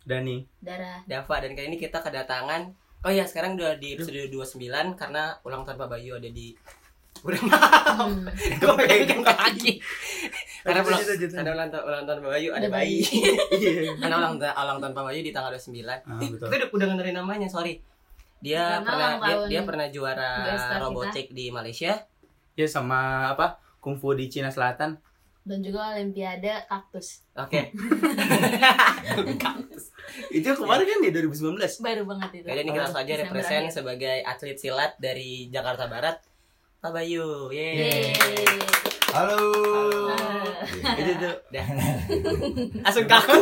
Dani, Dava, dan kali ini kita kedatangan. Oh iya, sekarang udah di episode 29 karena ulang tahun Pak Bayu ada di udah malam. Gue pegang kaki. Karena ulang tahun Pak Bayu ada bayi. Karena ulang tahun Pak Bayu di tanggal 29. Kita udah ngedengerin namanya, sorry. Dia pernah juara robotik di Malaysia. Ya sama apa? Kungfu di Cina Selatan. Dan juga Olimpiade kaktus. Oke. Kaktus. Itu kemarin kan di 2019. Baru banget itu. Jadi kita langsung aja represent sebagai atlet silat dari Jakarta Barat, Pak Bayu. Yeay. Halo. Itu tuh. Dah. Langsung kaku.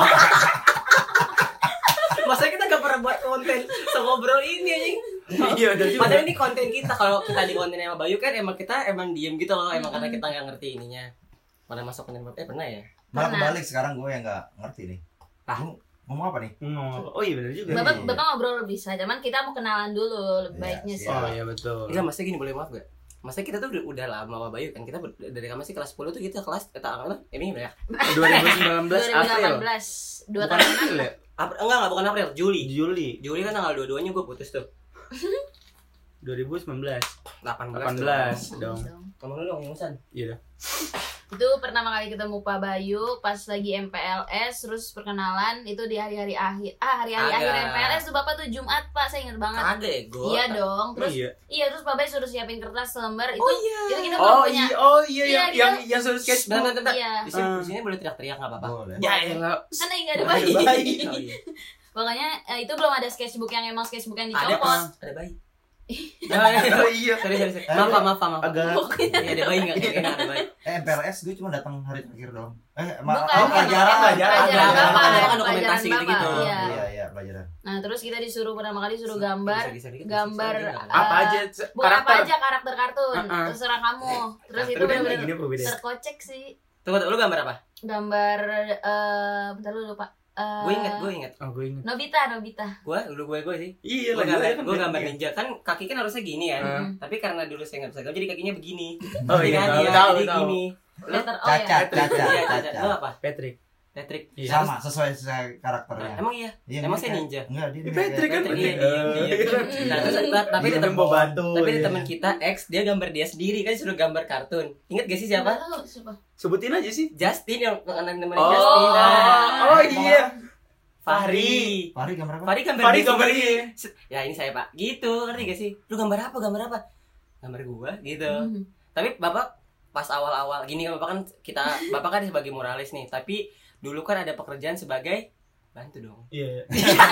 Masa kita gak pernah buat konten ngobrol ini anjing. Iya, padahal ini konten kita. Kalau kita di konten sama Bayu kan kita emang diem gitu loh, emang karena kita nggak ngerti ininya. Mana masuk konten pernah ya? Malah kebalik sekarang gue yang nggak ngerti nih. Ngomong apa nih? Oh iya benar juga. Bapak ngobrol bisa, cuman kita mau kenalan dulu lebih baiknya sih. Oh iya betul. Iya, maksudnya gini, boleh maaf gak? Maksudnya kita tuh udah lama sama Bayu kan, kita dari kapan sih kelas 10 tuh kita kelas apa? Ini ya? 2019 April. 2018. 2 tahun ya? Enggak, bukan April, Juli. Juli Kan tanggal 22-nya gue putus tuh. 2019. 18 dong. Kamu dulu dong, Musan. Iya. Itu pertama kali ketemu Pak Bayu pas lagi MPLS, terus perkenalan itu di hari-hari akhir. Hari-hari akhir MPLS tuh Bapak tuh Jumat, Pak, saya ingat banget. Ada ego. Iya dong. Terus iya terus Pak Bayu suruh siapin kertas selembar itu. Itu kita belum punya. Yang suruh sketch. Bentar. Iya. Di sini boleh teriak-teriak enggak apa-apa. Boleh. Ya enggak. Karena enggak ada bayi. Oh iya. Pokoknya itu belum ada sketchbook yang emang sketchbook yang dicopot. Ada bayi. Iya. Sorry. Maaf. Agak. Iya, ada bayi enggak? Enak ada bayi. MPLS gue cuma datang hari terakhir doang. Pelajaran kan dokumentasi gitu-gitu. Iya, pelajaran. Nah, terus kita disuruh pertama kali gambar apa aja karakter kartun. Terserah kamu. Terus itu benar-benar terkocek sih. Tunggu, lu gambar apa? Gambar bentar lu lupa. Gue inget. Oh, gue inget. Nobita. Gue sih. Iya, gue gambar ninja kan, kaki kan harusnya gini ya. Tapi karena dulu saya nggak bisa gambar, jadi kakinya begini. Oh iya, jadi gini. Cacat. Lu apa? Patrick. Sama, sesuai karakternya. Emang iya? Emang saya ninja? Enggak, dia Patrick kan tapi di teman kita X, dia gambar dia sendiri kan, suruh gambar kartun. Ingat gak sih siapa? Sebutin aja sih. Justin yang nemenin Justin. Oh iya. Fahri gambar apa? Fahri gambar dia. Ya ini saya Pak. Gitu, ngerti gak sih? Lu gambar apa? Gambar gua gitu. Tapi Bapak pas awal-awal gini kan Bapak kan sebagai moralis nih, tapi dulu kan ada pekerjaan sebagai bantu dong. Iya.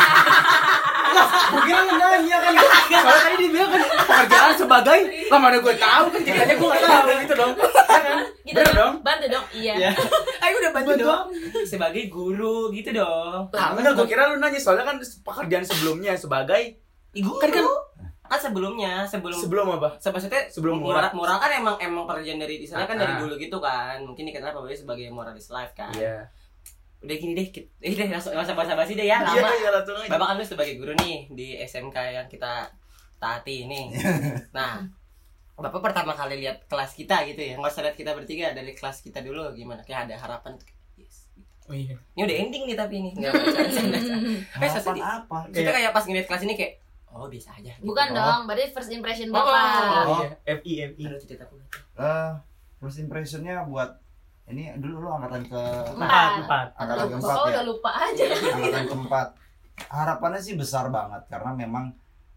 Gue kira nanya kan. Soalnya tadi dia bilang kan pekerjaan sebagai, lah mana gue tahu kan, ceritanya gue nggak tahu gitu dong. Bener dong. Bantu dong. Iya. Ayo udah bantu dong. Sebagai guru gitu dong. Lah enggak, gue kira lu nanya soalnya kan pekerjaan sebelumnya sebagai guru. Kan sebelumnya sebelum apa? Maksudnya sebelum moral kan emang pekerjaan dari di sana kan dari dulu gitu kan. Mungkin dikenal Pak Bayu sebagai moralis life kan. Iya. Udah gini deh, langsung basa-basi deh ya, lama. Iya, langsung aja. Bapak kan lu sebagai guru nih di SMK yang kita taati ini. Nah, Bapak pertama kali lihat kelas kita gitu ya. Nggak usah lihat kita bertiga, dari kelas kita dulu gimana? Kayak ada harapan. Yes. Oh iya. Ini udah ending nih tapi ini enggak Harapan apa? Kita kayak pas ngeliat kelas ini kayak biasa aja. Gitu. Bukan dong, berarti first impression Bapak. FI. First impressionnya buat ini dulu lu angkatan keempat. Angkatan keempat ya. Udah lupa aja. Angkatan keempat. Harapannya sih besar banget karena memang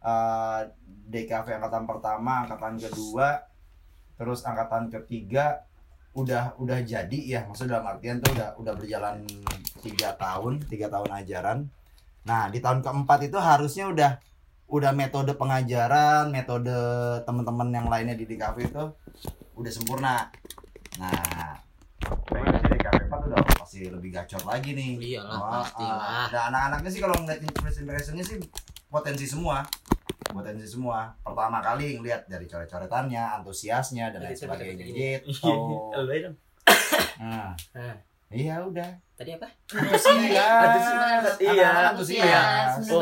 DKV angkatan pertama, angkatan kedua, terus angkatan ketiga udah jadi ya, maksudnya dalam artian tuh udah berjalan 3 tahun ajaran. Nah, di tahun keempat itu harusnya udah metode pengajaran, metode teman-teman yang lainnya di DKV itu udah sempurna. Nah, DKV 4 udah pasti lebih gacor lagi nih. Iyalah, pastilah. Dan anak-anaknya sih kalau ngeliat impression-nya sih potensi semua. Pertama kali ngeliat dari coret-coretannya, antusiasnya dan lain sebagainya gitu. Nah. Iya udah. Tadi apa? Antusias. Menurut Bapak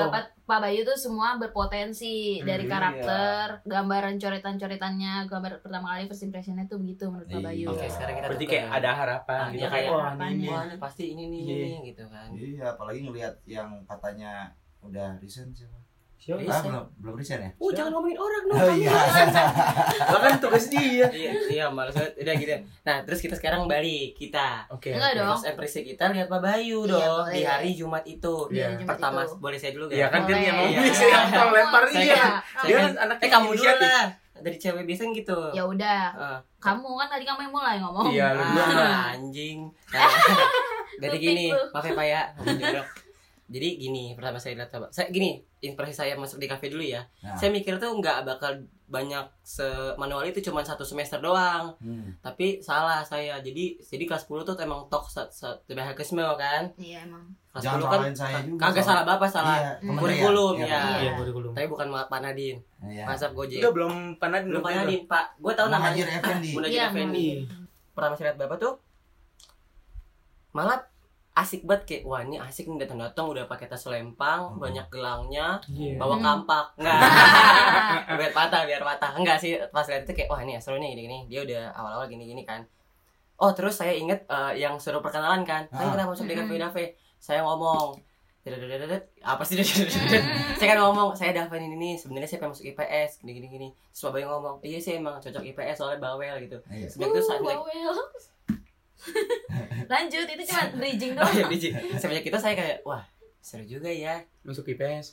Pak Bayu tuh semua berpotensi dari karakter, gambaran coretan-coretannya, gambar pertama kali first impressionnya tuh begitu menurut Pak Bayu. Oke, sekarang kita Berarti tutup. kayak ada harapan gitu Iya, kayak ada wah harapannya. Wah, ini pasti ini nih gitu kan. Iya, apalagi ngelihat yang katanya udah resign siapa? siapa? Belum resign ya? Jangan ngomongin orang dong. Oh iya. Lah kan tugas dia. Iya, malas banget. Udah gitu. Nah, terus kita sekarang balik kita. Oke. Enggak dong. First impression kita lihat Pak Bayu Iya, dong boleh. di hari Jumat itu. Di hari Jumat Pertama itu. boleh saya dulu Iya kan dia Boleh. yang ngomong Iya. saya yang lempar Saya iya. kan- Dia kan anaknya kamu dulu inisiatif. lah. Dari cewek biasanya gitu. Ya udah, Heeh. kamu kan tadi kamu yang mulai ngomong. Iya, lu duluan lah. Anjing. Jadi Kuping gini, lu. maaf ya Pak ya. Jadi gini, pertama saya lihat apa? Saya gini, impresi saya masuk di kafe dulu ya. Nah. Saya mikir tuh nggak bakal banyak manual itu cuma 1 semester doang. Tapi salah saya. Jadi kelas 10 tuh emang tok hekisme kan. Iya emang. Kelas Jangan 10 kan salahin saya juga. kagak salah Bapak, salah Iya, kurikulum Iya, ya. Iya, kurikulum. Tapi bukan Pak Nadine. Iya. Masap Gojek. Udah belum Panadin Belum Pak Nadine, Pak. Gue tahu Muhajir namanya. Effendi. Muhajir Iya, Effendi. Pertama saya lihat Bapak tuh malah asik banget kayak wah ini asik nih datang-datang udah pakai tas lempang, banyak gelangnya, Iya. bawa kampak. Enggak. biar patah. Enggak sih, pas lihat itu kayak wah ini seru nih gini-gini. Dia udah awal-awal gini-gini kan. Oh, terus saya inget yang suruh perkenalan kan. Saya kenapa masuk di kafe. Saya ngomong apa sih saya kan ngomong saya Davan ini sebenarnya saya pengen masuk IPS gini. Terus Bapak ngomong iya sih emang cocok IPS soalnya bawel gitu. Iya. Sebenarnya itu saat Bawel. Lanjut, itu cuma bridging oh doang. ya biji semenjak itu saya kayak wah seru juga ya. Masuk IPS.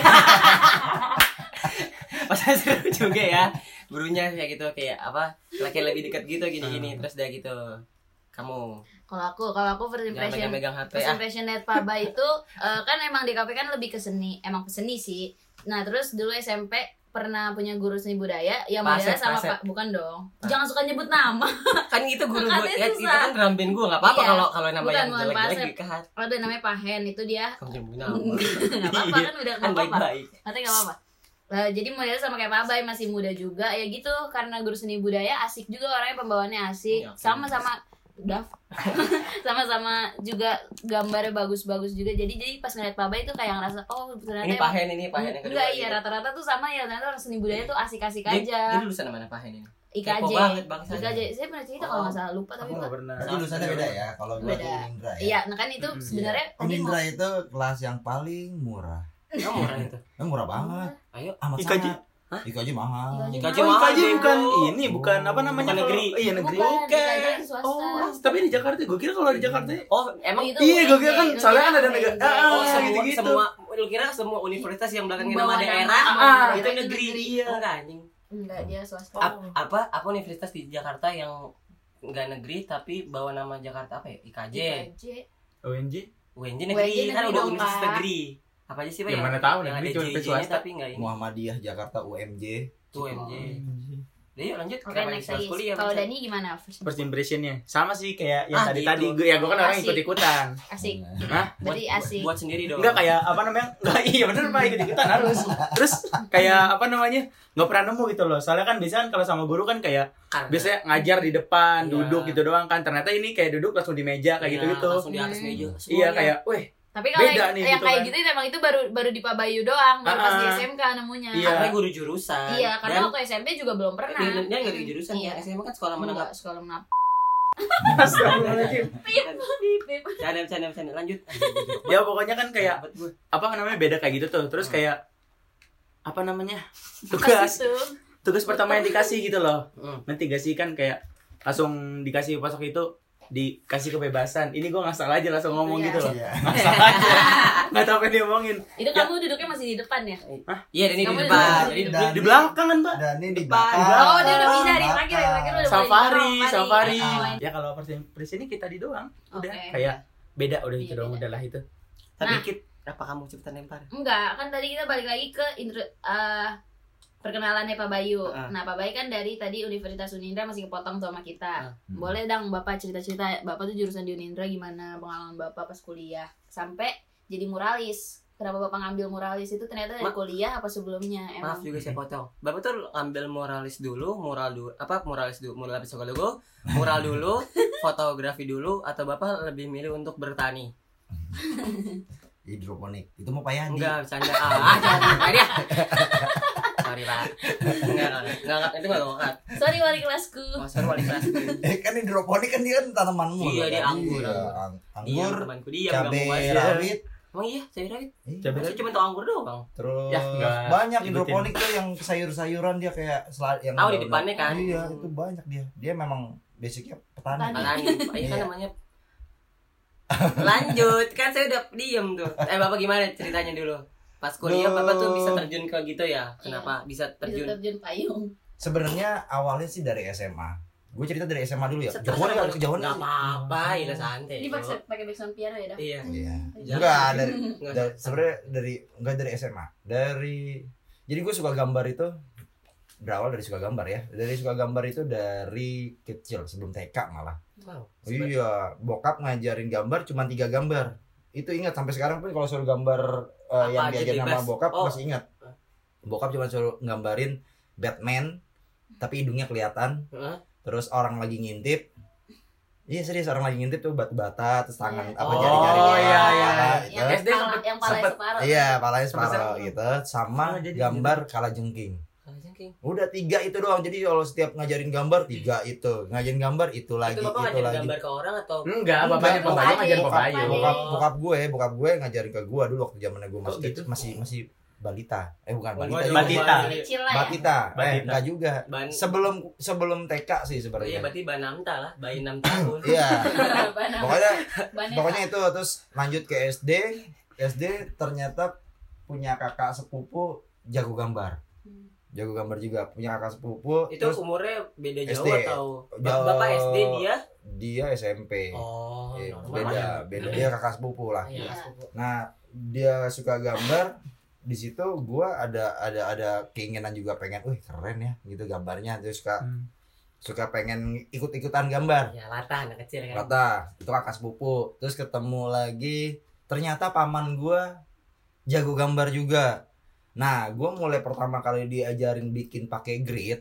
Pas seru juga ya gurunya kayak gitu kayak apa laki lebih dekat gitu gini terus udah gitu kamu Kalau aku first jangan impression megang HP First impression net Paba itu kan emang di KP kan lebih ke seni, emang seni sih. Nah terus dulu SMP pernah punya guru seni budaya yang modelnya sama Pasep. Pak, bukan dong. Jangan suka nyebut nama. kan itu guru gue Makanya ya, itu susah. kan drum band gue nggak apa-apa Iya. kalau nama Bukan, yang bukan jelek-jelek Pasep. dikehat Ada namanya Pak Hen, itu dia kamu jangan nama nggak apa-apa kan udah kan nggak apa-apa. baik-baik Katanya nggak apa-apa. Jadi modelnya sama kayak Pak Bay, masih muda juga ya gitu, karena guru seni budaya asik juga orangnya, pembawaannya asik, Iya, oke. sama-sama udah sama-sama juga gambarnya bagus-bagus juga, jadi pas ngeliat Pak Bay tuh kayak ngerasa oh ternyata ini Pak Hen yang kedua enggak gitu. iya rata-rata tuh sama ya, ternyata orang seni budaya tuh asik-asik Dia aja. lulusan mana Pak Hen ini IKJ Kepo banget bangsa. IKJ saya pernah cerita kalau nggak salah, lupa tapi Aku Pak. nggak pernah. Berarti lulusannya beda ya. Kalau gua Beda. tuh Unindra ya. Iya, nah kan itu sebenarnya tadi mau Unindra itu kelas yang paling murah. kamu murah itu Murah banget. ayo Amat IKJ? sangat. IKJ mahal. IKJ. IKJ Oh, mahal, IKJ bukan bro. ini, bukan apa namanya? Bukan kalau- negeri. Iya, negeri. Bukan, IKJ swasta. Oh, tapi di Jakarta gue kira kalau di Jakarta oh emang Itu iya, gue kira kan UNJ, soalnya kan ada UNJ. negara. Oh, Ah, semua, gitu-gitu. semua lu kira semua universitas yang belakangnya nama Bawa nama. daerah itu Itu negeri. negeri. Enggak anjing. enggak, dia swasta. Apa universitas di Jakarta yang enggak negeri tapi bawa nama Jakarta apa ya? IKJ. IKJ. ONJ? UNJ negeri UNJ kan negeri udah dong, universitas Pak. negeri. Apa aja sih Pak? Yang mana tahu, yang negeri ada cuma JJ-nya swasta. tapi enggak ini. Muhammadiyah Jakarta UMJ. Tuh UNJ. Udah yuk lanjut Oke, kenapa next harus lagi. kuliah, Kalau Bang? Dani gimana? First impressionnya sama sih kayak yang Ah, tadi gitu. gue ya gue kan orang Asik. ikut-ikutan. Asik. Hah? Berarti asik. Buat sendiri dong. Enggak kayak apa namanya? Enggak iya bener Pak ikut-ikutan harus. Terus kayak apa namanya? Enggak pernah nemu gitu loh. Soalnya kan biasanya kan kalau sama guru kan kayak Karena- biasanya ngajar di depan, Iya. duduk gitu doang kan. Ternyata ini kayak duduk langsung di meja kayak Iya, gitu-gitu. Langsung di atas meja. Iya Semuanya. kayak, weh, Tapi kalau Beda yang, nih, yang gitu kayak kan. gitu emang itu baru di Pak Bayu doang, baru pas di Ah, SMK nemunya. iya. Karena guru jurusan. Iya, karena Dan waktu SMP juga belum pernah. dia enggak di jurusan Iya. ya. SMA kan sekolah menengah. Enggak, sekolah menengah. astagfirullahaladzim. Canda lanjut. Ya pokoknya kan kayak Dapat gue. apa namanya beda kayak gitu tuh. Terus kayak apa namanya? Pas itu. Tugas pertama yang dikasih gitu loh. Hmm. Nanti gak sih kan kayak langsung dikasih pasok itu dikasih kebebasan. Ini gue ngasal aja langsung ngomong Iya. gitu loh. Iya. Ngasal aja. Gak tau apa yang diomongin. Itu kamu duduknya masih di depan ya? Iya, dan ini di Kamu depan. di- Jadi Dan- Di belakang kan, Pak. Dan ini di Depan. belakang. Oh, dia udah bisa di Belakang. terakhir udah boleh Safari. Oh, Ya kalau first ini kita di doang. Udah Oke. kayak beda udah itu Iya, doang beda. udahlah itu. tapi Nah. dikit apa kamu cepetan lempar? Enggak, kan tadi kita balik lagi ke perkenalannya Pak Bayu. Heeh. Nah, Pak Bayu kan dari tadi Universitas Unindra masih kepotong tuh sama kita. Hmm. Boleh dong Bapak cerita-cerita, Bapak tuh jurusan di Unindra gimana pengalaman Bapak pas kuliah sampai jadi muralis. Kenapa Bapak ngambil muralis itu ternyata dari kuliah apa sebelumnya Maaf emang? juga saya potong. Bapak tuh ambil mural dulu, mural psikologi, mural dulu, fotografi dulu, atau Bapak lebih milih untuk bertani? hidroponik. Itu mau Pak Yadi. Enggak, bercanda. Jangan dia. Sorry, Pak. Enggak, itu enggak ngangkat. Sorry wali kelasku. Oh, sorry wali kelas. Kan hidroponik kan dia kan tanaman mulu. Iya, dia kan? anggur. Iya, Iya, anggur, temanku dia cabai enggak rawit. Emang iya, cabai rawit. Cabai Saya cuma tahu anggur doang. Terus Ya, enggak banyak sebutin. hidroponik tuh yang sayur-sayuran dia kayak yang Tahu di depannya kan? Iya, itu banyak dia. Dia memang basicnya petani. Petani. Iya kan Iya. namanya. Lanjut, kan saya udah diem tuh. Bapak gimana ceritanya dulu? Pas kuliah Bapak tuh bisa terjun ke gitu ya? Kenapa bisa Bisa terjun? terjun payung. Sebenarnya awalnya sih dari SMA. Gue cerita dari SMA dulu ya. Terserah, Jauhan ya, kejauhan. Nggak apa-apa, ya santai. Ini pakai backsound piano ya, dah. Iya. Iya. Jangan. Enggak dari, Nggak. sebenarnya dari SMA. Jadi gue suka gambar itu berawal dari suka gambar ya. Dari suka gambar itu dari kecil sebelum TK malah. Wow. Iya, bokap ngajarin gambar cuma 3 gambar. Itu ingat sampai sekarang pun kalau suruh gambar yang aja diajarin sama bebas. bokap Oh. masih ingat. Bokap cuma suruh gambarin Batman tapi hidungnya kelihatan. Heeh. Terus orang lagi ngintip. Iya serius orang lagi ngintip tuh batu bata terus tangan apa Oh, jari-jari. iya, iya, gitu. Yang SD yang palanya sempet- separuh. Iya, palanya Sempet- separuh gitu sama Oh, jadi gambar kalajengking. Kalau jengking. Udah 3 itu doang. Jadi kalau setiap ngajarin gambar 3 itu, ngajarin gambar itu lagi, Itu Bapak itu ngajarin lagi. gambar ke orang atau? Enggak, bapaknya Enggak, Pabayu ngajarin bokap- Pabayu. Bokap gue ngajarin ke gue dulu waktu zamannya gue masih Oh, gitu? masih balita. Bukan Oh, balita. waduh, juga. Batita. Kecil lah ya. Batita. Batita. Enggak juga. Ban- Sebelum TK sih Iya, sebenarnya. berarti Banamta lah, bayi 6 tahun. Iya. Banyak. Pokoknya pokoknya itu terus lanjut ke SD. SD ternyata punya kakak sepupu jago gambar. Jago gambar juga, punya kakak sepupu. Itu terus umurnya beda jauh SD. atau Jauh. Bapak SD dia? dia SMP. Oh, Beda dia kakak sepupu lah. Iya. Nah, dia suka gambar. Di situ gua ada keinginan juga pengen, keren ya gitu gambarnya. Dia suka pengen ikut-ikutan gambar. Ya, latah anak kecil kan. Kata itu kakak sepupu. Terus ketemu lagi, ternyata paman gua jago gambar juga. Nah, gua mulai pertama kali diajarin bikin pakai grid.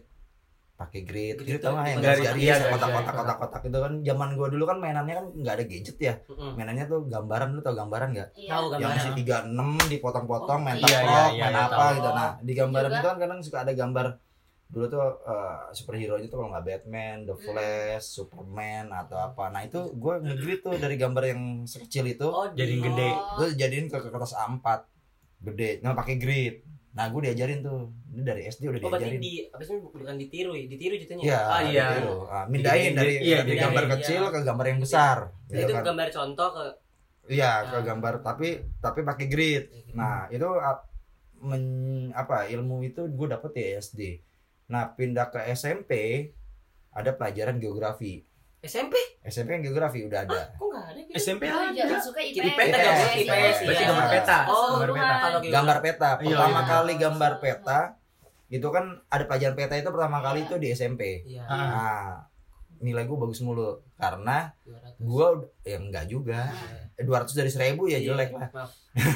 Grid Tau nggak yang garis, garis iya, kotak-kotak itu kan zaman gua dulu kan mainannya kan nggak ada gadget ya. Mm-mm. Mainannya tuh gambaran, lu tau gambaran nggak? Iya. Tahu Yang gambar. isi 36 dipotong-potong, main Iya, taplok, iya, main iya, apa tahu. gitu. Nah, di gambaran Juga. itu kan kadang suka ada gambar dulu tuh superhero itu kalau nggak Batman, The Flash, Superman atau apa. Nah itu gue nge-grid tuh dari gambar yang sekecil itu, Oh, Jadi di- gede. gue jadiin ke kertas A4 gede, nah pakai grid. Nah gue diajarin tuh, ini dari SD udah Oh, berarti diajarin. apa sih bukan ditiru ya? Ditiru jatuhnya. Iya, Ah, iya. gitu. Mindahin dari Iya, dari mindahin, gambar iya. kecil ke gambar yang besar. Jadi gitu itu kan. gambar contoh ke Iya, ke Ah. gambar tapi pakai grid. Nah, itu ilmu itu gue dapet di SD. Nah, pindah ke SMP ada pelajaran geografi. SMP? SMP kan geografi udah ada. Kok enggak ada gitu? SMP Oh, ada. jangan suka IPS. IPS, IPS, IPS, IPS. Berarti iya. gambar peta. Oh, Gambar peta. kalau Gambar peta. Iya, Pertama iya. kali gambar peta itu kan ada pelajaran peta itu pertama kali itu di SMP. Iya. Ah. Nah, nilai gue bagus mulu karena 200. gue enggak juga. 200 dari 1000 ya jelek lah. Maaf.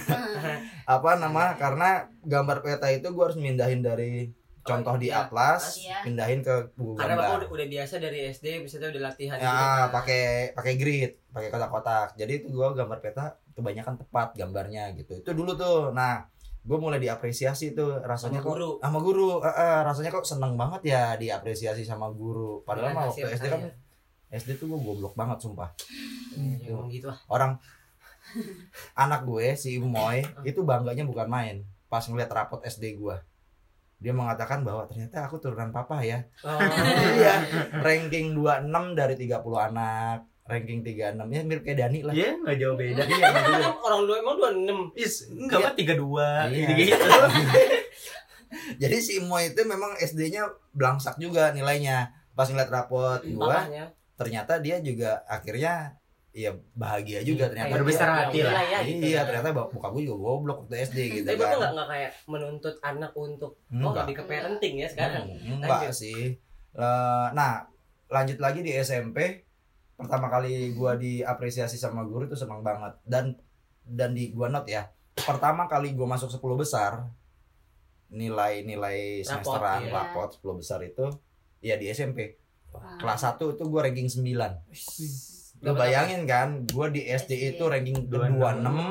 Karena gambar peta itu gue harus mindahin dari contoh di iya. atlas, Iya. pindahin ke buku Karena Bapak gambar. udah biasa dari SD bisa udah latihan Ya, kan. pakai grid, pakai kotak-kotak. Jadi itu gue gambar peta kebanyakan tepat gambarnya gitu. Itu dulu tuh. Nah, gue mulai diapresiasi tuh rasanya Sama kok guru. sama guru. Rasanya kok seneng banget ya diapresiasi sama guru. Padahal Dengan mah waktu hasil SD kan karya. SD tuh gue goblok banget sumpah. Ya, ngomong gitu ah. Orang anak gue si Umoy itu bangganya bukan main pas ngeliat rapot SD gue. Dia mengatakan bahwa ternyata aku turunan papa ya. Oh. Iya, ranking 26 dari 30 anak, ranking 36 ya mirip kayak Dani lah. Iya, nggak jauh beda. Iya, gitu. Orang dulu emang 26. Enggak apa 32 Iya. gitu. Jadi si Umoy itu memang SD-nya blangsak juga nilainya. Pas ngeliat rapot gua, Papahnya. ternyata dia juga akhirnya ya bahagia juga ternyata. Berbesar hati lah. Ya, gitu. Iya, ternyata bokap gue juga goblok waktu SD gitu Tapi Bapak kan. nggak kayak menuntut anak untuk Enggak. lebih ke parenting ya sekarang. Enggak sih. Nah, lanjut lagi di SMP. Pertama kali gua diapresiasi sama guru itu senang banget dan di gua note ya. Pertama kali gua masuk 10 besar nilai semesteran iya. rapot 10 besar itu ya di SMP. Wah. Kelas 1 itu gua ranking 9. Lu Berapa bayangin kan, gua di SD itu ranking 26,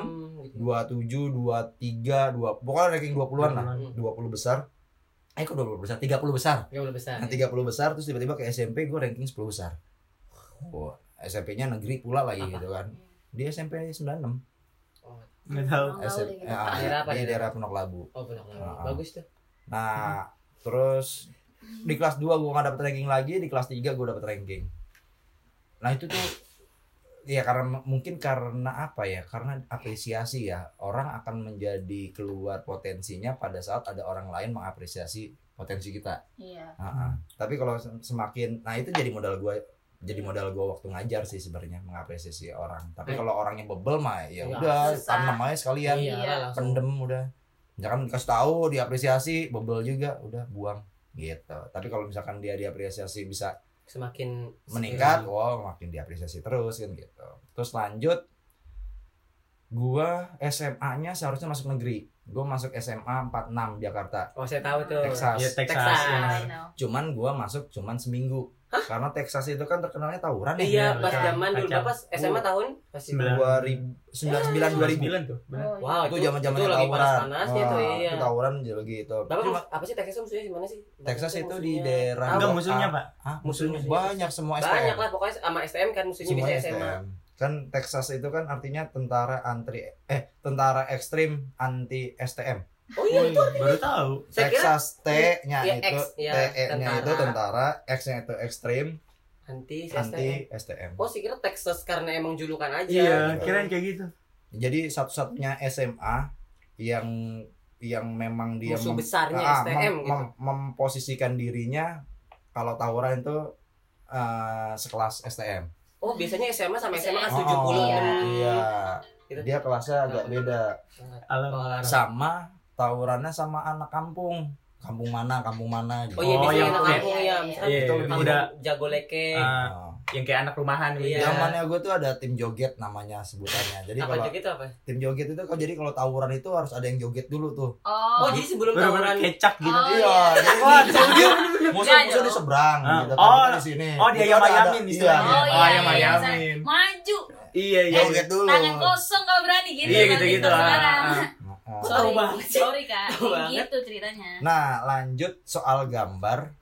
27, 23, pokoknya ranking 20-an lah. 20 besar. Kok 20 besar? 30 besar. 30 besar. Nah, 30 besar terus tiba-tiba ke SMP gue ranking 10 besar. Oh, SMP-nya negeri pula lagi gitu kan. Di SMP 96. Enggak tahu. Daerah apa? Di daerah Pondok Labu. Oh, benar. Bagus tuh. Nah, terus di kelas 2 gue gak dapet ranking lagi, di kelas 3 gue dapet ranking. Nah itu tuh ya karena apa ya, karena apresiasi ya, orang akan menjadi keluar potensinya pada saat ada orang lain mengapresiasi potensi kita. Iya. Tapi kalau semakin, nah itu jadi modal gue waktu ngajar sih sebenarnya, mengapresiasi orang. Tapi kalau orangnya bebel mah ya udah tanam aja sekalian, pendem udah. Misalkan dikasih tahu, diapresiasi, bebel juga, udah buang gitu. Tapi kalau misalkan dia diapresiasi bisa semakin meningkat, makin diapresiasi terus kan gitu. Terus lanjut, gua SMA-nya seharusnya masuk negeri. Gua masuk SMA 46 Jakarta. Oh, saya tahu tuh. Texas. Iya, Texas. Cuman gua masuk seminggu. Karena Texas itu kan terkenalnya tawuran ya. Iya, pas zaman dulu pas SMA tahun masih 2009 tuh. Wow, itu zaman-zaman lagi tawuran. Panas-panasnya tuh, iya. Itu tawuran gitu. Bapak apa sih Texas musuhnya di mana sih? Texas itu di daerah Enggak musuhnya, Pak. Musuhnya banyak semua STM. Banyak lah pokoknya sama STM kan musuhnya Semua bisa SMA. STM. Kan Texas itu kan artinya tentara ekstrim anti STM. Oh iya itu baru tahu. Texas T-nya ya, itu X, ya, TE-nya itu tentara, X-nya itu ekstrim anti STM. Oh sih kira Texas karena emang julukan aja. Iya, kirain kayak gitu. Jadi satu-satunya SMA yang memang dia musuh besarnya STM gitu. memposisikan dirinya kalau tawuran itu sekelas STM. Oh biasanya SMA sama SMA kan 70. Iya. Gitu. Dia kelasnya agak beda. Sama tawurannya sama anak kampung mana gitu. Oh iya biasanya anak kampung ya. Misalnya itu udah jago leke. Yang kayak anak rumahan gitu. Zamannya gue tuh ada tim joget namanya sebutannya. Jadi kalau joget apa? Tim joget itu jadi kalau tawuran itu harus ada yang joget dulu tuh. Oh jadi sebelum tawuran kecak gitu. Iya, jadi musuh di seberang gitu kan di sini. Oh, dia ayam-ayamin istilahnya. Oh iya, ayam-ayamin. Maju. Iya. Joget dulu. Tangan kosong kalau berani gitu. Iya gitu. Sorry Kak, gitu ceritanya. Nah, lanjut soal gambar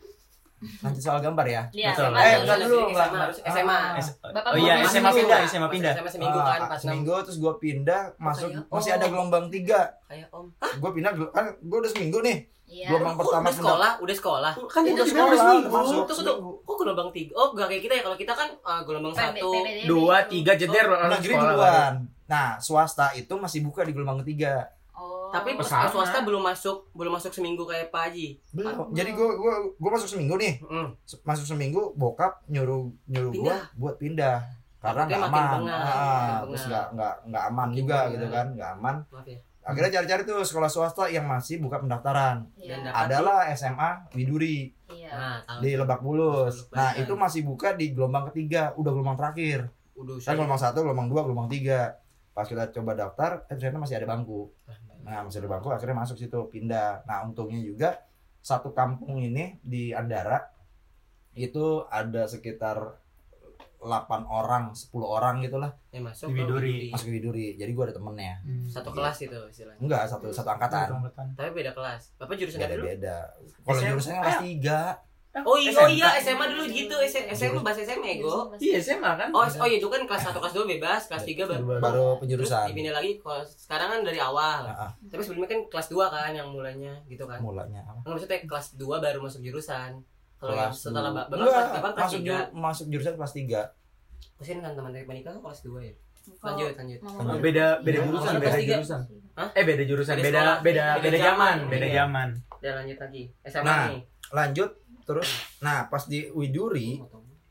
ya. Iya, enggak dulu, SMA. Bapak oh iya, SMA pindah. SMA seminggu kan pas seminggu terus gue pindah masuk masih ada gelombang 3. Kayak Om. Gue pindah kan gue udah seminggu nih. Iya. Gelombang pertama udah sekolah. Kan udah sekolah masuk. Kok gelombang 3? Oh, enggak kayak kita ya. Kalau kita kan gelombang 1, 2, 3 jeder negeri duluan. Nah, swasta itu masih buka di gelombang 3. Tapi swasta belum masuk seminggu kayak Pak Haji. Belum. Jadi gue masuk seminggu nih. Masuk seminggu bokap nyuruh gue buat pindah karena nggak aman. Terus nggak aman juga gitu kan, nggak aman. Maaf ya. Akhirnya cari-cari tuh sekolah swasta yang masih buka pendaftaran. Adalah SMA Widuri di Lebak Bulus. Nah itu masih buka di gelombang ketiga, udah gelombang terakhir. Kan gelombang 1, gelombang 2, gelombang 3. Pas kita coba daftar, ternyata masih ada bangku. Nah masih ada bangku, akhirnya masuk situ, pindah. Nah untungnya juga satu kampung ini di Andara itu ada sekitar 8 orang, 10 orang gitulah. Masuk di Widuri. Masuk ke Widuri. Jadi gue ada temennya. Satu kelas itu istilahnya. Enggak, satu angkatan. Tapi beda kelas. Bapak jurusan apa dulu? Beda. Kalau jurusannya kelas 3. Oh iya SMA dulu gitu. SMA bahas SMA ego. Iya SMA kan. Oh iya itu kan kelas 1 kelas 2 bebas, kelas 3 baru penjurusan. Terus dipindah lagi kalau sekarang kan dari awal. Tapi sebelumnya kan kelas 2 kan yang mulanya gitu kan. Mulanya apa? Enggak maksudnya kelas 2 baru masuk jurusan. Kalau setelah Bapak masuk jurusan kelas 3. Mesin kan teman dari Panika kan kelas 2 ya. Lanjut. Beda jurusan. Hah? Beda jurusan, beda zaman. Dan lanjut lagi. SMA nih. Lanjut terus pas di Widuri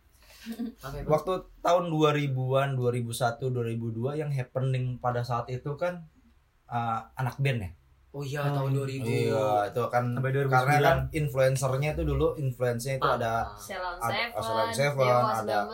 waktu tahun 2000-an, 2001, 2002 yang happening pada saat itu kan anak band ya. Oh iya tahun 2000. Iya, itu kan karena kan influencernya itu dulu influence-nya itu ada Salon Seven, ada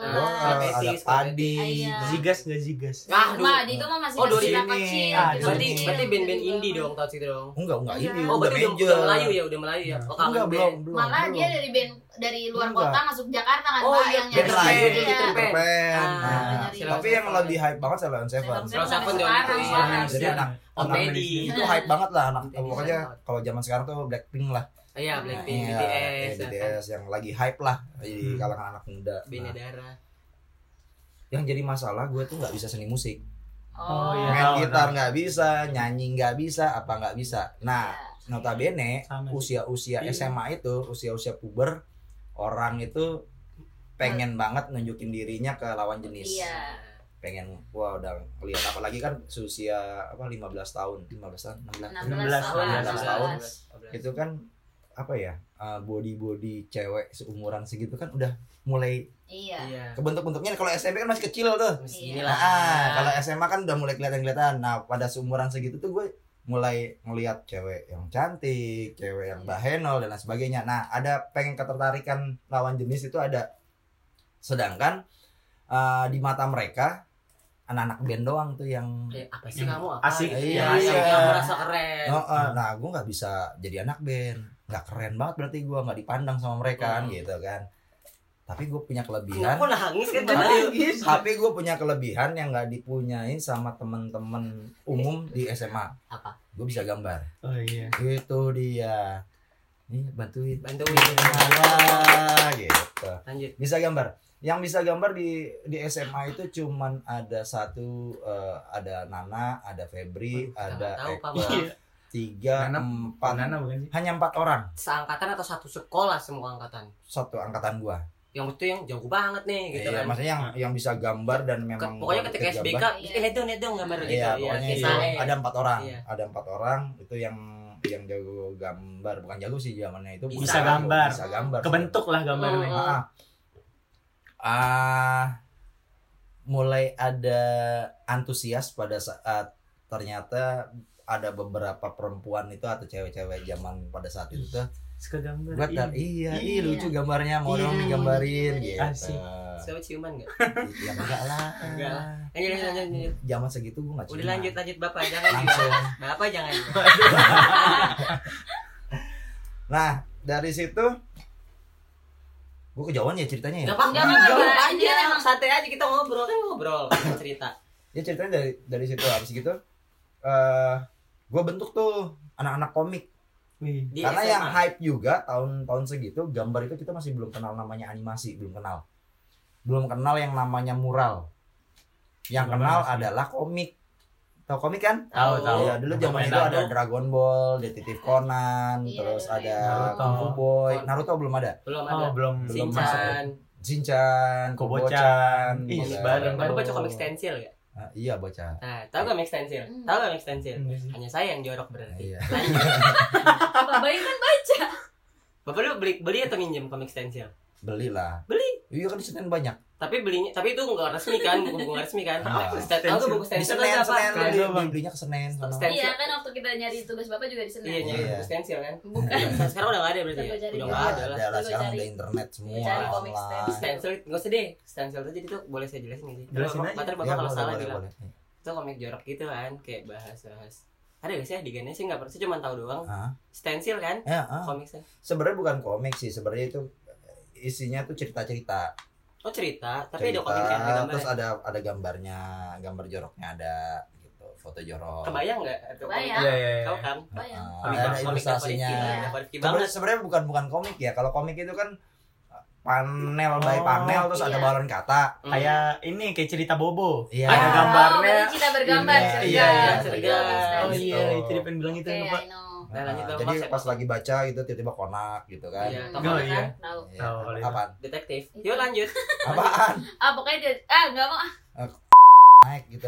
Padi, Zigas. Nah, itu mah masih anak kecil. Berarti band-band indie dong tahun situ dong. Enggak ini berarti udah Melayu ya. Oh, enggak belum. Malah dia dari band dari luar Enggak. kota masuk Jakarta kan Oh, Pak iya, yang Beda nyari lagi, iya. Peter Pan. Ah, Nah, nyari. tapi yang lebih hype banget Ceylon Seven. Ceylon Seven sampai zaman itu, sekarang, iya. Pak. Jadi anak Komedi. itu hype banget lah anak Komedi pokoknya banget. kalau zaman sekarang tuh Blackpink lah. Iya, Blackpink, Iya, BTS, BTS yang lagi hype lah di kalangan anak muda. Bina Nah, Darah. yang jadi masalah gue tuh nggak bisa seni musik. Oh, iya. Main tahu, gitar tahu. nggak bisa, nyanyi nggak bisa, apa nggak bisa. Nah, Iya. notabene Sama. usia-usia Iya. SMA itu, usia-usia puber, orang itu pengen banget nunjukin dirinya ke lawan jenis. Iya. Pengen, wah udah ngeliat apalagi kan usia apa 15 tahun, 16 tahun, 16 tahun. Itu kan apa ya? Body cewek seumuran segitu kan udah mulai Iya. Iya. kebentuk-bentuknya. Kalau SMP kan masih kecil tuh. Mesti Iya. inilah. Kalau SMA kan udah mulai kelihatan. Nah, pada seumuran segitu tuh gue mulai ngelihat cewek yang cantik, cewek yang bahenol dan lain sebagainya. Nah, ada pengen ketertarikan lawan jenis itu ada. Sedangkan di mata mereka anak-anak band doang tuh yang Apa sih Yang kamu apa? asik. Iya, Iya. yang merasa keren. nah, gue nggak bisa jadi anak band, nggak keren banget berarti gue nggak dipandang sama mereka kan gitu kan. Tapi gue punya kelebihan. Kok nangis kan? Tapi gue punya kelebihan yang nggak dipunyain sama temen-temen umum di SMA. Apa? Gue bisa gambar. Oh iya. Itu dia. Nih bantuin. Bantuin. Wah, gitu. Lanjut. Bisa gambar. Yang bisa gambar di SMA itu cuman ada satu, ada Nana, ada Febri, ada tahu, Pak, Eka, maaf. 3, Nana, 4. Nana bukan sih? Hanya 4 orang. Seangkatan atau satu sekolah semua angkatan? Satu angkatan gua. Yang itu yang jago banget nih gitu Iya, kan. maksudnya yang bisa gambar dan memang Pokoknya ketika bisa SBK, gambar. Iya. lihat dong gambar gitu. Iya, pokoknya itu kisahnya. ada 4 orang. Iya. Ada 4 orang itu yang jago gambar, bukan jago sih zamannya itu. Bisa jago, gambar. Bisa gambar. Kebentuk lah gambarnya. Oh. Mulai ada antusias pada saat ternyata ada beberapa perempuan itu atau cewek-cewek zaman pada saat itu tuh Suka gambar. buat iya, Iya. lucu gambarnya, mau dong Iya. digambarin gitu. Asik. Siapa ciuman enggak? Ya enggak lah. Enggak lah. Lanjut. Zaman segitu gua enggak Udah lanjut Bapak, jangan langsung. Bapak jangan. Nah, dari situ gua kejauhan ya ceritanya ya. Enggak apa-apa. Enggak, Aja ini emang santai aja kita ngobrol cerita. Ya ceritanya dari situ habis gitu gue bentuk tuh anak-anak komik. Wih. Di Karena SMA. yang hype juga tahun-tahun segitu gambar itu kita masih belum kenal namanya animasi, belum kenal yang namanya mural. Yang Belum kenal masih. adalah komik. Tahu komik kan? Tahu. Iya, dulu zaman itu ada Dragon Ball, Detektif Conan, Iya, terus dulu ada Naruto. Kung Fu Boy. Naruto belum ada. belum Oh, ada. belum masuk. Shinchan. Shinchan, Kobocan. Kobocan. Ih, udah. bareng. Baru baca komik stensil ya? Iya bocah. Nah, tahu gak komik stensil? Hmm. Tahu gak komik stensil? Enggak sih. Hanya saya yang jorok berarti. Iya. Lanjut. Pak Bayu kan baca. Bapak lu beli atau minjem komik stensil? Belilah. Beli. Iya kan di Senin banyak. Tapi itu enggak resmi kan, buku resmi kan? Ah. Tahu gak buku Di stensil Senin, itu apa? Senin Kado, Bang. belinya ke Senin. sono. Stensil. Iya kan waktu kita nyari tugas Bapak juga di Iya, Senin. nyari Iya. buku stensil kan? Bukan. Sekarang udah enggak ada berarti. Coba Ya? cari. Udah Iya, enggak ada lah. Ada lah Coba sekarang cari. udah internet semua Cari komik online. Stensil enggak usah deh. Stensil itu jadi tuh boleh saya jelasin enggak sih? Jelasin aja. Bapak Ya, kalau boleh, salah boleh, bilang. boleh. Itu komik jorok gitu kan, kayak bahas-bahas. Ada gak sih adegannya sih? Enggak pernah, saya cuma tahu doang. Ah. Stensil kan? Ya, Komik stensil. sebenarnya bukan komik sih, sebenarnya itu isinya tuh cerita-cerita. Oh cerita, tapi ada komik yang ada Cerita, gambar. terus ada gambarnya, gambar joroknya ada gitu, foto jorok. Kebayang nggak? Kebayang. Iya, iya, iya. Tahu kan? Bayang. Ada ilustrasinya. Rifki Sebenarnya banget. sebenarnya bukan komik ya. Kalau komik itu kan panel by Oh, panel terus ada iya. balon kata. Kayak ini kayak cerita Bobo. Iya. Ada gambarnya. Oh, berarti cinta bergambar. Iya, cerdas. iya, Cerdas. cerdas. Oh Cerdas. iya, itu dia pengen bilang itu Oke, lupa. I know. Nah, lanjut dong, Jadi Mas, ya, pas Pak. lagi baca gitu tiba-tiba konak gitu kan. Iya, Hmm. tokoh Oh, kan? iya. Tahu. Iya. Tahu, kalau itu. Apaan? Detektif. Itu. Yuk lanjut. Apaan? Pokoknya dia enggak mau Naik gitu.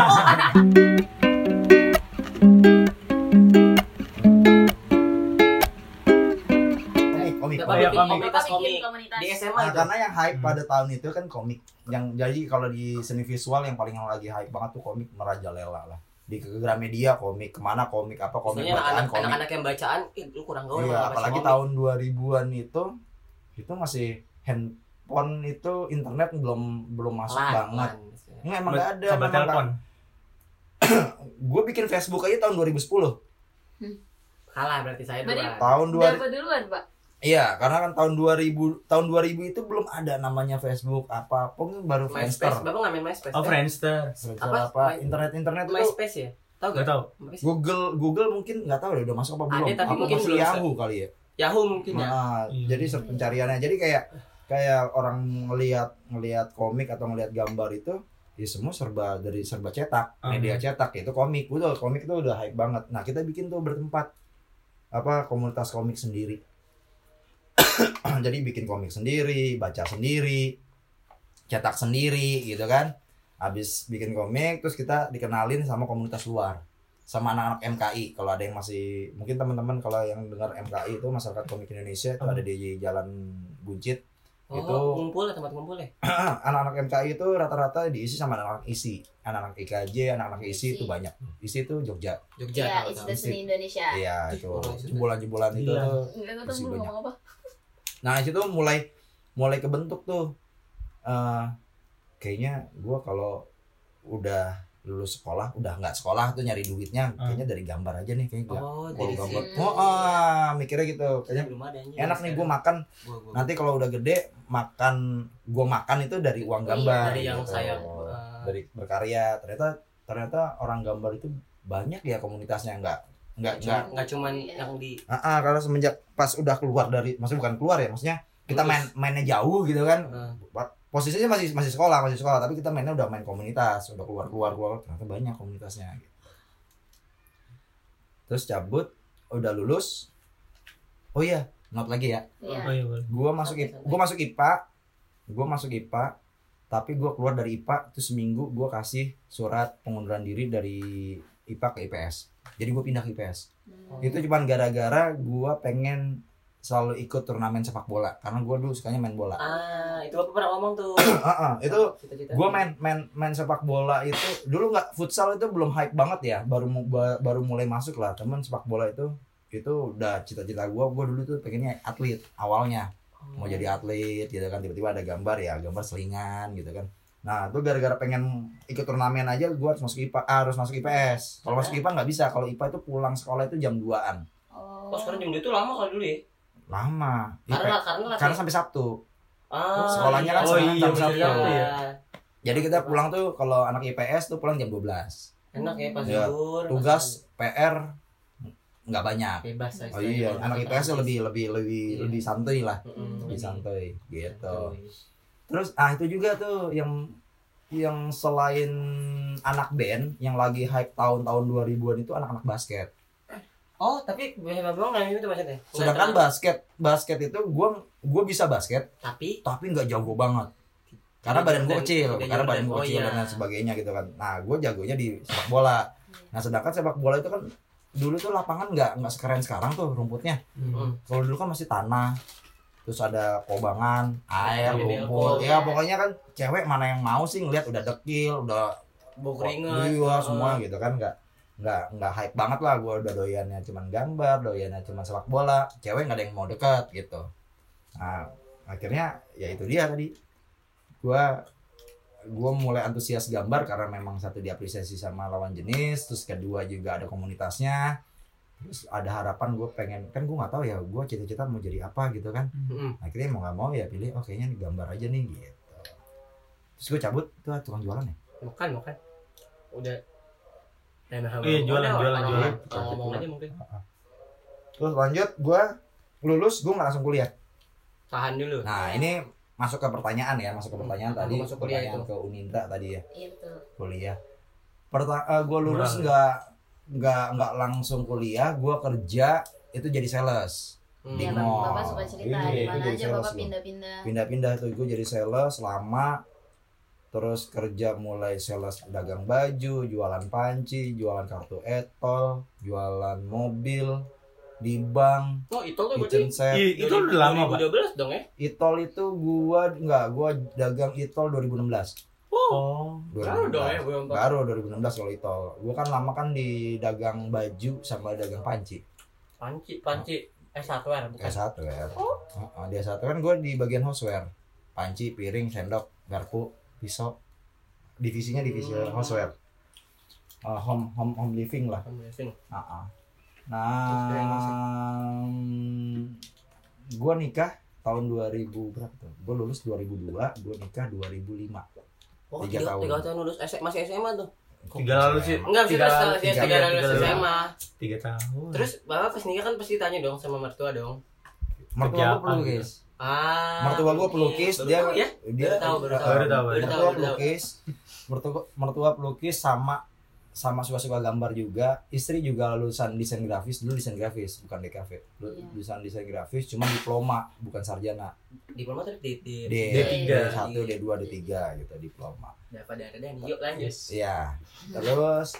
Komik. Bapak Iya, bikin komik. komunitas Bapak komik bikin komunitas. di SMA Nah, itu. karena yang hype pada tahun itu kan komik. Yang jadi kalau di seni visual yang paling lagi hype banget tuh komik merajalela lah. Di Gramedia komik, kemana komik, apa komik, Maksudnya bacaan komik. anak-anak yang bacaan, lu kurang gaul Iya, sama baca apalagi komik. tahun 2000-an itu masih handphone itu internet belum masuk Lan, banget. lan. Enggak emang enggak ada. Sampai telepon. Gue bikin Facebook aja tahun 2010. Kalah berarti saya Berarti- duluan. Tahun Udah 2000 apa duluan, Pak? Iya, karena kan tahun 2000 itu belum ada namanya Facebook apapun, baru Friendster. MySpace, Bapak nggak main MySpace? Oh, Friendster. Friendster Apa? apa? Internet itu MySpace ya? Tahu Gak tahu. MySpace? Google mungkin nggak tahu deh udah masuk apa belum. Ada, tapi apa mungkin masih belum Yahoo kali ya. Yahoo mungkin ya. Nah, Iya. jadi pencariannya. Jadi kayak orang ngelihat komik atau ngelihat gambar itu ya semua serba cetak, media cetak itu komik. Betul, komik itu udah hype banget. Nah, kita bikin tuh bertempat komunitas komik sendiri. Jadi bikin komik sendiri, baca sendiri, cetak sendiri gitu kan. Habis bikin komik terus kita dikenalin sama komunitas luar, sama anak-anak MKI. Kalau ada yang masih, mungkin teman-teman kalau yang dengar MKI itu Masyarakat Komik Indonesia itu ada di Jalan Buncit. Oh, Itu ngumpul ya, tempat ngumpul ya? anak-anak MKI itu rata-rata diisi sama anak-anak ISI, anak-anak IKJ, anak-anak ISI itu banyak. ISI itu Jogja. Jogja. Iya, tahu, it's tahu. the seni Indonesia. Iya, itu Oh, itu. jebolan-jebolan itu Gila. tuh. Enggak tahu Masih belum banyak. ngomong apa. Nah, itu mulai kebentuk tuh. Kayaknya gua kalau udah lulus sekolah, udah nggak sekolah tuh nyari duitnya, kayaknya dari gambar aja nih kayaknya. Oh, Kalau dari gambar, sini. mikirnya gitu. Kayaknya Belum ada anjing. enak nih gue makan. Nanti kalau udah gede gue makan itu dari uang Iya, gambar. dari yang gitu. saya Dari berkarya. Ternyata orang gambar itu banyak ya komunitasnya, nggak cuman yang di karena semenjak pas udah keluar dari, maksudnya bukan keluar ya, maksudnya kita mainnya jauh gitu kan. Posisinya masih sekolah, tapi kita mainnya udah main komunitas, udah keluar ternyata banyak komunitasnya gitu. Terus cabut, udah lulus. Oh iya, note lagi ya. Iya. Oh iya, boleh. Gua masuk IPA, tapi gua keluar dari IPA itu seminggu gua kasih surat pengunduran diri dari IPA ke IPS. Jadi gua pindah ke IPS. Itu cuman gara-gara gua pengen selalu ikut turnamen sepak bola karena gua dulu sukanya main bola. itu Bapak pernah ngomong tuh. Itu Cita-cita. gue main sepak bola itu dulu nggak, futsal itu belum hype banget ya, baru mulai masuk lah. Teman sepak bola itu udah cita-cita gue dulu tuh pengennya atlet awalnya, mau jadi atlet gitu kan. Tiba-tiba ada gambar selingan gitu kan. Nah itu gara-gara pengen ikut turnamen aja gue harus masuk IPA, harus masuk IPS. Kalau masuk IPA nggak bisa, kalau IPA itu pulang sekolah itu jam 2-an. Oh, sekarang jam 2 itu lama kali dulu ya? Lama Karena sampai Sabtu. Ah, Sekolahnya kan Oh sekarang iya, jam bener Sabtu. ya. Jadi kita pulang tuh kalau anak IPS tuh pulang jam 12. Enak ya pas Ya, libur. Tugas PR nggak banyak. bebas lah Oh iya, istilahnya. anak IPS tuh lebih santuy lah, Mm-mm. lebih santuy gitu. Betul. Terus itu juga tuh yang selain anak band yang lagi hype tahun-tahun 2000-an itu anak-anak basket. Oh, tapi Bapak nggak itu maksudnya? Sedangkan basket itu gue bisa basket tapi nggak jago banget. Karena badan gue kecil, Oh, iya. dan lain sebagainya gitu kan. Nah, gue jagonya di sepak bola. Nah, sedangkan sepak bola itu kan dulu tuh lapangan nggak sekeren sekarang tuh rumputnya. Kalau dulu kan masih tanah, terus ada kobangan, air, rumput. Ya pokoknya kan cewek mana yang mau sih ngeliat udah dekil, udah bau keringat. iya semua gitu kan, nggak hype banget lah. Gue udah doyannya cuman gambar, doyannya cuman sepak bola, cewek nggak ada yang mau deket gitu. Nah akhirnya ya itu dia tadi, gue mulai antusias gambar karena memang satu diapresiasi sama lawan jenis, terus kedua juga ada komunitasnya, terus ada harapan gue pengen, kan gue nggak tahu ya gue cita-cita mau jadi apa gitu kan. Akhirnya mau nggak mau ya pilih kayaknya nih gambar aja nih gitu. Terus gue cabut tuh tukang jualan ya. Bukan. Udah. Iya, jualan. Ngomong aja mungkin. Terus lanjut gue lulus, gue nggak langsung kuliah. Tahan dulu. Nah ini masuk ke pertanyaan tadi, Masuk kuliah pertanyaan itu. ke Unindra tadi ya, Itu. kuliah. Gue lulus nggak langsung kuliah, gue kerja itu jadi sales di Iya, mall. Bapak suka cerita Iya, di itu mana jadi aja sales Bapak gua. pindah-pindah. Pindah-pindah tuh gue jadi sales lama, terus kerja mulai sales dagang baju, jualan panci, jualan kartu etol, jualan mobil di bank, Oh, itu tuh kitchen set. Iya, itu udah lama, Pak. 2012 dong ya? Itol itu gua dagang Itol 2016. Oh. Baru dong ya, belum. Baru 2016 kalau Itol. Gua kan lama kan di dagang baju sama dagang panci. Panci S1 bukan. S1 ya. Di S1 kan gua di bagian houseware. Panci, piring, sendok, garpu, pisau. Divisinya divisi houseware. Home living lah. Amazing. Nah, gue nikah tahun 2000 berapa tuh? Gue lulus 2002, gue nikah 2005. Oh, 3 tahun. 3 tahun lulus masih SMA tuh. 3 lalu sih. Enggak, Tiga sudah 3 lulus SMA. 3 tahun. Terus Bapak pas nikah kan pasti tanya dong sama mertua dong. Mertua gue pelukis. Mertua gue pelukis, dia baru tahu. Mertua pelukis. Mertua pelukis sama suka-suka gambar juga. Istri juga lulusan desain grafis, dulu desain grafis bukan DKV. Lulusan desain grafis cuma diploma bukan sarjana. Diploma tadi D3. D1, D2, D3 gitu diploma. Dapat dan yuk lanjut. Iya. Terus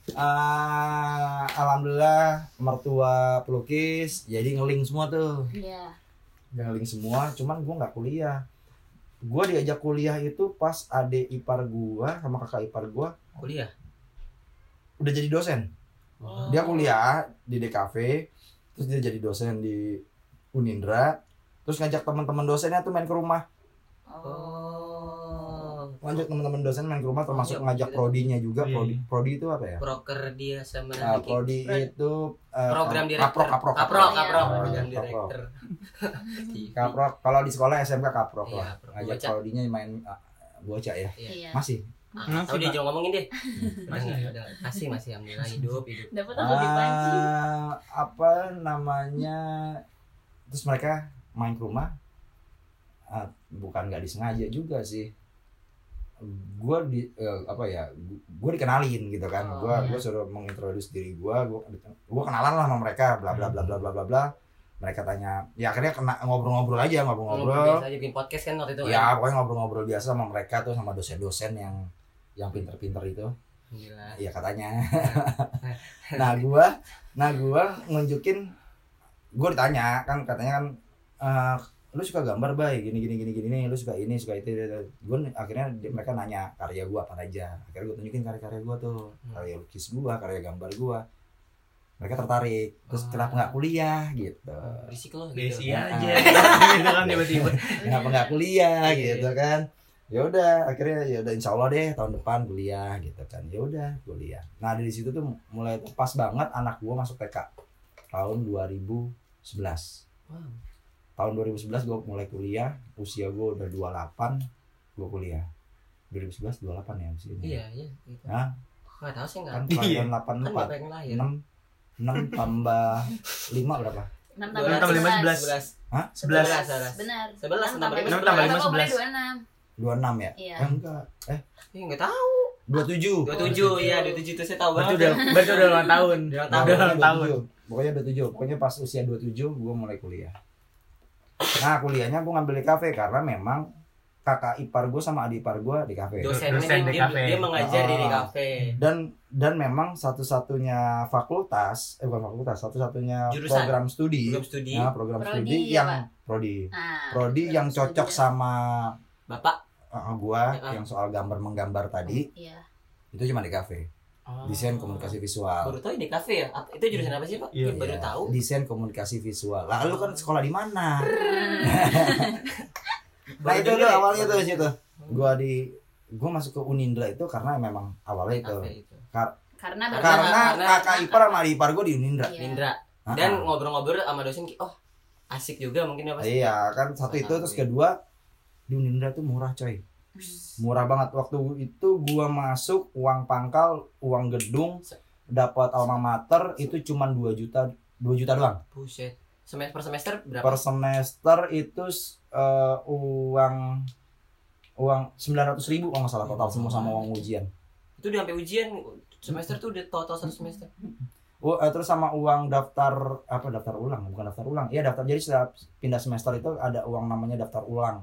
alhamdulillah mertua pelukis jadi ngeling semua tuh. Iya. Ngeling semua, cuman gue nggak kuliah. Gue diajak kuliah itu pas adik ipar gue sama kakak ipar gue Kuliah. udah jadi dosen. Dia kuliah di DKV, terus dia jadi dosen di Unindra, terus ngajak teman-teman dosennya tuh main ke rumah. Lanjut teman-teman dosen main ke rumah, termasuk ngajak prodinya juga. Prodi itu apa ya? Proker dia sama Prodi itu program direktur. Kaprok. Program direktur. Kaprok. Kalau di sekolah SMK kaprok Iya, lah. Ngajak prodinya main bocah ya. Iya. Masih. Tahu dia jangan ngomongin deh. Masih. Masih alhamdulillah hidup. Dapat aku dipancing. Apa namanya? Terus mereka main ke rumah. Bukan nggak disengaja juga sih. Gue dikenalin gitu kan. Gue suruh mengintroduce diri gue kenalan lah sama mereka bla bla bla bla bla bla bla. Mereka tanya, ya akhirnya kena ngobrol-ngobrol aja, ngobrol-ngobrol. Biasa aja bikin podcast kan waktu itu. Ya pokoknya ngobrol-ngobrol biasa sama mereka tuh, sama dosen-dosen yang pinter-pinter itu. Gila. Iya katanya. Nah gua nunjukin, gua ditanya kan, katanya kan lu suka gambar bay gini lu suka ini suka itu. Gue akhirnya mereka nanya karya gua apa aja, akhirnya gue tunjukin karya gua tuh, karya lukis gua, karya gambar gua. Mereka tertarik, terus kenapa nggak kuliah gitu? Berisik loh Besi gitu. aja. Gitu kan tiba-tiba. Kenapa nggak kuliah gitu kan? Ya udah akhirnya ya udah insya Allah deh tahun depan kuliah gitu kan. Ya udah kuliah. Nah dari situ tuh mulai pas banget anak gua masuk TK tahun 2011. Wow. Tahun 2011 gua mulai kuliah, usia gua udah 28, gua kuliah. 2011 28 ya usianya. Iya gitu. Nah, Enggak tahu sih enggak. kan tahun Kan 84. bapak yang lahir. 6 tambah 5 berapa? 6 tambah 5, 11. Hah? 11. Benar. 11 tambah 6 tambah 5, 11. 26 ya? Iya. Enggak. Enggak tahu. 27. 27 iya 27 itu saya tahu Berarti banget. udah ulang tahun. Ulang tahun. Pokoknya 27. Pokoknya pas usia 27 gue mulai kuliah. Nah kuliahnya gue ngambil di kafe karena memang kakak ipar gue sama adik ipar gue di kafe. Dosen di kafe. dia mengajar di kafe. Dan memang satu-satunya fakultas, satu-satunya Jurusan. program studi. Nah, program Prodi, studi ya, yang Pak? prodi. Nah, Prodi yang cocok sama Bapak. gua yang soal gambar menggambar tadi iya. itu cuma di kafe. Desain komunikasi visual. Baru tahu di kafe ya? Itu jurusan apa sih, Pak? Iya. Baru tahu. Desain komunikasi visual. Lah lu kan sekolah di mana? Nah itu tuh awalnya tuh situ. Gua masuk ke Unindra itu karena memang awalnya itu. Kafe itu. Karena Karena kakak ipar sama adik ipar gua di Unindra. Iya. Indra. Dan ngobrol-ngobrol sama dosen, oh asik juga mungkin ya pasti. Iya kan satu itu, terus kedua di Unindra tuh murah coy. Murah banget. Waktu itu gua masuk uang pangkal, uang gedung, dapat alma mater itu cuma 2 juta doang. Buset. Per semester berapa? Per semester itu uang 900.000 kalau nggak salah total semua sama uang ujian. Itu udah sampai ujian semester tuh udah total 1 semester. Terus sama uang daftar ulang, bukan daftar ulang. Iya daftar, jadi setelah pindah semester itu ada uang namanya daftar ulang.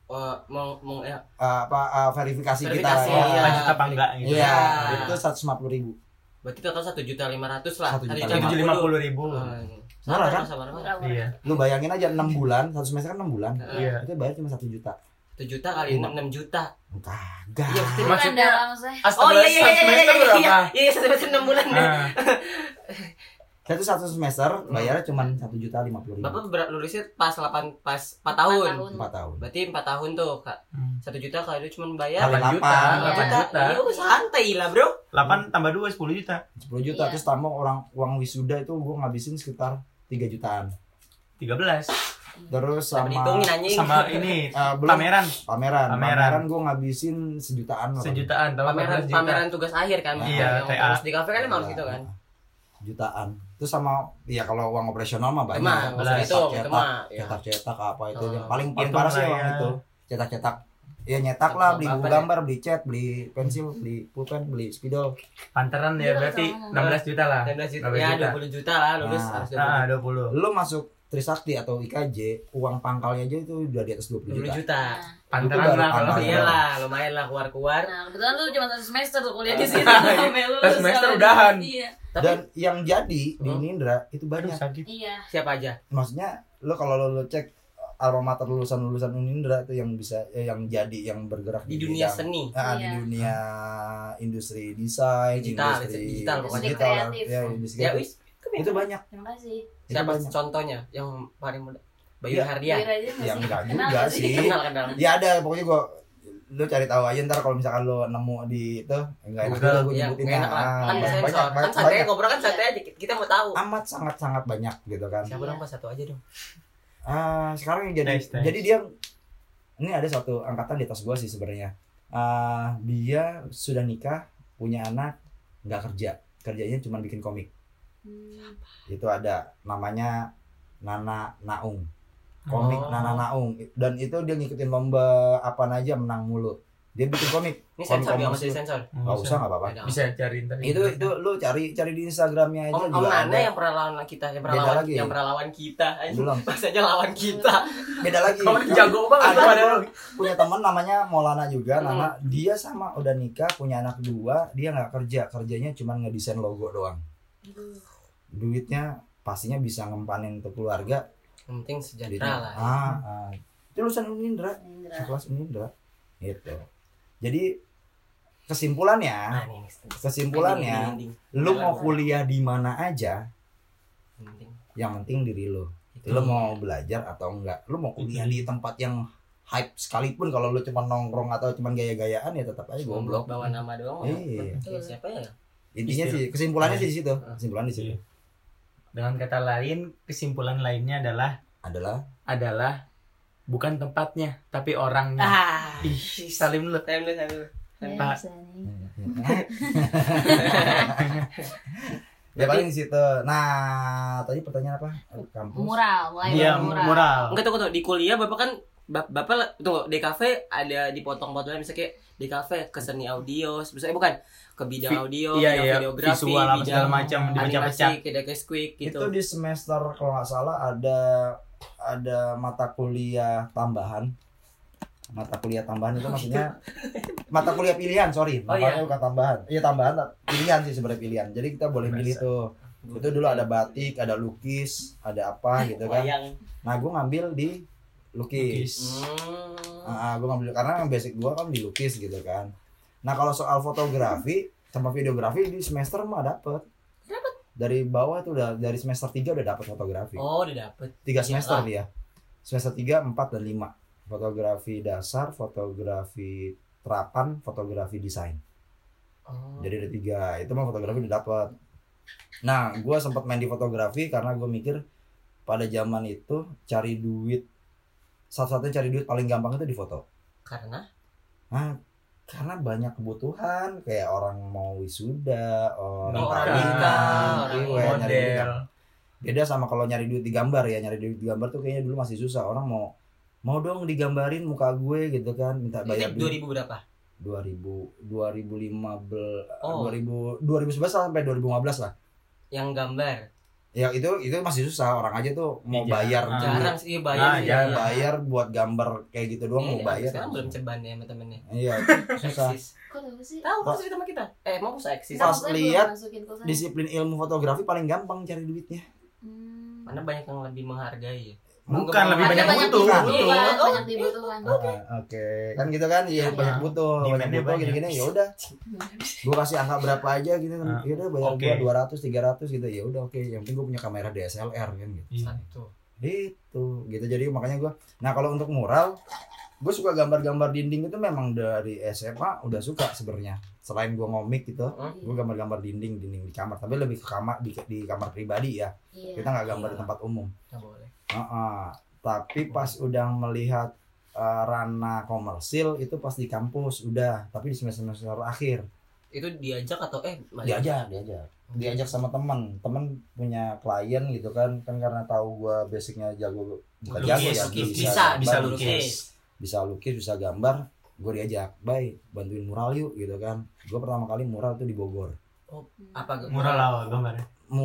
Verifikasi kita. Iya. Lanjut apa enggak gitu. Iya, Ya. itu 150.000. Berarti total 1.500.000 lah. 750.000. Murah kan? Iya. Lu bayangin aja 6 bulan, satu semester kan 6 bulan. Iya. Itu bayar cuma 1 juta. 1 juta kali 6 juta. Kagak. Iya, betul. Maksudnya Oh iya semester berapa? Iya, semester 6 bulan. Nah, Itu satu semester bayarnya cuma 1.050.000. Bapak lulusnya pas 4 tahun. 4 tahun. Berarti 4 tahun tuh, Kak. 1 juta kali itu cuma bayar Kali 8 juta. 8 juta. Iya, santai lah, Bro. 8 tambah 2 10 juta. 10 juta Iya. terus tambah uang wisuda itu gua ngabisin sekitar 3 jutaan. 13. Terus Sama sama dihitungin anjing. Sama ini belum pameran. pameran gue ngabisin sejutaan lah. Sejutaan atau Pameran tugas akhir kan. Iya, Yang TA. terus di kafe kan emang harus gitu kan. Jutaan. Terus sama ya kalau uang operasional mah banyak. Emang, belas. itu mah. Ya. Cetak apa itu Oh. yang paling Itu parah sih lah uang ya. itu. Cetak ya nyetak lah, beli buku Apa-apa gambar, beli cat, beli pensil, beli pulpen, beli spidol. Panteran Iya, ya berarti sama. 16 juta lah. 16 juta. 12 Ya juta. 20 juta lah lulus Nah, harus 20. Lo masuk Trisakti atau IKJ, uang pangkalnya aja itu udah di atas 20 20 juta. juta. Panteran Itu baru lah kalau panteran. Iya lah, lumayan lah keluar-keluar. Nah, kebetulan lu cuma 1 semester tuh kuliah di situ Iya. sampai lulus. Satu semester Kalau udahan. Iya. Tapi Dan yang jadi di Hmm. Unindra itu Aduh, banyak. sakit. Iya. siapa aja? Maksudnya lo kalau lo cek alma mater lulusan Unindra itu yang bisa yang jadi yang bergerak Di dunia bidang- seni. di Iya. dunia industri desain, Digital, industri digital pokoknya. Industri digital, kreatif. ya, industri Ya kreatif. wis. Itu banyak. Terima kasih. Itu Siapa banyak. contohnya yang paling muda? Bayu Ya. Hardian. Biar aja Yang masih enggak kenal juga nggak sih. Kenal. Ya ada pokoknya gua lo cari tahu aja ntar kalau misalkan lo nemu di itu enggak enak Google. juga gue Iya, nyebutinnya. enak lah. Kan banyak, sensor. Kan banyak, santai banyak. ngobrol kan santai aja. Kita mau tahu. Amat sangat banyak gitu kan. Siapa dong Pak? Satu aja dong. Sekarang yang jadi Tes. jadi dia ini ada satu angkatan di atas gua sih sebenarnya. Dia sudah nikah, punya anak, nggak kerja, kerjanya cuma bikin komik. Itu ada namanya Nana Naung, komik Oh. Nana Naung, dan itu dia ngikutin lomba apa aja menang mulu. Dia bikin komik. Ini sensor Komik dia masih komersil. sensor. Nggak usah nggak apa-apa. Beda. Bisa cari ntar. Itu lu cari di Instagramnya aja Om juga Nana ada. yang pernah lawan kita, yang pernah Beda lawan, lagi. yang pernah lawan kita. Belum. Masanya lawan kita. Beda lagi. Kamu jago banget Ada pada gua punya teman namanya Maulana juga, Nana. Dia sama udah nikah, punya anak 2, dia nggak kerja, kerjanya cuma ngedesain logo doang. Duitnya pastinya bisa ngempanin untuk keluarga. Yang penting Jadi, sejahtera lah. itu lulusan Unindra, Indra. kelas Unindra. Gitu. Jadi kesimpulannya, Nah, ini. Ending. lu mau kuliah di mana aja, Ending. yang penting diri lu. Itu. Lu mau belajar atau enggak, lu mau kuliah di tempat yang hype sekalipun, kalau lu cuma nongkrong atau cuma gaya-gayaan ya tetap aja goblok. bawa nama doang. Iya. Ya, siapa ya? Intinya Istilah. sih kesimpulannya Iya. sih di situ. Kesimpulan di situ Iya. Dengan kata lain, kesimpulan lainnya adalah bukan tempatnya, tapi orangnya. Ih, salim dulu. Salim dulu. Ya, Pak. bisa nih. Ya paling di situ. Nah, tadi pertanyaan apa? Kampus. Mural, mulai Iya, dari mural. mural. Enggak tunggu di kuliah Bapak kan Bapak tunggu di kafe ada dipotong-potongnya misalnya kayak di kafe ke seni audio, misalnya bukan ke bidang audio, iya, bidang iya, videografi, visual apa segala bidang macam dipecah-pecah. animasi, kayak squeak gitu. Itu di semester kalau nggak salah ada mata kuliah tambahan. Mata kuliah tambahan itu maksudnya mata kuliah pilihan, sorry. Oh, Namanya iya. bukan tambahan. Iya tambahan, pilihan sih sebenarnya pilihan. Jadi kita boleh milih tuh. Itu dulu ada batik, ada lukis, ada apa gitu kan. Wayang. Nah, gue ngambil di lukis. Gue ngambil karena yang basic gue kan di lukis gitu kan. Nah, kalau soal fotografi sama videografi di semester mah dapet. Dari bawah tuh udah dari semester 3 udah dapet fotografi. Oh, udah dapet. 3 semester Iya. dia. Semester 3, 4 dan 5. Fotografi dasar, fotografi terapan, fotografi desain. Oh. Jadi ada 3. Itu mah fotografi udah dapet. Nah, gue sempat main di fotografi karena gue mikir pada zaman itu cari duit, satu-satunya cari duit paling gampang itu di foto. Karena Nah, karena banyak kebutuhan kayak orang mau wisuda, orang Orang kawin, nikah, orang iya, nyari duit model. gampang. Beda sama kalau nyari duit di gambar ya, nyari duit di gambar tuh kayaknya dulu masih susah. Orang mau dong digambarin muka gue gitu kan, minta bayar ini duit. 2000 berapa? 2011 Oh. 2011 sampai 2015 lah. Yang gambar. Ya itu masih susah, orang aja tuh mau Iya, bayar ah. duit. Jarang sih bayar Nah, sih. jarang. Iya. Bayar buat gambar kayak gitu doang mau Iya, bayar. sekarang belum ceban ya sama temennya. Iya, itu susah. Eksis. Kok tahu sih? Tahu kan cerita sama kita? Emang bisa eksis. Pas Kita lihat belum masukin ke sana. Disiplin ilmu fotografi paling gampang cari duitnya. Mana banyak yang lebih menghargai ya. Bukan, lebih Ada banyak butuh. dibutuhkan, Oh, banyak dibutuhkan. Oke, kan gitu kan, iya Iya. banyak butuh, Demand-nya banyak. gini-gini, ya udah, gua kasih angka berapa aja gitu kan, Ah, ya udah bayar oke. gua 200, 300 gitu, ya udah oke, yang penting gua punya kamera DSLR kan gitu, Iya. Satu. gitu, jadi makanya gua, nah kalau untuk mural, gua suka gambar-gambar dinding itu memang dari SMA udah suka sebenarnya, selain gua ngomik gitu, gua gambar-gambar dinding di kamar, tapi lebih ke kamar di kamar pribadi ya, Iya. kita nggak gambar di tempat umum. Nggak boleh. Tapi pas udah melihat ranah komersil itu pas di kampus udah, tapi di semester akhir. Itu diajak atau Diajak sama teman punya klien gitu kan karena tahu gua basicnya jago bukan jago ya, bisa lukis, bisa gambar, gue diajak, bantuin mural yuk gitu kan. Gue pertama kali mural tuh di Bogor. Apa mural apa gambarnya?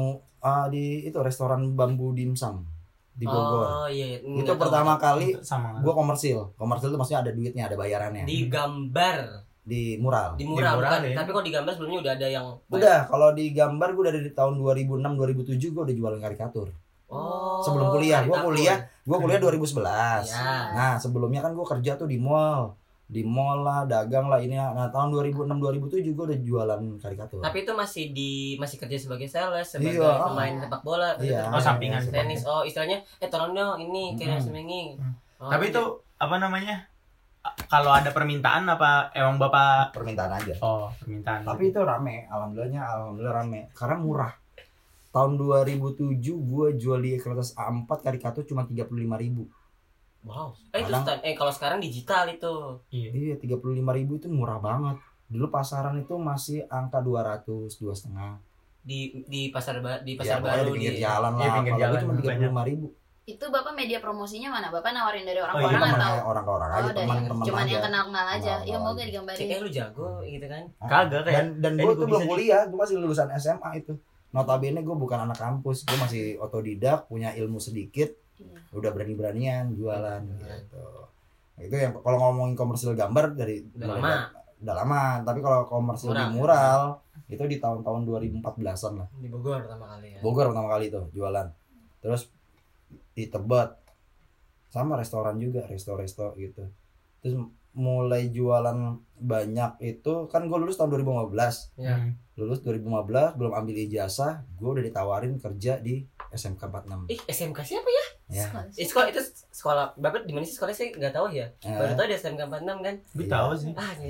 Di itu restoran Bambu Dimsum di Bogor. Oh iya. Itu pertama kali gue komersil itu maksudnya ada duitnya, ada bayarannya. Di gambar. Di mural bukan, ya. Tapi kalau di gambar sebelumnya udah ada yang udah. Kalau di gambar gue dari tahun 2006-2007 gue udah jualan karikatur. Sebelum kuliah, gue kuliah 2011. Ya. Nah sebelumnya kan gue kerja tuh di mall lah, dagang lah ini. Nah tahun 2006-2007 gue udah jualan karikatur. Tapi itu masih kerja sebagai sales, sebagai pemain sepak bola. Iya. Sampingan tenis. Istilahnya tolong dong ini kayak semenging. Tapi itu apa namanya? Kalau ada permintaan apa emang Bapak permintaan aja? Permintaan. Tapi itu rame, alhamdulillah rame karena murah. Tahun 2007 gue jual di kertas A4 karikatur cuma 35.000. Wow. Kalau sekarang digital itu. Iya, 35.000 itu murah banget. Dulu pasaran itu masih angka 200, 2,5. Di pasar baru di pinggir jalan lah. Pinggir jalan cuma 35.000. Itu Bapak media promosinya mana? Bapak nawarin dari orang ke Iya, orang atau orang ke orang aja, teman-teman cuman aja. yang kenal aja. Kenal Ya mau aja. gak digambarin? Kayak lu jago gitu kan. Kagak kayak. Dan gue tuh belum kuliah, gue masih lulusan SMA itu. Notabene gue bukan anak kampus, gue masih otodidak, punya ilmu sedikit, udah berani-beranian jualan gitu. Itu yang kalau ngomongin komersil gambar dari udah lama. Tapi kalau komersil di mural itu di tahun-tahun 2014-an lah. Di Bogor pertama kali ya. Bogor pertama kali tuh jualan. Terus di Tebet sama restoran juga, resto gitu. Terus mulai jualan banyak itu kan gue lulus tahun 2015. Iya. Lulus 2015 belum ambil ijazah, gue udah ditawarin kerja di SMK 46. SMK siapa ya? Ya. Sekolah itu sekolah Bapak di mana sih sekolahnya? Saya nggak tahu ya. Baru tahu di SMK 46 kan. Gue tahu sih.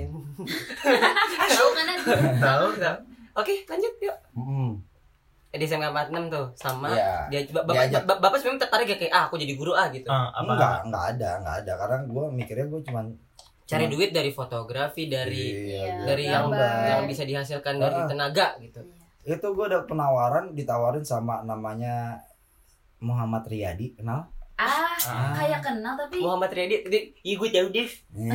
Tahu kan? Tahu. Oke, lanjut yuk. Di SMK 46 tuh sama dia Bapak sebenarnya tertarik ya kayak aku jadi guru gitu. Enggak ada karena gue mikirnya gue cuman cari duit dari fotografi dari yang bisa dihasilkan dari tenaga gitu. Itu gue ada ditawarin sama namanya Muhammad Riyadi, kenal? Kayak kenal tapi Muhammad Riyadi gue tahu deh.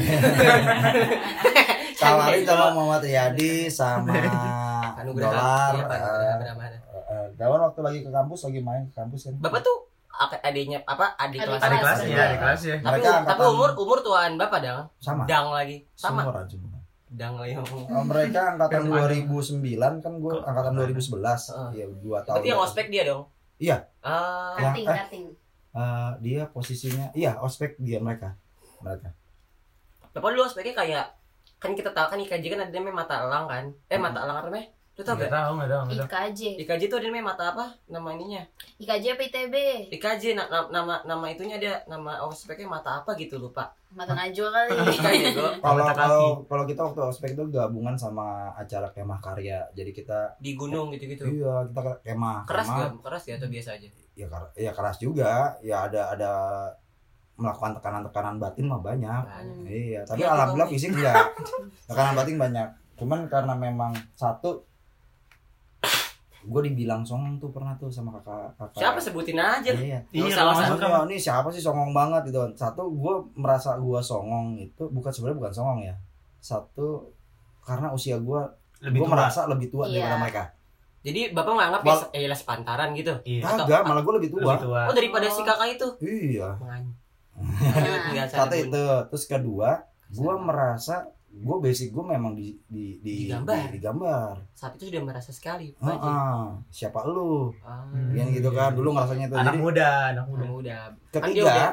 Tawarin sama Muhammad Riyadi sama Dolar. Dawan waktu lagi ke kampus, lagi main ke kampus kan. Bapak tuh adik kelas ya. Tapi umur tuaan Bapak dong. Sama. Dang lagi. Sama. Dang lagi. Mereka angkatan 2009 kan gue angkatan 2011. Iya, 2 tahun. Berarti yang ospek dia dong. Iya. Cutting. Dia posisinya ospek dia mereka. Bapak dulu ospeknya kayak kan kita tahu kan IKJ kan ada namanya mata elang kan. Mata elang apa namanya? Lu tau gak? Enggak tahu. IKJ itu ada namanya mata apa? Nama ininya? IKJ apa ITB? IKJ nama itunya dia nama ospeknya mata apa gitu lupa. Mata Najwa kali. Kalau kita waktu ospek itu gabungan sama acara kemah karya. Jadi kita di gunung gitu-gitu. Iya, kita kemah. Keras gak atau biasa aja? Ya keras juga. Ya ada melakukan tekanan batin mah banyak. Iya, tapi alhamdulillah fisik enggak. Tekanan batin banyak. Cuman karena memang satu gue dibilang songong tuh pernah tuh sama kakak. Siapa sebutin aja. Iya. Ini siapa sih songong banget gitu. Satu gue merasa gue songong itu sebenarnya bukan songong ya. Satu karena usia gue merasa lebih tua daripada mereka. Jadi Bapak nganggap ya sepantaran gitu. Kagak, malah gue lebih tua. Oh daripada si kakak itu. Iya. Satu itu. Terus kedua, gue merasa basic gue memang di gambar. Saat itu sudah merasa sekali. Siapa lu? Yang gitu kan. Dulu ngerasanya itu. Anak muda. Ketiga,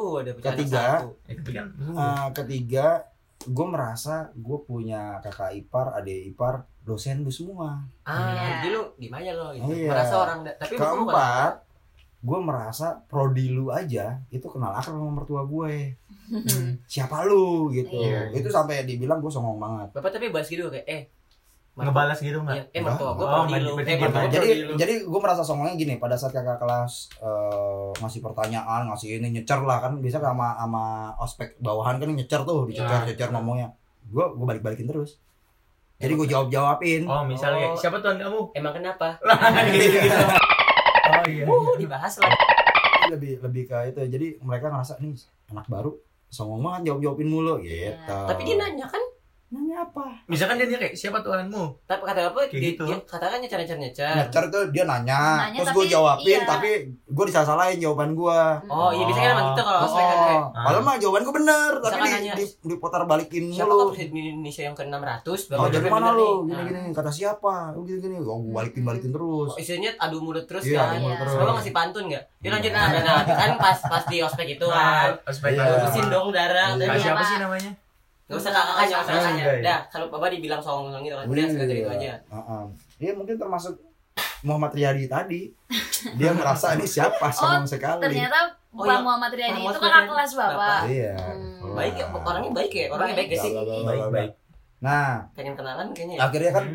ketiga, gue merasa gue punya kakak ipar, adik ipar, dosen lu semua. Jadi lu gimana lo? Merasa orang. Tapi keempat, gue merasa prodi lu aja itu kenal akrab sama mertua gue. Siapa lu gitu. Itu sampai dibilang gue songong banget. Bapak tapi bahas gitu kayak Ngebalas gitu enggak? Iya, mertua gue Oh, prodi lu. berarti Mertua dia- gua prodi lu. Jadi gue merasa songongnya gini, pada saat kakak kelas ngasih pertanyaan, ngasih ini nyecer lah kan, bisa sama ospek bawahan kan nyecer tuh, dicecer ngomongnya. Gue balik-balikin terus. Jadi gue jawabin. Oh, misalnya Oh. siapa tuan kamu? Emang kenapa? Gitu. Oh iya. Dibahas lah. Lebih ke itu. Jadi mereka ngerasa nih anak baru songong banget jawabin mulu gitu. Tapi dia nanya kan, nanya apa? Misalkan dia kayak siapa tuanmu? tapi kata apa? Kayak gitu. Dia katakan nyecer. Nyecer tuh dia nanya terus gue tapi jawabin, iya. tapi gue disalah-salahin jawaban gue. Oh iya, biasanya kan emang gitu kalau ospek kan kayak. Padahal mah jawaban gue bener, tapi Misalkan nanya, diputar balikin Siapa mulu. kok presiden Indonesia yang ke-600? Oh, dari mana lu? Gini-gini, Nah. kata siapa? Oh, gini-gini. Oh, gue balikin terus. Oh, isinya adu mulut terus Iya, kan. adu mulut terus. Coba ngasih pantun enggak? Ya lanjut nah, kan pas di ospek itu kan. Ospek. Iya. Lurusin dong darah. Iya. Kak Iya, siapa Pak. sih namanya? Enggak usah kakaknya, enggak usah kakaknya. Enggak, ya? Dah, kalau Bapak dibilang songong gitu kan. Udah sekedar itu aja. Iya, mungkin termasuk Muhammad Riyadi tadi. Dia ngerasa ini siapa songong sekali. Ternyata Oh, Pak iya. Muhammad Riyadi Muhammad itu kakak Riyadi. kelas Bapak. Iya. Baik ya, orangnya baik ya. Orangnya baik gak sih? Baik. Nah, Pengen kenalan kayaknya ya. akhirnya kan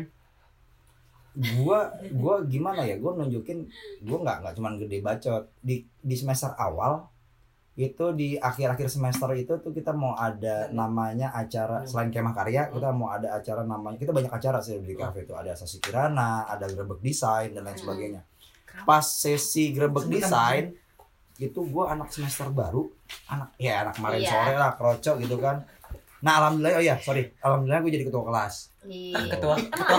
gua gimana ya, gua nunjukin gua nggak cuman gede bacot di semester awal itu, di akhir-akhir semester itu tuh kita mau ada namanya acara selain kemah karya, kita mau ada acara namanya, kita banyak acara sih di kafe itu, ada sesi kirana, ada grebek desain dan lain sebagainya. Pas sesi grebek desain itu gua anak semester baru, anak kemarin Iya. sore lah kroco gitu kan. Nah alhamdulillah, alhamdulillah gue jadi ketua kelas. Iya. Ketua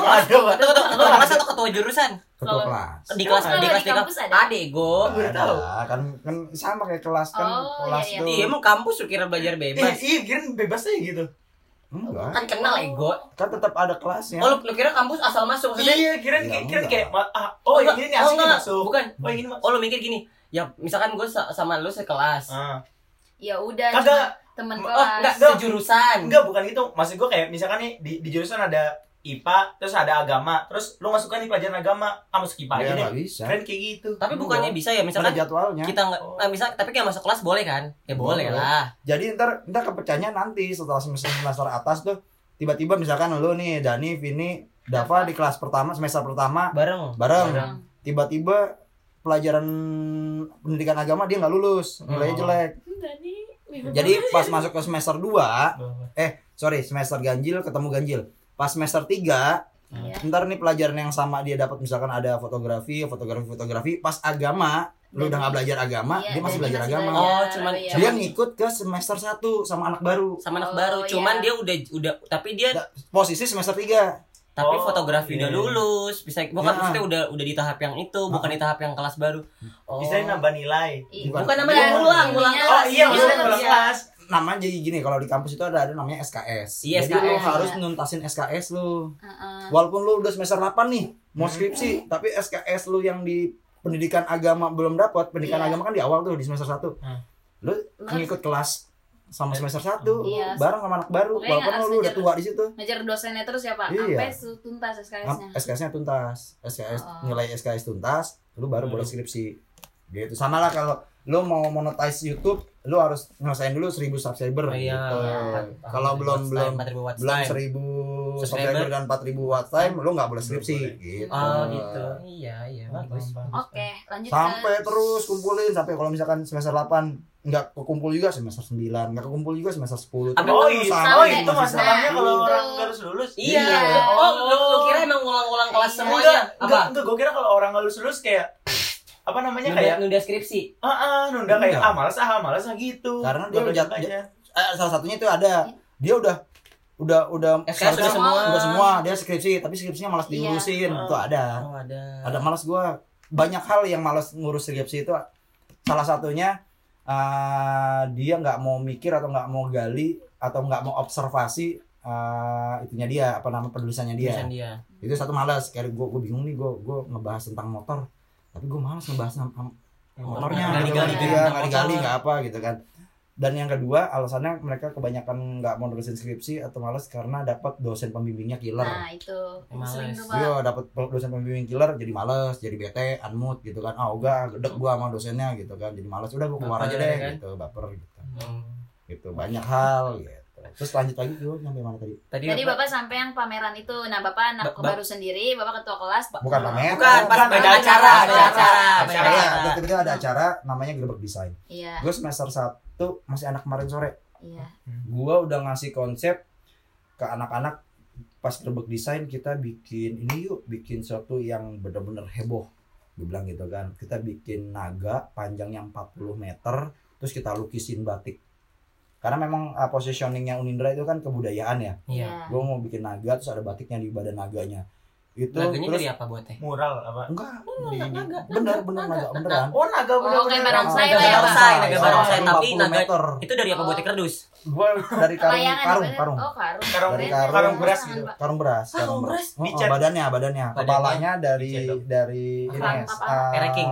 ketua kelas atau ketua jurusan? Ketua Kalau- kelas. Di kelas Kalau di kampus ada? Ada ego. Ada, kan sama kayak kelas kan, Oh, kelas iya, tuh. Iya, emang kampus lu kira belajar bebas? Iya, kirain bebas aja gitu. Enggak, Kan kenal ego. kan tetap ada kelasnya. Oh, lu kira kampus asal masuk maksudnya? Iya, kirain Iya, kirain enggak. kayak oh enggak. ini nih aslinya enggak. masuk. Bukan. Oh ini masuk. Oh, lu mikir gini. Ya, misalkan gue sama lu sekelas. Ya udah, Kagak. teman Oh, kelas. enggak, sejurusan. Enggak, bukan itu. Maksud gue kayak misalkan nih di jurusan ada IPA, terus ada agama, terus lu masukkan nih pelajaran agama, masuk IPA aja Ya deh. nggak bisa. Keren kayak gitu. Tapi bukannya bisa ya, Ada misalkan jadwalnya. kita nggak, misal tapi kayak masuk kelas boleh kan? Ya boleh Boleh. lah. Jadi ntar kepecahnya nanti setelah semester atas tuh, tiba-tiba misalkan lu nih Dani, Vini, Dava di kelas pertama semester pertama Bareng. bareng. Tiba-tiba pelajaran pendidikan agama dia nggak lulus, nilainya jelek. Jadi pas masuk ke semester 2, semester ganjil ketemu ganjil. Pas semester 3, Iya. ntar nih pelajaran yang sama dia dapat, misalkan ada fotografi, pas agama, lu udah nggak belajar agama, Iya, dia masih dan belajar masih agama. Oh, cuman Iya. Dia ngikut ke semester 1 sama anak baru. Sama anak Oh, baru, cuman iya. dia udah tapi dia Posisi semester 3. tapi Oh, fotografi iya. udah lulus. Bisa bukan Ya. maksudnya udah di tahap yang itu, bukan di tahap yang kelas baru. Oh. Bisa nambah nilai. Bukan namanya ngulang Oh iya, maksudnya kalau Iya. kelas. Namanya jadi gini, kalau di kampus itu ada namanya SKS. Iya, Jadi lu SKS, harus iya. nuntasin SKS lu. Heeh. Walaupun lu udah semester 8 nih, mau skripsi, tapi SKS lu yang di pendidikan agama belum dapat. Pendidikan Iya. agama kan di awal tuh di semester 1. Lu ngikut kelas sama semester 1 Iya. bareng sama anak baru. Pokoknya Walaupun harus lu udah ngejar- tua di situ. Ngajar dosennya terus ya Pak, Iya. sampai tuntas SKS-nya. SKS-nya tuntas. SKS Oh. nilai SKS tuntas, lu baru boleh skripsi. Gitu. Sama lah kalau lu mau monetize YouTube, lu harus ngerasain dulu 1000 subscriber Iya. gitu. Empat- Kalau belum 4.000 watts belum time. 1000 Subscriber. subscriber dan 4000 watch time, lu nggak boleh skripsi gitu. Oh gitu. Iya, bagus. Oke, lanjut Sampai ke terus kumpulin sampai kalau misalkan semester 8 nggak kekumpul juga semester 9, nggak kekumpul juga semester 10. Sampai Oh, Terus itu, sampai- itu masalahnya kalau Gitu. orang nggak lulus. Iya. Iya. Oh, lu kira emang ngulang-ngulang kelas Iya. semuanya? Apa? Enggak, gue kira kalau orang nggak lulus kayak apa namanya kayak Nunda skripsi. nunda kayak Enggak. malas gitu. Karena dia Nggak udah- belajarnya. salah satunya itu ada, dia udah SKS seharusnya udah semua dia skripsi, tapi skripsinya malas Iya. diurusin. Itu ada. Oh, ada. Ada malas gua. Banyak hal yang malas ngurus skripsi itu. Salah satunya dia nggak mau mikir atau nggak mau gali atau nggak mau observasi itunya dia, apa nama penulisannya dia. Tulisan dia. Itu satu malas. Kayak gue bingung nih, gue ngebahas tentang motor, tapi gue malas ngebahas motornya. Gali-gali gitu, tentang nggak digali motor. nggak apa gitu kan. Dan yang kedua alasannya mereka kebanyakan nggak mau nulisin skripsi atau malas karena dapat dosen pembimbingnya killer. Nah, itu Males. sering tuh Pak. Iya, dapat dosen pembimbing killer jadi males, jadi bete, unmood gitu kan. Udah gedek gua sama dosennya gitu kan. Jadi males, udah gua keluar Baper, aja deh kan? gitu, baper gitu. Hmm. Gitu, banyak hal gitu. Terus lanjut lagi gue nyampe mana tadi? Tadi Bapak sampai yang pameran itu. Nah, Bapak anak baru sendiri, Bapak ketua kelas. Bukan pameran. Bukan, pas ada acara. Iya, ketika ada acara namanya Gerbek Desain. Iya. Gue semester 1 masih anak kemarin sore. Iya. Gue udah ngasih konsep ke anak-anak pas Gerbek Desain, kita bikin ini yuk, bikin sesuatu yang bener-bener heboh. Gue bilang gitu kan. Kita bikin naga panjangnya 40 meter, terus kita lukisin batik. Karena memang positioningnya Unindra itu kan kebudayaan ya. Iya. Gue mau bikin naga terus ada batiknya di badan naganya. Itu Naganya terus dari apa buatnya? Mural apa? enggak, Naga. bener naga beneran. Oh, naga Oh, kayak barongsai lah ya, Pak. Naga barongsai, tapi 40 naga meter. itu dari apa buatnya kardus? Gua dari Layangan karung. Oh, karung. Dari Keren. karung beras Tangan, gitu. Pak. Karung beras. Karung beras? Dicat. Badannya. Kepalanya dari Dicat ini Apa? Pereking.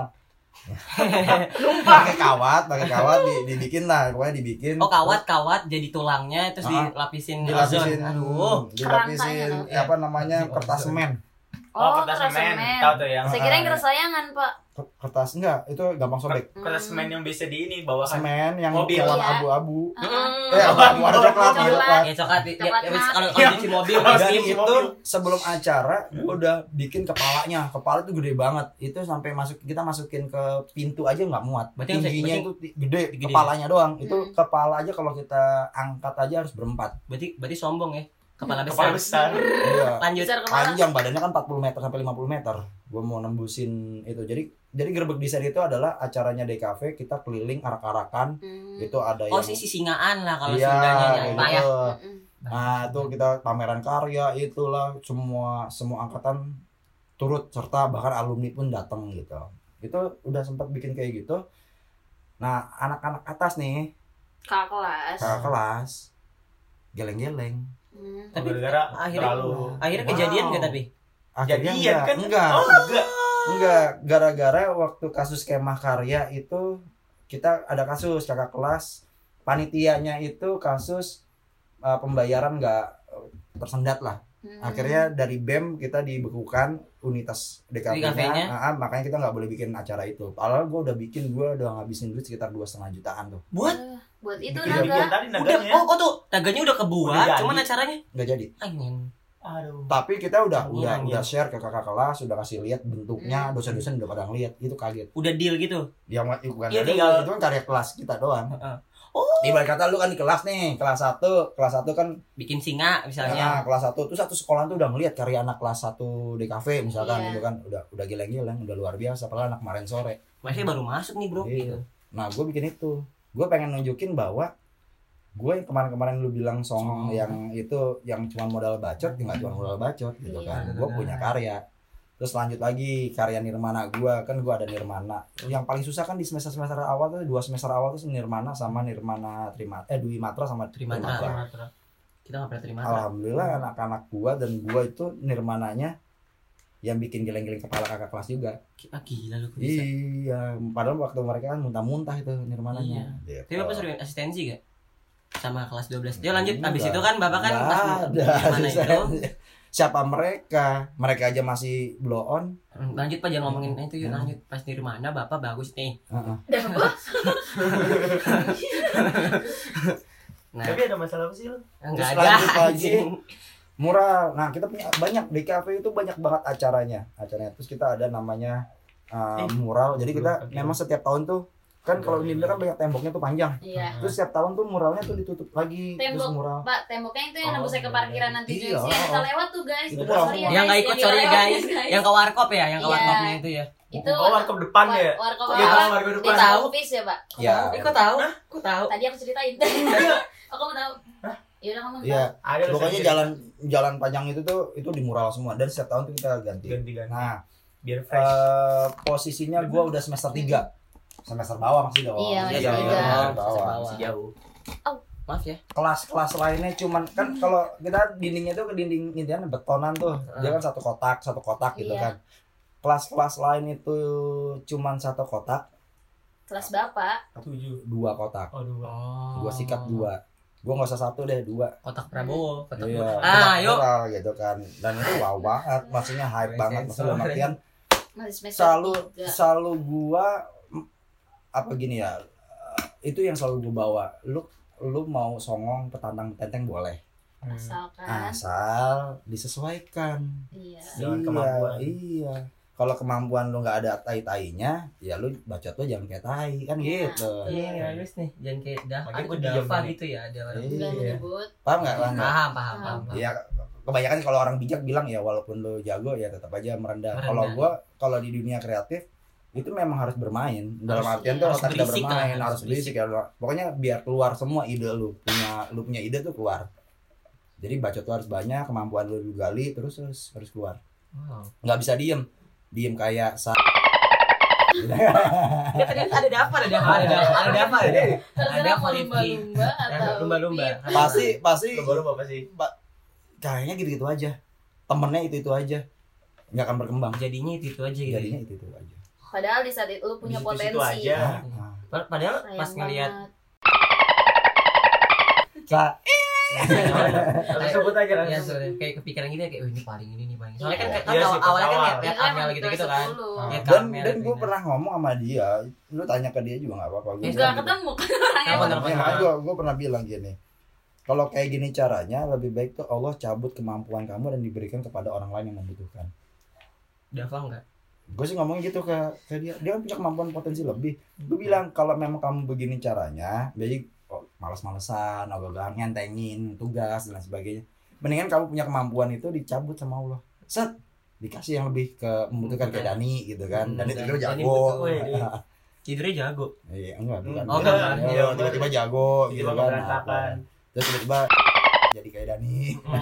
pakai kawat dibikin lah, pokoknya dibikin. Oh, kawat jadi tulangnya terus dilapisin ozon. Aduh. Dilapisin Kerangkanya apa namanya kertas semen. Oh, kertas semen. semen. Tahu tuh yang Saya kira yang kertas layangan, Pak. Kertas enggak, itu gampang sobek. kertas semen yang biasa di ini bawahan. Semen yang Mobil. warna Iya. abu-abu. Heeh. Abu warna coklat. Coklat. Ya coklat. Coklat Ya, mat. kalau Iya. cuci mobil Dan pasti itu sebelum acara gue udah bikin kepalanya. Kepala itu gede banget. Itu sampai kita masukin ke pintu aja nggak muat. Berarti Tingginya masih- itu gede, gede. kepalanya doang. Itu kepala aja kalau kita angkat aja harus berempat. berarti sombong ya. Kepala Kepala besar. besar. Iya. Lanjut. Besar kepala. Panjang badannya kan 40 meter sampai 50 meter. Gue mau nembusin itu. Jadi Gerbek Desain itu adalah acaranya DKV, kita keliling arak-arakan. Itu ada Oh, yang singaan lah kalau iya, Sundanya kayak ya, Pak ya. gitu. Mm-mm. Nah, itu kita pameran karya itulah semua angkatan turut serta bahkan alumni pun datang gitu. Itu udah sempat bikin kayak gitu. Nah, anak-anak atas nih, Kakak kelas. kakak kelas geleng-geleng. Tapi gara-gara akhirnya terlalu kejadian nggak tapi? Akhirnya jadian kan? enggak. Oh, enggak. Enggak, gara-gara waktu kasus kemah karya itu kita ada kasus kakak kelas, panitianya itu kasus pembayaran enggak tersendat lah. Akhirnya dari BEM kita dibekukan unitas DKV-nya, makanya kita nggak boleh bikin acara itu. Padahal gue udah ngabisin duit sekitar 2,5 jutaan tuh. Buat itu Bikin naga. tadi Udah, naganya. oh tuh naganya udah kebuat, Udah cuman jadi. acaranya Nggak jadi. angin. Aduh. Tapi kita udah Angin. share ke kakak kelas, udah kasih lihat bentuknya, dosen-dosen udah pada ngeliat, itu kaget. Udah deal gitu. Yang bukan Iya, ada, tinggal- itu kan karya kelas kita doang. Oh, Ibarat kata lu kan di kelas nih, kelas 1 kan bikin singa nah, misalnya. kelas 1 tuh satu sekolah tuh udah ngeliat karya anak kelas 1 DKV misalkan Iya. itu kan udah gileng-gileng, udah luar biasa, padahal anak kemarin sore. Masih baru masuk nih, Bro. Iya. Gitu. Nah, gue bikin itu. Gue pengen nunjukin bahwa gue yang kemarin lu bilang songong yang itu yang cuma modal bacot, nggak cuma modal bacot gitu Iya. kan. Gue punya karya. Terus lanjut lagi karya Nirmana gue ada Nirmana. Yang paling susah kan di semester awal tuh 2 semester awal tuh Nirmana sama Nirmana Dwi Matra sama Trimatra. Trimatra. Kita nggak pernah terima. Alhamdulillah anak-anak gue dan gue itu Nirmananya yang bikin geleng-geleng kepala kakak kelas juga. Gila lu kok bisa. Iya, padahal waktu mereka kan muntah-muntah itu Nirmananya. Iya. Gitu. Tapi Bapak sering asistensi gak? Sama kelas 12. Dia lanjut Enggak. abis itu kan Bapak kan Nggak pas ada gimana itu? asistensi. Siapa mereka? Mereka aja masih blow on. Lanjut Pak, jangan ngomongin itu yuk, lanjut pas di mana Bapak bagus nih. Nah, Tapi ada masalah apa sih lu? enggak Terus ada lanjut lagi. anjing. Mural. Nah, kita punya banyak di cafe itu banyak banget acaranya. Terus kita ada namanya mural. Jadi kita memang setiap tahun tuh kan kalau ini kan banyak temboknya tuh panjang. Iya. Terus setiap tahun tuh muralnya tuh ditutup lagi. Terus Tembok, mural. Pak, temboknya itu yang nembus saya ke parkiran nanti Iya. Jungsih yang kita lewat tuh guys. Itu Sorry ya, Yang nggak ikut sorry ya guys. guys. Yang ke warkop ya, yang ke Iya. warkopnya itu ya. Itu Oh, warkop depan ya? Warkop Iya, apa? warkop Di depan. tahu office ya, Pak? Iya. Kok tahu? Kok tahu? Tadi aku ceritain. Oh, kamu tahu? Ya udah kamu tahu. Iya. Ada lu Pokoknya sendiri. jalan panjang itu tuh itu di mural semua dan setiap tahun tuh kita ganti. ganti-ganti. Nah, Biar fresh. posisinya gua udah semester 3. Semester bawah masih dong. Iya, masih Iya, tiga. Semester bawah. Masih jauh. Maaf ya. Kelas-kelas lainnya cuman kan kalau kita dindingnya tuh ke dinding intinya betonan tuh. Dia kan satu kotak gitu Iya. kan. Kelas-kelas lain itu cuman satu kotak, Kelas Bapak. 2 kotak. Oh, dua. Gua sikat 2. Gua nggak usah 1 deh, 2. Kotak Prabowo, kotak Iya. Ah, yuk. Mural gitu kan. Dan itu wow banget, maksudnya hype banget, maksudnya dalam artian Masih semester 3. selalu gua apa gini ya, itu yang selalu gua bawa. Lu lu mau songong petantang tenteng boleh. Asalkan Asal disesuaikan. iya. Dengan kemampuan. Iya. Kalau kemampuan lu nggak ada tai-tainya, ya lu bacot lu jangan kayak tai kan gitu. Iya, bagus nih. Jangan kayak Makanya aku gua diam Dava nih. gitu ya, ada orang. Enggak Iya. menyebut. Paham nggak? Paham nggak? Paham. Iya. Kebanyakan kalau orang bijak bilang ya walaupun lu jago ya tetap aja merendah. Merendah. Kalau gua kalau di dunia kreatif itu memang harus bermain. Dalam artian tuh harus otak kita berisik bermain, lah, harus berisik ya. Pokoknya biar keluar semua ide lu. Lu punya ide tuh keluar. Jadi bacot tuh harus banyak, kemampuan lu digali terus harus keluar. Wow. Nggak bisa diem kayak Ya tadi ada Dava. Terserah mau lumba-lumba atau Lumba-lumba. pasti Baru apa sih? kayaknya gitu aja, temennya itu aja, nggak akan berkembang. Jadinya itu aja gitu. Jadinya itu aja. Padahal di saat itu lu punya Di situ potensi. aja. Padahal Sayang pas ngelihat banget. Langsung sebut aja ya langsung. soalnya kayak kepikiran gitu ya kayak ini paling. Soalnya kan Iya sih, awalnya kan awal. lihat Amel gitu-gitu kan. Lihat dan Amel gue gitu-gitu. pernah ngomong sama dia, lu tanya ke dia juga nggak apa-apa. Gue Enggak ketemu kan orangnya. Bener. gue pernah bilang gini, kalau kayak gini caranya lebih baik tuh Allah cabut kemampuan kamu dan diberikan kepada orang lain yang membutuhkan. Dava enggak? Gue sih ngomong gitu ke dia kan punya kemampuan potensi lebih. Gue bilang kalau memang kamu begini caranya, jadi malas-malesan, ogah-ogahan, nyentengin tugas dan sebagainya. Mendingan kamu punya kemampuan itu dicabut sama Allah. Set, dikasih yang lebih ke membutuhkan kayak Dani gitu kan. Dani Dani tidur jago. betul, tidurnya jago. Iya, enggak bukan. Oh, enggak. Iya, tiba-tiba jago gitu Tiba-tiba kan. berantakan. Terus tiba-tiba jadi kayak Dani.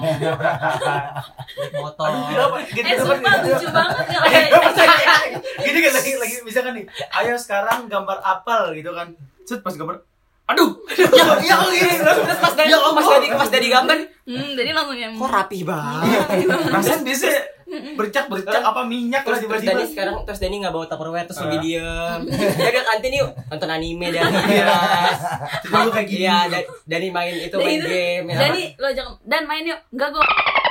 Naik motor. Sumpah lucu banget ya. Gini kan lagi misalkan nih, ayo sekarang gambar apel gitu kan. Set pas gambar aduh. Ya gini. Terus pas Dadi gambar, Jadi langsung yang kok rapi banget. Rasanya biasa bercak apa minyak lah Terus tiba-tiba. Dani nggak bawa Tupperware terus lagi diem. Dia ke kantin yuk nonton anime Dani. Tiba lu kayak gini. Iya, Dani main game. ya. Dani lo jangan dan main yuk. Enggak gua.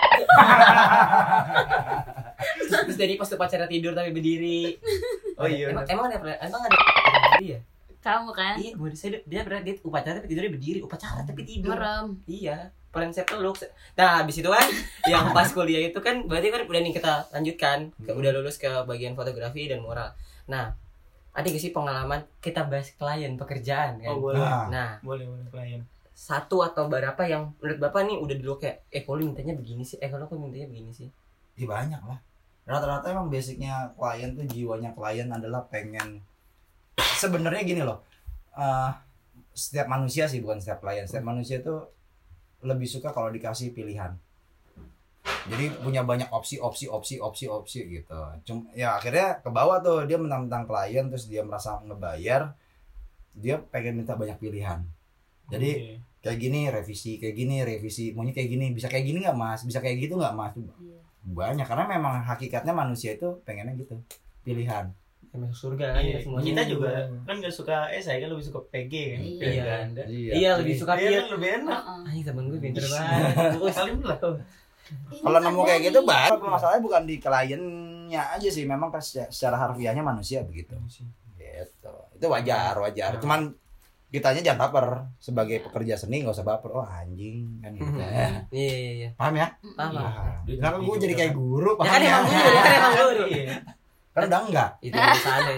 Terus Dani pas pacarnya tidur tapi berdiri. Oh iya. Emang ada berdiri ya? Kamu kan Iya, dia upacara tapi tidurnya berdiri, upacara tapi tidur. merem. Iya, prinsip peluk. Nah, habis itu kan yang pas kuliah itu kan berarti kan udah nih kita lanjutkan, udah lulus ke bagian fotografi dan mural. Nah, ada gak sih pengalaman kita bahas klien pekerjaan kan? Oh, boleh. Nah, Boleh klien. satu atau berapa yang menurut Bapak nih udah dulu kayak kalau mintanya begini sih, kalau aku mintanya begini sih. Iya banyak lah. Rata-rata emang basicnya klien tuh jiwanya klien adalah pengen. Sebenarnya gini loh, setiap manusia sih bukan setiap klien, setiap manusia tuh lebih suka kalau dikasih pilihan. Jadi punya banyak opsi gitu. Ya akhirnya ke bawah tuh dia mentang-mentang klien terus dia merasa ngebayar, dia pengen minta banyak pilihan. Jadi kayak gini revisi, maunya kayak gini, bisa kayak gini nggak mas, bisa kayak gitu nggak mas? Banyak karena memang hakikatnya manusia itu pengennya gitu, pilihan. Masuk surga kan Iya, semuanya. kita juga kan gak suka saya kan lebih suka PG kan. Iya. Iya, lebih suka Iya dia. kan lebih enak. Anjing temen gue pinter banget. Salim lah. Kalau nemu kayak gitu baru masalahnya bukan di kliennya aja sih, memang secara harfiahnya manusia begitu. Gitu. Itu wajar. Cuman kitanya jangan baper sebagai pekerja seni, nggak usah baper. Oh anjing kan gitu. Iya. Paham ya? Paham. Nah, kan gue jadi kayak guru, Ya paham kan ya? emang guru. Kan udah enggak. Itu urusannya.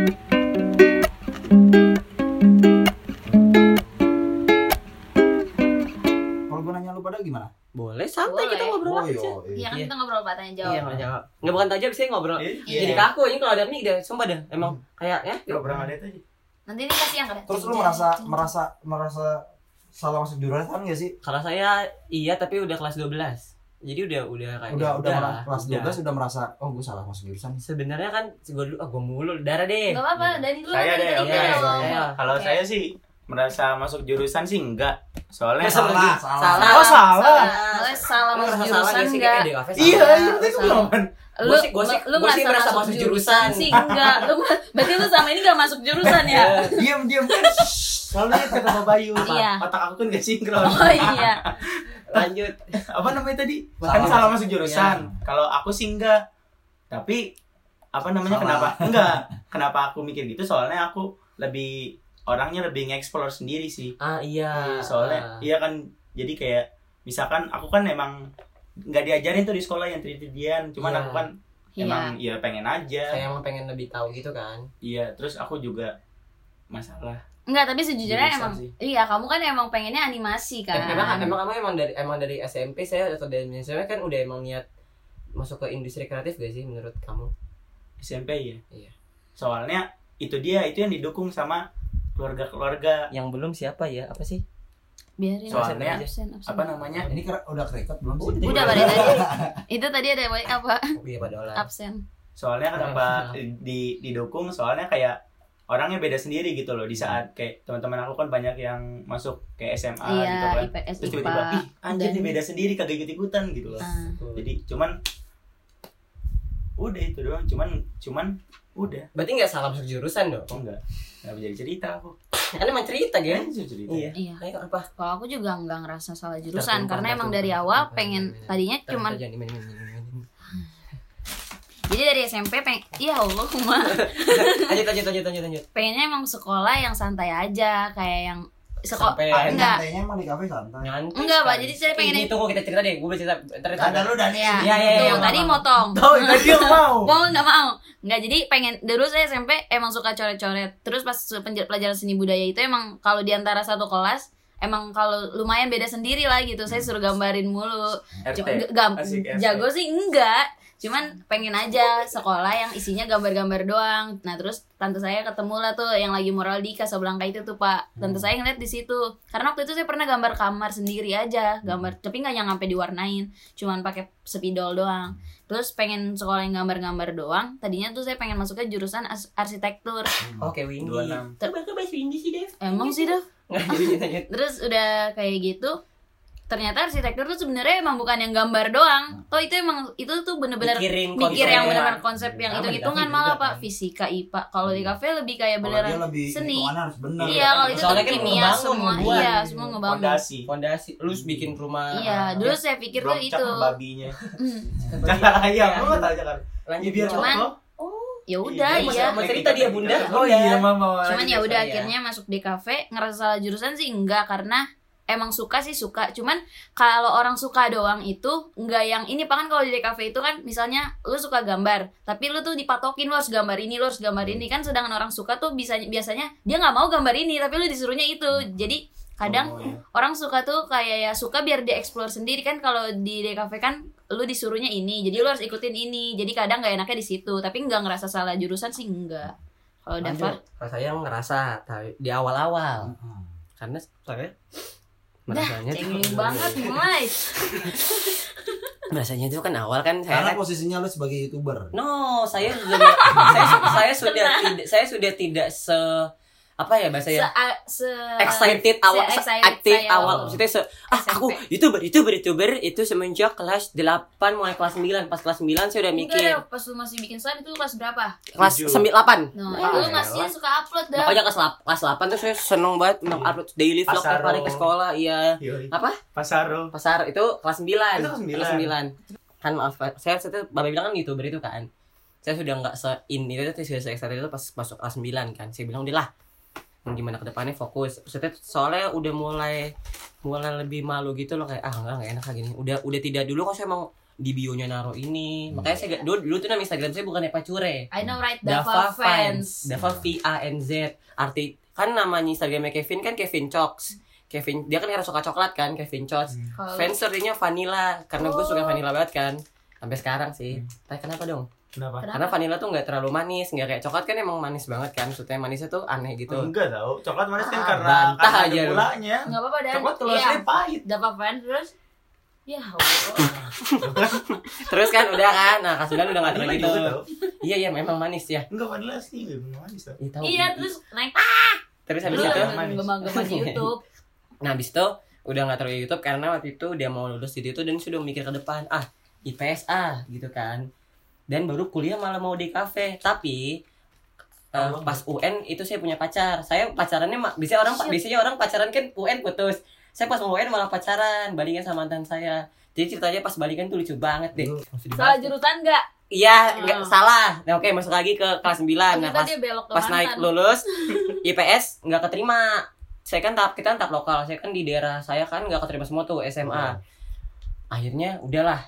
Kalau gue nanya lu pada gimana? Boleh, santai Boleh. kita ngobrol aja. Iya kan kita ngobrol Pak tanya jawab. Iya, nggak jawab. Nggak bukan tajam sih ngobrol. Iya. Jadi kaku ini kalau ada mic deh, sumpah deh. Emang kayak ya. Ngobrol ada aja. Nanti ini kasih yang keren. Terus lu merasa salah masuk jurusan gak sih? Kalau saya iya tapi udah kelas 12. Jadi udah kayak Kelas 12 udah merasa oh gue salah masuk jurusan. Sebenarnya kan gue dulu gue mulu darah deh. Enggak apa-apa, Dani dulu. Saya Dani deh, tadi oke. kan Saya. ngomong. Kalau Oke. saya sih merasa masuk jurusan sih enggak. Soalnya Salah. Oh, salah. Salah Lu masuk ngerasa jurusan salah sih enggak? kayak DKV Iya, salah. iya tadi gue ngomong. Lu Gua sih merasa masuk jurusan. sih enggak. Berarti lu sama ini enggak masuk jurusan ya? Diam kan. Soalnya kata Pak Bayu, Iya. otak aku kan gak sinkron. Oh iya. Lanjut. Apa namanya tadi? Kan salah masuk jurusan. Kalau aku sih enggak. Tapi apa namanya Salah. kenapa aku mikir gitu soalnya aku lebih orangnya lebih nge-explore sendiri sih. Iya. Soalnya iya kan, jadi kayak misalkan aku kan emang nggak diajarin tuh di sekolah yang tritidian, cuman aku kan emang ya pengen aja. Saya emang pengen lebih tahu gitu kan. Iya, terus aku juga masalah. Enggak, tapi sejujurnya Jurusan emang sih. iya, kamu kan emang pengennya animasi kan. Emang kamu emang dari SMP saya atau dari SMP kan udah emang niat masuk ke industri kreatif gak sih menurut kamu? SMP ya? Iya. Soalnya itu yang didukung sama keluarga-keluarga. Yang belum siapa ya? Apa sih? Biarin Soalnya absen. apa namanya? Ini udah kerekat belum sih? Udah pada tadi. Itu tadi ada apa? Iya pada Absen. Soalnya kenapa didukung? Soalnya kayak orangnya beda sendiri gitu loh. Di saat kayak teman-teman aku kan banyak yang masuk ke SMA gitu kan. IPS, Terus tiba-tiba, ih anjir dan- nih beda sendiri, kagak ikut-ikutan gitu loh. Jadi cuman udah itu doang, cuman udah. Berarti nggak salah masuk jurusan dong? Oh enggak jadi cerita aku. Kan emang cerita kan? Cerita. Iya. Ayo apa? Kalau aku juga nggak ngerasa salah jurusan Tertumpah, karena emang tertumpah. dari awal pengen tadinya cuman jadi dari SMP iya Allah mah Lanjut. pengennya emang sekolah yang santai aja kayak yang sekolah Sampai enggak Santainya emang di kafe santai. enggak Pak, jadi saya pengen Ini tunggu kita cerita deh, gue cerita. Ada lu dan ya, Iya, tuh, tadi motong Tahu tadi yang mau. mau nggak mau nggak, jadi pengen dulu saya SMP emang suka coret-coret, terus pas pelajaran seni budaya itu emang kalau diantara satu kelas emang kalau lumayan beda sendiri lah gitu, saya suruh gambarin mulu. RT. Asik, RT. Jago sih enggak, cuman pengen aja sekolah yang isinya gambar-gambar doang. Nah terus tante saya ketemu lah tuh yang lagi mural di Casablanca itu tuh Pak, tante saya ngeliat di situ karena waktu itu saya pernah gambar kamar sendiri aja, gambar tapi nggak yang sampai diwarnain, cuman pakai spidol doang. Terus pengen sekolah yang gambar-gambar doang. Tadinya tuh saya pengen masuknya jurusan arsitektur. Oke, Windy. 26. Coba bahas Windy sih, Dev. Emang sih Dev. Lanjut. Terus udah kayak gitu, ternyata arsitektur tuh sebenarnya emang bukan yang gambar doang. Toh itu emang itu tuh bener-bener Mikirin mikir konsep. yang bener-bener konsep yang Sama di hitung-hitungan kafe malah juga, Pak, kan? fisika, IPA. Kalau di kafe lebih kayak Kalau beneran dia lebih seni. hitungannya harus bener. Iya, kalau itu tuh Soalnya kan kimia ngebangun, semua. ngebuat. Iya, semua ngebangun. Fondasi. Fondasi, lu bikin rumah. Iya, dulu saya pikir tuh Belum itu. cakep babinya. Hmm. Cakep ayam, lu enggak tahu cakep. Lanjut Biar Cuman- kokoh. Ya udah Iya, iya. Mau cerita dia, Bunda. Oh iya, Mama. Cuman ya udah Iya. akhirnya masuk di kafe, ngerasa salah jurusan sih enggak, karena emang suka sih suka. Cuman kalau orang suka doang itu enggak yang ini Pak, kan kalau di DKV itu kan misalnya lu suka gambar, tapi lu tuh dipatokin lu harus gambar ini, lu harus gambar ini kan, sedangkan orang suka tuh biasanya dia nggak mau gambar ini tapi lu disuruhnya itu. Jadi kadang orang suka tuh kayak ya suka biar dia explore sendiri kan. Kalau di DKV kan lu disuruhnya ini, jadi lu harus ikutin ini. Jadi kadang nggak enaknya di situ, tapi nggak ngerasa salah jurusan sih enggak. Kalau Dava Kalau saya ngerasa di awal-awal. Karena saya merasanya cengeng banget mulai. Rasanya itu kan awal kan Karena saya posisinya lu sebagai YouTuber. no, saya sudah tidak se apa ya bahasanya excited awal aktif awal maksudnya aku YouTuber itu semenjak kelas 8 mulai kelas 9. Pas kelas 9 saya udah mikir Enggak, pas lu masih bikin slide itu kelas berapa? kelas 8. No, itu lu masih suka upload dah. Makanya kelas 8 tuh saya seneng banget upload daily vlog tiap hari ke sekolah. Iya. Apa? Pasaro. Pasar itu kelas 9. Itu kelas 9. Kan maaf, saya Bapak bilang kan YouTuber itu kan. Saya sudah enggak se-in itu sudah se-excited itu pas masuk kelas 9 kan. Saya bilang udahlah. Gimana ke depannya fokus. Soalnya udah mulai lebih malu gitu loh, kayak enggak enak kayak gini. Udah tidak dulu kan saya mau di bio-nya naruh ini. Makanya saya dulu tuh nama Instagram saya bukan Eva Cure. I know right, Dava fans. Dava VANZ. Arti kan namanya Instagramnya Kevin kan Kevin Choks. Kevin dia kan harus suka coklat kan, Kevin Choks. Kalau Fans artinya vanilla karena gue suka vanilla banget kan. Sampai sekarang sih. Tapi kenapa dong? Kenapa? Karena vanilla tuh nggak terlalu manis, nggak kayak coklat kan emang manis banget kan. Maksudnya manisnya tuh aneh gitu. Enggak tahu. Coklat manis kan bantah karena aja ada lu. gulanya. enggak apa-apa dan Coklat kalau iya, asli pahit. Dava fans terus ya Allah. Terus kan udah kan, nah kasudan udah nggak terlalu Vanilla gitu. juga tahu. Iya memang manis ya. Enggak vanilla sih, enggak manis tau. Iya, tahu. Iya, terus naik Terus habis dulu itu, gema-gema di YouTube. nah habis itu udah nggak terlalu YouTube karena waktu itu dia mau lulus di itu dan sudah mikir ke depan, IPS gitu kan. Dan baru kuliah malah mau di kafe. Tapi pas UN itu saya punya pacar. Saya pacarannya biasanya orang pacaran kan UN putus. Saya pas mau UN malah pacaran, balikan sama mantan saya. Jadi ceritanya pas balikan tuh lucu banget deh. Salah jurusan enggak? Iya, enggak salah. Nah, oke, masuk lagi ke kelas 9. Nah, pas naik lulus IPS enggak keterima. Saya kan kita tahap lokal. Saya kan di daerah saya kan enggak keterima semua tuh SMA. Akhirnya udahlah.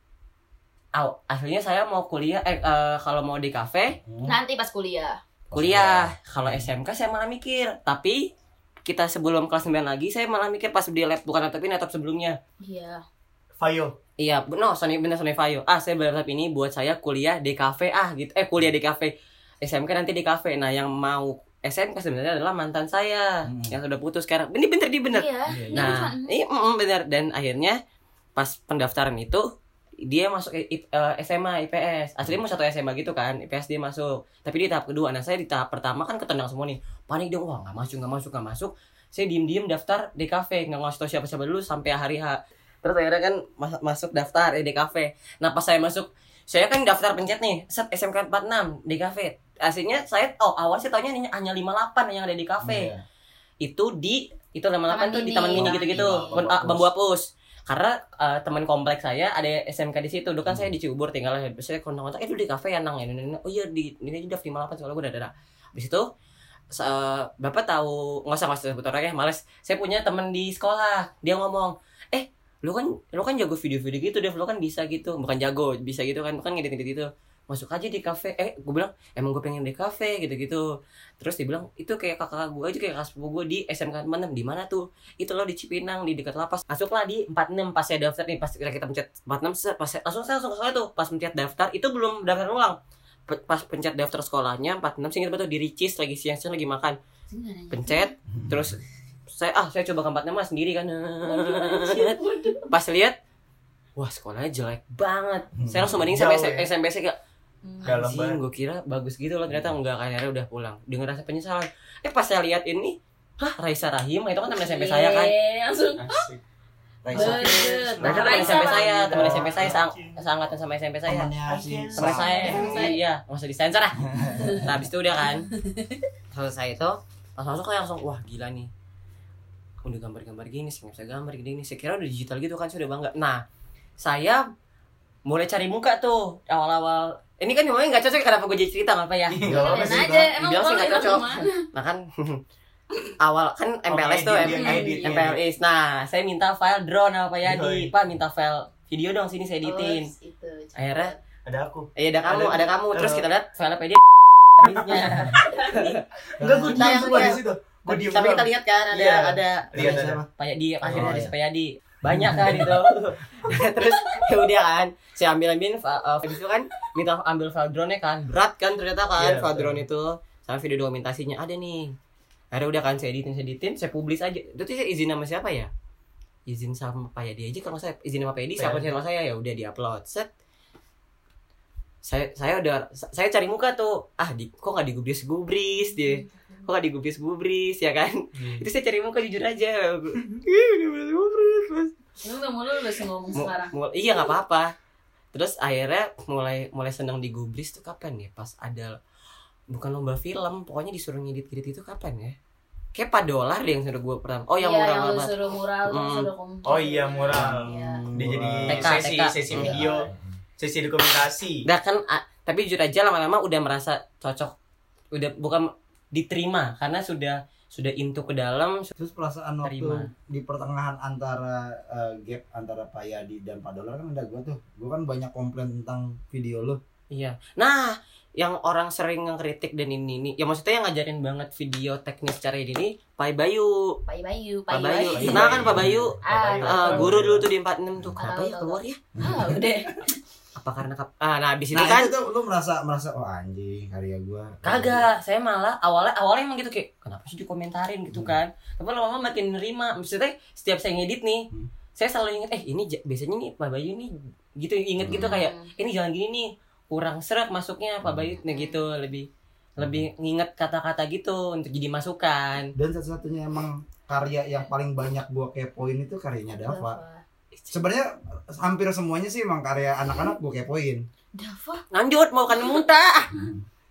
Akhirnya saya mau kuliah kalau mau di kafe nanti pas kuliah. Kalau SMK saya malah mikir, tapi kita sebelum kelas 9 lagi saya malah mikir pas di lab bukan laptop ini, laptop sebelumnya. Iya. Vaio. Iya, Sony Vaio. Saya beli laptop ini buat saya kuliah di kafe gitu. Kuliah di kafe. SMK nanti di kafe. Nah, yang mau SMK sebenarnya adalah mantan saya yang sudah putus sekarang. Ini bener. Iya. Nah, bener. Dan akhirnya pas pendaftaran itu dia masuk SMA IPS. Aslinya mau satu SMA gitu kan, IPS dia masuk. Tapi di tahap kedua, nah saya di tahap pertama kan ketendang semua nih. Panik dong, wah nggak masuk. Saya diem daftar di kafe, nggak ngasih tau siapa dulu sampai hari H. Terus akhirnya kan masuk daftar di kafe. Nah pas saya masuk, saya kan daftar pencet nih, set SMK 46 di kafe. Aslinya saya awal sih taunya hanya 58 yang ada di kafe. Itu 58 tuh di Taman Mini gitu-gitu, Bambu Apus. Karena teman kompleks saya ada SMK di situ. Dulu kan saya di Cibubur tinggalnya. Saya kontak-kontak dulu di kafe ya nang ya. Oh iya di ini aja udah 58 soalnya gue udah. Habis itu Bapak tahu nggak usah sebut orangnya, males. Saya punya teman di sekolah. Dia ngomong, lu kan jago video-video gitu, lu kan bisa gitu. Bukan jago, bisa gitu kan. Bukan ngedit-ngedit gitu. Masuk aja di kafe. Gue bilang emang gue pengen di kafe gitu-gitu. Terus dia bilang itu kayak kakak gue aja, kayak kakak sepupu gue di SMK 46. Di mana tuh? Itu loh di Cipinang, di dekat lapas. Masuklah di 46 pas saya daftar nih, pas kita pencet 46 pas langsung ke sekolah tuh. Pas pencet daftar itu belum daftar ulang. Pas pencet daftar sekolahnya 46 sih betul di Ricis lagi siang-siang lagi makan. Pencet terus saya coba ke 46 lah sendiri kan. Pas lihat wah sekolahnya jelek banget. Saya langsung bandingin sama SMP sih kayak anjing, gue kira bagus gitu loh, ternyata enggak, akhirnya udah pulang dengan rasa penyesalan. Pas saya lihat ini, Raisa Rahim, itu kan teman SMP saya kan. Langsung Raisa teman SMP saya, seangkatan sama SMP saya. Teman saya, iya, nggak usah disensor lah. Nah, habis itu udah kan, selesai itu, pas masuk langsung, wah gila nih, udah gambar-gambar gini sih, nggak bisa gambar gini. Saya kira udah digital gitu kan, sudah bangga. Nah, saya mulai cari muka tuh awal-awal. Ini kan ngomongnya nggak cocok, kenapa gue jadi cerita apa ya? Gak apa sih, emang bilang sih nggak cocok. Nah kan awal kan MPLS tuh MPLS. Nah saya minta file drone sama Pak Yadi, Pak minta file video dong sini saya editin. Akhirnya ada aku. Ada kamu. Terus kita lihat file Pak Yadi. Enggak, gue diam semua di situ. Tapi kita lihat kan ada Pak Yadi, akhirnya ada Pak Yadi. Banyak kan itu. Terus ya udah kan saya ambilin itu kan minta ambil file drone-nya kan berat kan ternyata kan file drone itu sama video dokumentasinya ada nih. Akhirnya udah kan saya editin saya publish aja. Itu saya izin sama siapa ya, izin sama Pak Yadi aja kalau saya izin sama Pak Yadi siapa sama saya ya udah diupload set. Saya cari muka tuh kok nggak digubris dia, kok nggak digubris ya kan. Itu saya cari muka jujur aja. Lu udah mulai ngomong sekarang. Iya nggak apa-apa. Terus akhirnya mulai senang digubris tuh kapan ya? Pas ada bukan lomba film, pokoknya disuruh ngedit itu kapan ya? Kayak $4 deh yang suruh gue pertama. Oh yang mural. Yang suruh mural, suruh kompos. Oh iya mural. Dia jadi sesi video, sesi dokumentasi. Nah kan, tapi jujur aja lama-lama udah merasa cocok, udah bukan diterima karena sudah into ke dalam. Terus perasaan waktu di pertengahan antara gap antara Pak Yadi dan Pak Dolar kan ada gue kan banyak komplain tentang video lo. Iya. Nah, yang orang sering ngekritik dan ini ya maksudnya yang ngajarin banget video teknis cara ini Pak Bayu. Kenal kan Pak Bayu? Guru dulu tuh di 46 tuh. Kenapa ya keluar ya? Udah. Apa karena nah habis itu kan itu lu merasa oh anjing karya gua. Kagak, saya malah awalnya emang gitu kayak kenapa sih dikomentarin gitu kan. Tapi lama-lama makin nerima. Maksudnya setiap saya ngedit nih, saya selalu inget ini biasanya nih Pak Bayu nih gitu inget gitu kayak ini jangan gini nih. Kurang serak masuknya Pak Bayu gitu, lebih nginget kata-kata gitu untuk jadi masukan. Dan satu-satunya emang karya yang paling banyak gua kepoin itu karyanya Dava. Sebenarnya hampir semuanya sih emang karya anak-anak gua kepoin. Dava lanjut mau kan muntah.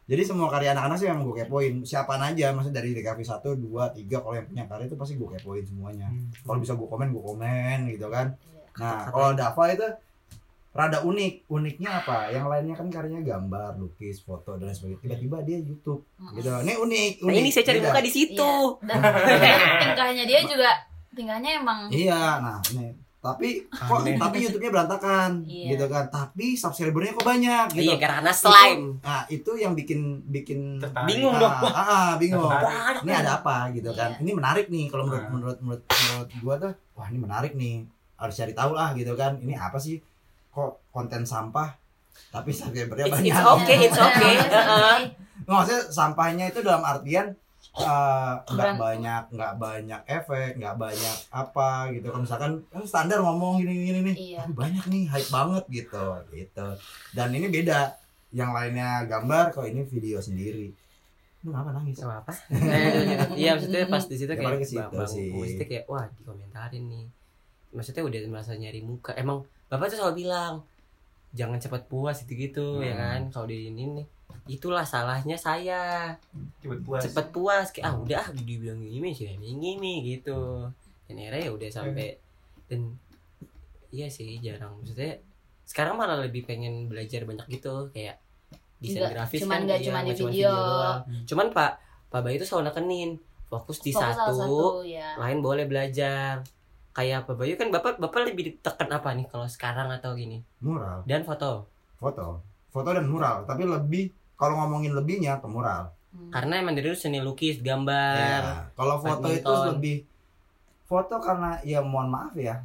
Jadi semua karya anak-anak sih yang gue kepoin. Siapa aja, maksudnya dari DKV 1, 2, 3, kalau yang punya karya itu pasti gue kepoin semuanya. Kalau bisa gue komen gitu kan. Nah, kalau Dava itu rada unik. Uniknya apa? Yang lainnya kan karyanya gambar, lukis, foto dan sebagainya. Tiba-tiba dia YouTube gitu. Ini unik. Nah, ini saya cari muka di situ. Tingkahnya dia juga tingkahnya emang. Iya, nah ini. Tapi YouTube-nya berantakan gitu kan. Tapi subscribernya kok banyak gitu. Iya, karena slime. Nah, itu yang bikin bingung dong. Bingung. Ini ada apa gitu kan. Ini menarik nih kalau menurut gua tuh. Wah, ini menarik nih. Harus cari tahu lah gitu kan. Ini apa sih? Kok konten sampah tapi subscribernya banyak. It's okay. Maksudnya sampahnya itu dalam artian nggak banyak efek, nggak banyak apa gitu kan. Misalkan standar ngomong gini nih, tapi banyak nih hype banget gitu. Dan ini beda, yang lainnya gambar, kok ini video sendiri. Lu kenapa nangis? Apa? Iya, maksudnya pas di situ kayak mesti kayak wah dikomentarin nih. Maksudnya udah merasa nyari muka. Emang Bapak tuh selalu bilang jangan cepat puas gitu ya kan. Kalau di ini nih itulah salahnya saya cepet puas kayak udah dibilang gini gitu. Dan akhirnya ya udah sampai dan iya sih jarang, maksudnya sekarang malah lebih pengen belajar banyak gitu kayak desain grafis kan cuma di video doang. Cuman Pak Bayu itu selalu nekenin fokus di satu lain boleh belajar. Kayak Pak Bayu kan bapak lebih ditekan apa nih kalau sekarang atau gini? Mural dan foto dan mural, tapi lebih kalau ngomongin lebihnya ke mural. Karena emang dari seni lukis, gambar. Ya, kalau foto itu lebih foto karena ya mohon maaf ya.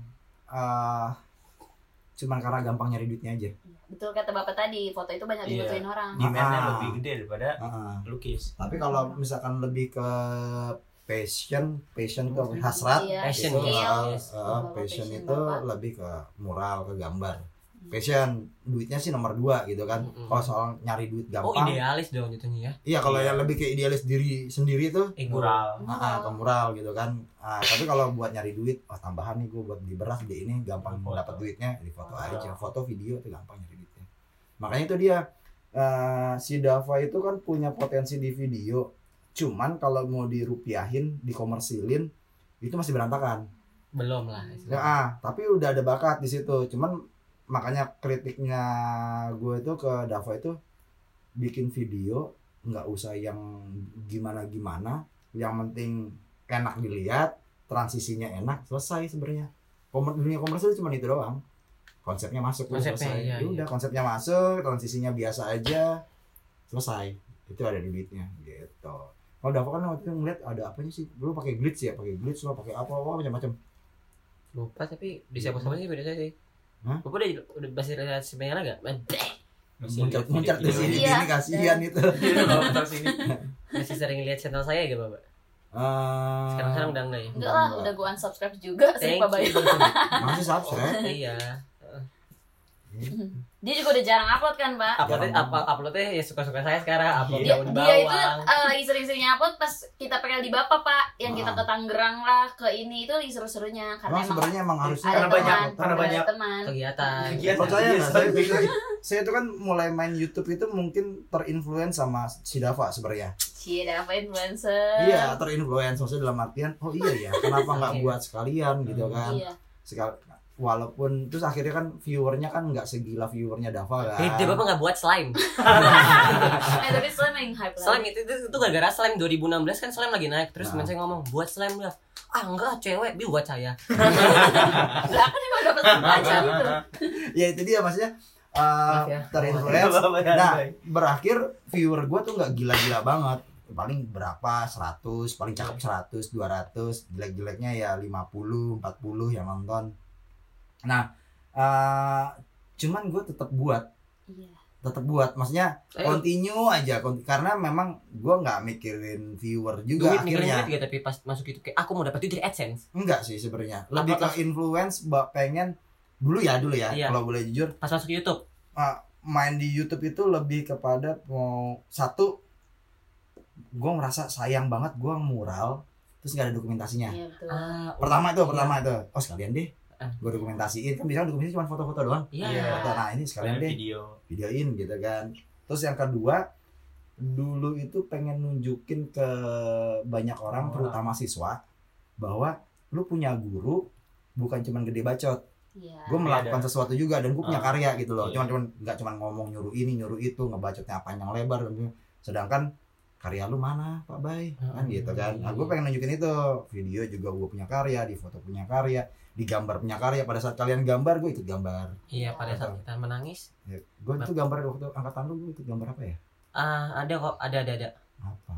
Cuman karena gampang nyari duitnya aja. Betul kata Bapak tadi, foto itu banyak dibutuhin orang. Demand-nya lebih gede daripada lukis. Tapi kalau misalkan lebih ke passion itu hasrat, passion itu lebih ke mural, ke gambar. Passion duitnya sih nomor 2 gitu kan. Kalau soal nyari duit gampang. Idealis dong jatuhnya ya. Iya, kalau yang lebih ke idealis diri sendiri tuh mural. Ke mural gitu kan. Tapi kalau buat nyari duit, tambahan nih gue buat beli beras di ini gampang dapat duitnya di foto aja. Foto, video itu gampang nyari duitnya. Makanya itu dia si Dava itu kan punya potensi di video. Cuman kalau mau dirupiahin, dikomersilin itu masih berantakan. Belum lah. Tapi udah ada bakat di situ. Cuman makanya kritiknya gue itu ke Dava itu bikin video nggak usah yang gimana, yang penting enak dilihat, transisinya enak, selesai sebenarnya. Dunia komersil cuma itu doang. Konsepnya masuk, selesai. Iya. Udah konsepnya masuk, transisinya biasa aja, selesai. Itu ada duitnya gitu. Kalau Dava kan waktu itu ngeliat ada apanya sih? Lu pakai glitch lo pakai apa macam-macam. Lupa tapi di siapa-siapa sih beda sih. Bapak udah masih lihat sebenarnya enggak? Muncrat di sini ini kasihan itu. Masih sering lihat channel saya gitu, Bapak? Sekarang udah enggak ya? Enggak lah, udah gua unsubscribe juga sih Pak Bayu. Masih subscribe? Iya. Dia juga udah jarang upload kan, Pak? Uploadnya ya suka-suka saya sekarang. Upload dia itu lagi sering-seringnya upload pas kita PKL di Bapak, Pak. Yang kita ke Tangerang lah, ke ini itu lagi seru-serunya. Karena sebenarnya emang harusnya karena banyak teman. Kegiatan. Percaya nggak? Saya itu kan mulai main YouTube itu mungkin terinfluence sama si Dava sebenarnya. Si Dava influencer. Iya, terinfluence maksudnya dalam artian, oh iya ya, kenapa nggak buat sekalian gitu kan? Iya. Walaupun terus akhirnya kan viewernya kan nggak segila viewernya Dava kan. Dia Bapak nggak buat slime. Tapi slime yang hype lah. Slime itu gara-gara slime 2016 kan slime lagi naik. Terus teman saya ngomong buat slime lah. Enggak, cewek dia buat saya. Lah kan emang dapat baca gitu. Ya itu dia maksudnya terinfluence. Nah berakhir viewer gue tuh nggak gila-gila banget. Paling berapa 100, paling cakep 100, 200, jelek-jeleknya ya 50, 40 yang nonton. Nah, cuman gue tetap buat, maksudnya continue aja, karena memang gue nggak mikirin viewer juga akhirnya. Duit tapi pas masuk itu kayak aku mau dapat duit dari AdSense. Enggak sih sebenarnya, lebih ke influence, pengen dulu ya, kalau boleh jujur. Pas masuk YouTube, main di YouTube itu lebih kepada mau satu, gue ngerasa sayang banget gue mural, terus nggak ada dokumentasinya. Iya, betul. Pertama itu, sekalian deh. Gue dokumentasiin, kan biasanya dokumentasi cuma foto-foto doang. Iya. Nah ini sekalian deh videoin gitu kan. Terus yang kedua dulu itu pengen nunjukin ke banyak orang terutama siswa bahwa lu punya guru bukan cuman gede bacot. Gue melakukan sesuatu juga dan gue punya karya gitu loh. Cuman nggak cuman ngomong nyuruh ini nyuruh itu, ngebacotnya panjang lebar. Sedangkan karya lu mana Pak Bay kan gitu kan. Nah, gue pengen nunjukin itu. Video juga gue punya karya, di foto punya karya, di gambar punya karya. Pada saat kalian gambar gue ikut gambar. Iya, pada saat kita menangis ya, gue itu gambar waktu angkatan lu, gue ikut gambar apa ya? Ada kok, ada apa?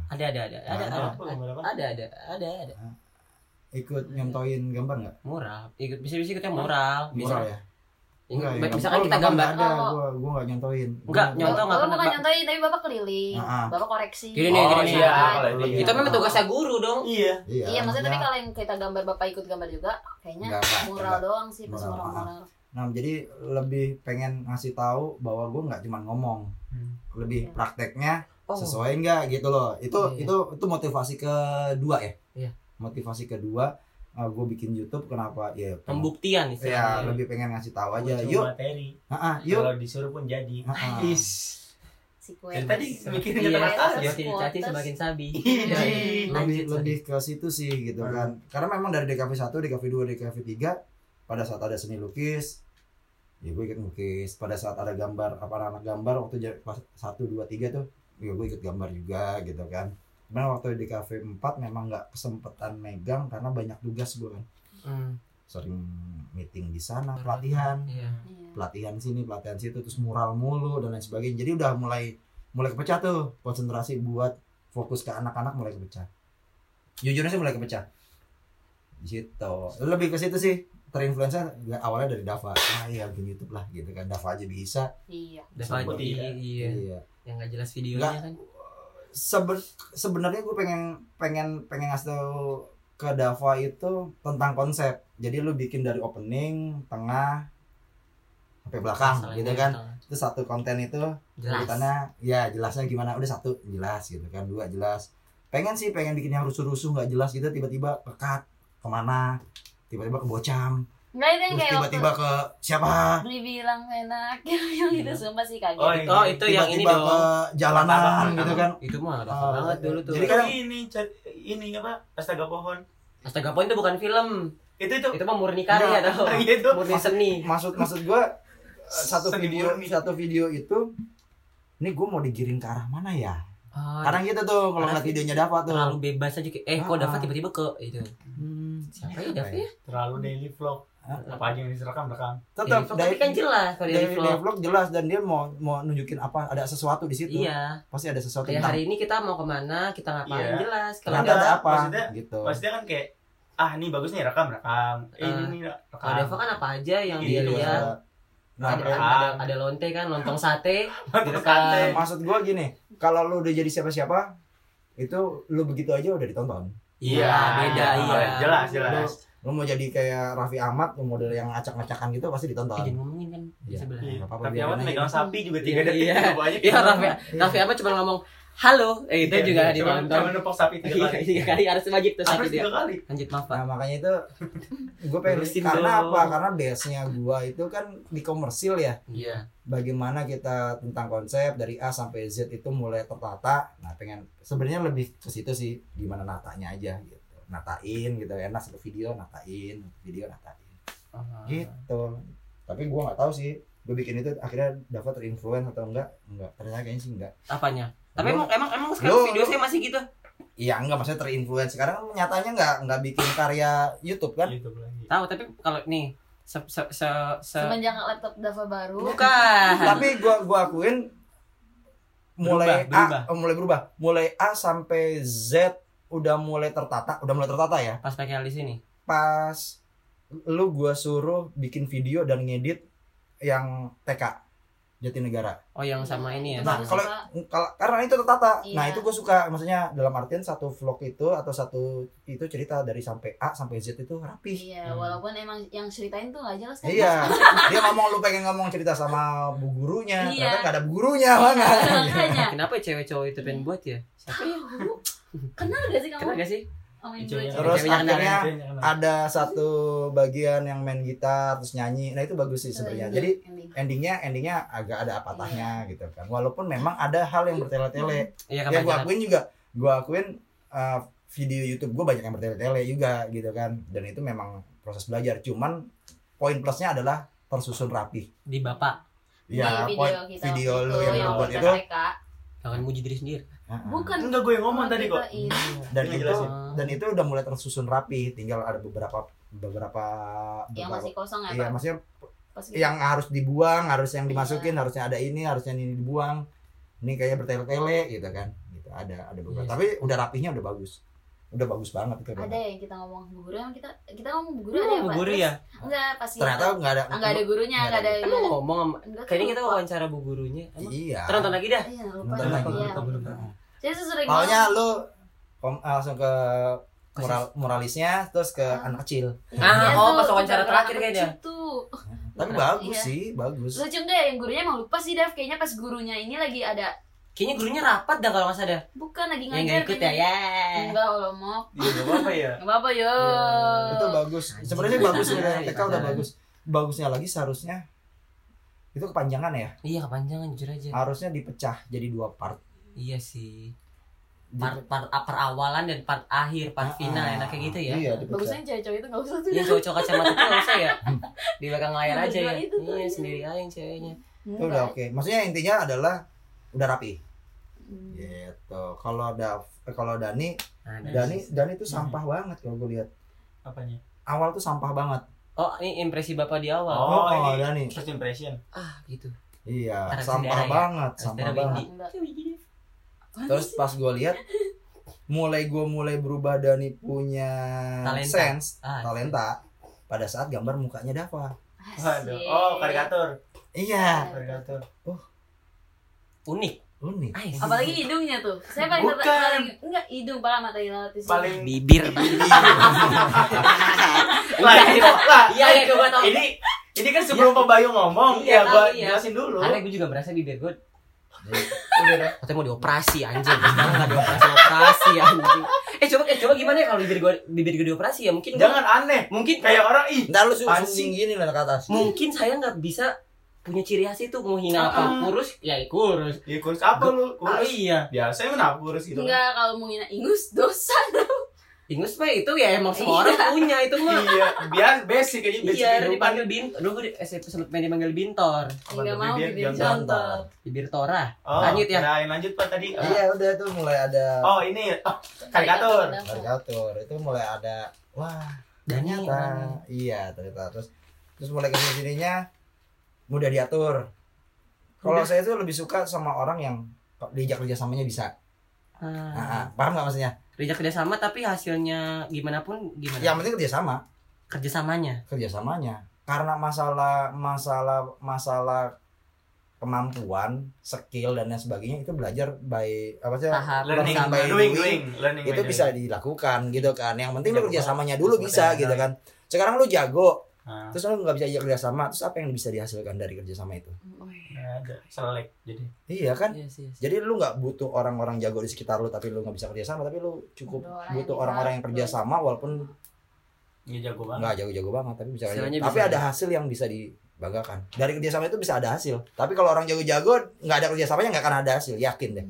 Ada. Ikut nyontoin gambar nggak? Mural, bisa ikutnya mural ya. Enggak, misalkan kita gambar ada, gua enggak nyontoin. Enggak, nyontoh enggak pernah. Bukan nyontoin, tapi Bapak keliling. Bapak koreksi. Gini nih. Itu memang tugasnya guru dong. Iya, maksudnya tapi kalau yang kita gambar Bapak ikut gambar juga, kayaknya mural doang sih, pas mural. Nah, jadi lebih pengen ngasih tahu bahwa gua enggak cuma ngomong. Lebih prakteknya sesuai enggak gitu loh. Itu motivasi kedua ya. Iya. Motivasi kedua gue bikin YouTube kenapa ya pembuktian ya lebih pengen ngasih tahu aja yuk materi yuk kalau disuruh pun jadi si kue tadi mikirin kata aja cacing semakin sabi lebih ke situ sih gitu kan karena memang dari DKV 1 DKV 2 DKV 3 pada saat ada seni lukis ya gue ikut lukis pada saat ada gambar anak gambar waktu pas 1 2 3 tuh ya gue ikut gambar juga gitu kan. Karena waktu di Cafe 4 memang nggak kesempatan megang karena banyak tugas gue kan. Sering meeting di sana, pelatihan sini, pelatihan situ, terus mural mulu dan lain sebagainya. Jadi udah mulai kepecah tuh konsentrasi buat fokus ke anak-anak mulai kepecah. Jujurnya sih mulai kepecah. Di situ. Lebih ke situ sih. Terinfluensa awalnya dari Dava. Iya bikin YouTube lah gitu kan. Dava aja bisa. Iya. Dava aja iya. Yang nggak jelas videonya kan. Sebenarnya gue pengen ngasih tahu ke Dava itu tentang konsep. Jadi lu bikin dari opening, tengah, sampai belakang gitu kan. Itu satu konten itu ceritanya ya jelasnya gimana. Udah satu jelas gitu kan, dua jelas. Pengen bikin yang rusuh-rusuh nggak jelas gitu tiba-tiba kekat kemana, tiba-tiba ke Bocam. Enggak itu yang kayak tiba-tiba ke siapa? Dibilang enak yang itu sumpah sih kaget. Oh, itu yang ini dong. Ke jalanan gitu kan. Itu mah banget dulu tuh. Jadi kan ini apa? Astaga Pohon. Astaga Pohon itu bukan film. Itu mah murni karya tau. Murni seni. Maksud gua satu video itu ini gua mau digiring ke arah mana ya? Kadang gitu tuh kalau ngeliat videonya Dava tuh. Terlalu bebas aja kok Dava tiba-tiba ke itu. Siapa ya Dava ya? Terlalu daily vlog. Apa aja yang direkam. Tetap tapi kan jelas kalau daily vlog jelas dan dia mau nunjukin apa ada sesuatu di situ. Iya. Pasti ada sesuatu. Kayak hari ini kita mau kemana, kita ngapain jelas. Kalau ada apa gitu. Maksudnya kan kayak ini bagus nih rekam. Ini rekam. Kalau Dava kan apa aja yang dia lihat. Ada lonte kan, lontong sate. Maksud gua gini, kalau lu udah jadi siapa-siapa itu lu begitu aja udah ditonton. Iya, beda Jelas. Lu mau jadi kayak Raffi Ahmad, model yang acak-acakan gitu pasti ditonton. Jangan ngomongin kan di sebelah. Raffi Ahmad megang sapi juga 3 detik banyak. Iya, Raffi Ahmad cuma ngomong halo, itu juga ditonton. Cuma nempok sapi 3 kali. 3 kali harus wajib tuh sapi dia. 3 kali. Lanjut maaf, Pak. Nah, makanya itu gue pengen karena apa? Karena base-nya gua itu kan di komersil ya. Iya. Bagaimana kita tentang konsep dari A sampai Z itu mulai tertata. Nah, pengen sebenarnya lebih ke situ sih, gimana natanya aja gitu. Natain gitu, enak satu video natain. Gitu. Tapi gua nggak tahu sih. Gue bikin itu akhirnya Dava terinfluence atau enggak? Ternyata kayaknya sih enggak. Apanya? Tapi emang sekarang video saya masih gitu. Iya, enggak maksudnya terinfluence. Sekarang nyatanya enggak bikin karya YouTube kan? YouTube lagi. Tahu, tapi kalau nih semenjak laptop Dava baru. Bukan. Tapi gua akuin mulai berubah. Mulai A sampai Z udah mulai tertata ya. Pas pakai alis ini. Pas lu gua suruh bikin video dan ngedit yang TK Jatinegara. Oh, yang sama ini ya. Nah, kalau karena itu tertata. Iya. Nah, itu gue suka. Maksudnya dalam artian satu vlog itu atau satu itu cerita dari sampai A sampai Z itu rapi. Iya, walaupun emang yang ceritain tuh enggak jelas kan. Iya. Dia lu pengen ngomong cerita sama bu gurunya, Iya. ternyata enggak ada bu gurunya mana. Kenapa cewek cowok itu pengen buat ya? Siapa ya guru? Kenal gak sih kamu? Kenal gak sih? Terus akhirnya ada satu bagian yang main gitar terus nyanyi. Nah, itu bagus sih sebenarnya. Jadi endingnya agak ada patahnya gitu kan. Walaupun memang ada hal yang bertele-tele. Iya, Ya gue akuin video YouTube gue banyak yang bertele-tele juga gitu kan. Dan itu memang proses belajar. Cuman poin plusnya adalah tersusun rapi. Di Bapak. Iya, video lu yang buat itu. Jangan muji diri sendiri. Bukan. Enggak, gue yang ngomong tadi kok. Dan itu udah mulai tersusun rapi. Tinggal ada beberapa yang masih kosong ya, iya, Pak? maksudnya yang harus dibuang, harus yang dimasukin, harusnya ada ini, harusnya ini dibuang. Ini kayak bertele-tele gitu kan. Gitu ada beberapa. Tapi udah rapinya udah bagus. Udah bagus banget itu. Ada yang kita ngomong bu guru, kita ngomong bu guru ada ya, Pak? Bu guru ya? Enggak, pasti. Ternyata enggak ada gurunya, enggak ada. Emang ngomong kayaknya kita wawancara bu gurunya. Iya. Nonton lagi dah. Iya, lupa. Nonton lagi. Iya. Saya sering Pokoknya lu langsung ke moralisnya terus ke anak kecil. Pas wawancara terakhir kayaknya. Tapi bagus sih, bagus. Lucu enggak ya, yang gurunya emang lupa sih, Dev. Kayaknya pas gurunya ini lagi ada. Kayaknya gurunya rapat dah kalau nggak salah. Bukan lagi Yang ngajar. nggak ikut ya. Enggak, kalau mau. Iya, enggak apa-apa ya. Enggak apa-apa ya. Itu bagus. Sebenarnya bagus udah TK udah bagus. Bagusnya lagi seharusnya itu kepanjangan ya. Iya, kepanjangan jujur aja. Harusnya dipecah jadi 2 part. Iya sih. Part awalan dan part akhir, part final enak kayak gitu ya. Iya, dipecah. Bagusnya cewek-cewek itu enggak usah tuh. Iya, cowok-cowok kacamata itu nggak usah ya. Di belakang layar aja ya. Itu tuh, Iya, iya. sendiri aja yang ceweknya. Itu udah oke. Maksudnya intinya adalah udah rapi. Gitu. Kalau Dani tuh sampah banget kalau gue lihat. Apanya? Awal tuh sampah banget. Oh, ini impresi Bapak di awal. Oh, ini Dani. first impression. Gitu. Iya, Karena sampah saudara ya? banget, Saudara sampah banget. Windy. Terus pas gue lihat mulai berubah Dani punya Talenta. talenta pada saat gambar mukanya Dava. Waduh. Oh, karikatur. Iya. Karikatur. Unik. Apalagi hidungnya tuh. Saya paling enggak hidung, pala mata ilatis. Paling Bibir. Iya, gua tahu. Ini kan sebelum Pak Bayu ngomong, Iya, ya gua tahu, iya. jelasin dulu. Karena gue juga berasa bibir gue Udah dah. katanya mau dioperasi anjing. Sekarang enggak dioperasi anjing. Coba gimana ya kalau bibir gue dioperasi ya? Mungkin Jangan aneh. mungkin Kayak orang Ntar lu Pancing. gini lah ke atas. mungkin saya nggak bisa punya ciri khas itu, mau hina apa kurus ya kurus. Ya kurus apa lu? Kurus. Iya. Biasa emang kenapa kurus gitu kan? Enggak, kalau mau ngina ingus dosa. Ingus mah itu ya emang semua orang punya itu mah. Iya, biasa basic aja basic. Iya, kehidupan. dipanggil Bintor. Dulu gue sempat main dipanggil Bintor. Enggak mau Bibir bibir jangan contoh. Bibir Tora. Oh, Lanjut ya. kirain lanjut Pak tadi. Iya, udah tuh mulai ada Oh, ini karikatur. karikatur. Itu mulai ada wah, Dani ternyata. Iya, ternyata terus mulai ke sininya mudah diatur. Kalau saya tuh lebih suka sama orang yang diajak kerjasamanya bisa. Paham nggak maksudnya? Diajak kerjasama tapi hasilnya gimana pun gimana. Yang penting Kerjasamanya. Karena masalah kemampuan, skill dan lain sebagainya itu belajar by apa sih? Tahap Learning by doing. Learning Itu by bisa doing. dilakukan gitu kan. Yang penting lu Jago kerjasamanya banget. dulu bisa Seperti gitu yang kan. Sekarang lu jago, Nah, terus lu nggak bisa ajak kerjasama, terus apa yang bisa dihasilkan dari kerjasama itu? nggak ada selek jadi. Iya kan? Yes. Jadi lu nggak butuh orang-orang jago di sekitar lu tapi lu nggak bisa kerjasama, tapi lu cukup butuh orang-orang yang kerjasama walaupun Ini jago banget. nggak jago-jago banget tapi bisa Istilahnya tapi bisa ada hasil yang bisa dibanggakan. Dari kerjasama itu bisa ada hasil. Tapi kalau orang jago-jago nggak ada kerjasamanya nggak akan ada hasil, yakin deh.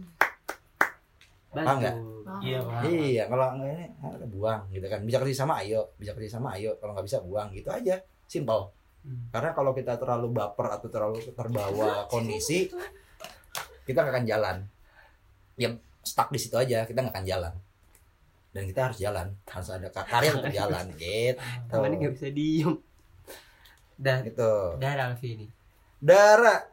Paham nggak? Iya, Pak. Iya, kalau nggak ini buang gitu kan. Bisa kerjasama ayo, kalau nggak bisa buang gitu aja, simpel. Karena kalau kita terlalu baper atau terlalu terbawa kondisi, kita nggak akan jalan. Ya stuck di situ aja, kita nggak akan jalan. Dan kita harus jalan, harus ada karya untuk jalan gitu. Tangannya nggak bisa diem. Dah, Gitu. Dara Alfi ini. Dara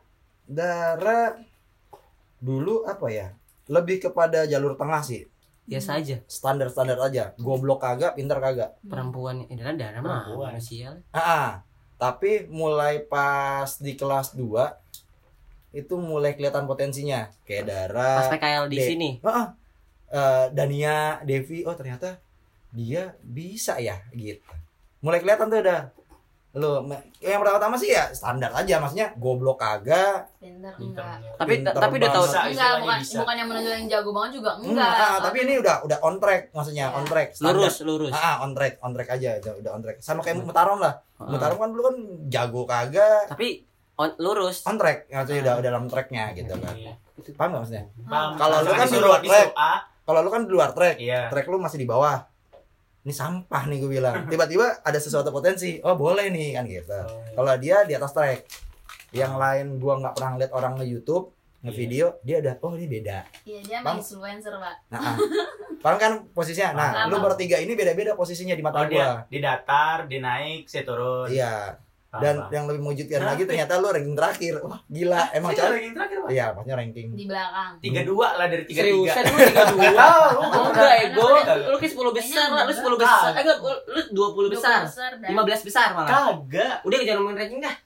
dulu apa ya? Lebih kepada jalur tengah sih. Biasa aja. Standar aja. Goblok kagak, pintar kagak. Perempuan Dara mah Perempuan. manusia. Tapi mulai pas di kelas 2 itu mulai kelihatan potensinya. Kayak Dara, Pas PKL di sini. Dania, Devi, oh ternyata dia bisa ya gitu. Mulai kelihatan tuh udah. Yang pertama sih ya standar aja, maksudnya goblok kagak. Pintar enggak. Pinter Tapi udah tahu. Bisa, Enggak, istilahnya bisa. bukan yang menunjuk yang jago banget juga enggak. Tapi ini udah on track, maksudnya Iya. on track. Standar. Lurus. On track aja, udah on track. Sama kayak Mutarom lah. Mutarom kan dulu kan jago kagak. Tapi lurus. On track, maksudnya udah dalam tracknya gitu kan. Iya. Paham nggak maksudnya? Paham. Kalau lu kan di Disuruh- luar track, disuruh A, kalau lu kan di luar track, iya. track lu masih di bawah. Ini sampah nih gue bilang. Tiba-tiba ada sesuatu potensi. Oh boleh nih kan gitu. Kalau dia di atas track, yang lain gua nggak pernah lihat orang nge-YouTube, nge-video, dia udah oh ini beda. Iya, dia Bang. influencer, Pak. Nah, paham kan posisinya? Nah, Paham. lu bertiga ini beda-beda posisinya di mata Oh, dia gua. di datar, di naik, saya turun. Iya. Paham, Dan paham. yang lebih mengejutkan lagi ternyata lu ranking terakhir. Wah, gila. Emang Saya cowok. ranking terakhir, Pak. Iya, maksudnya ranking. Di belakang. 32 lah dari 33. Seriusan lu 32. Oh, Enggak ego, Kenapa? lu ke 10 besar lah, lu 10 besar. Enggak, lu 20 besar. 20 dan 15 besar malah. Kagak. Udah jangan ngomongin ranking dah.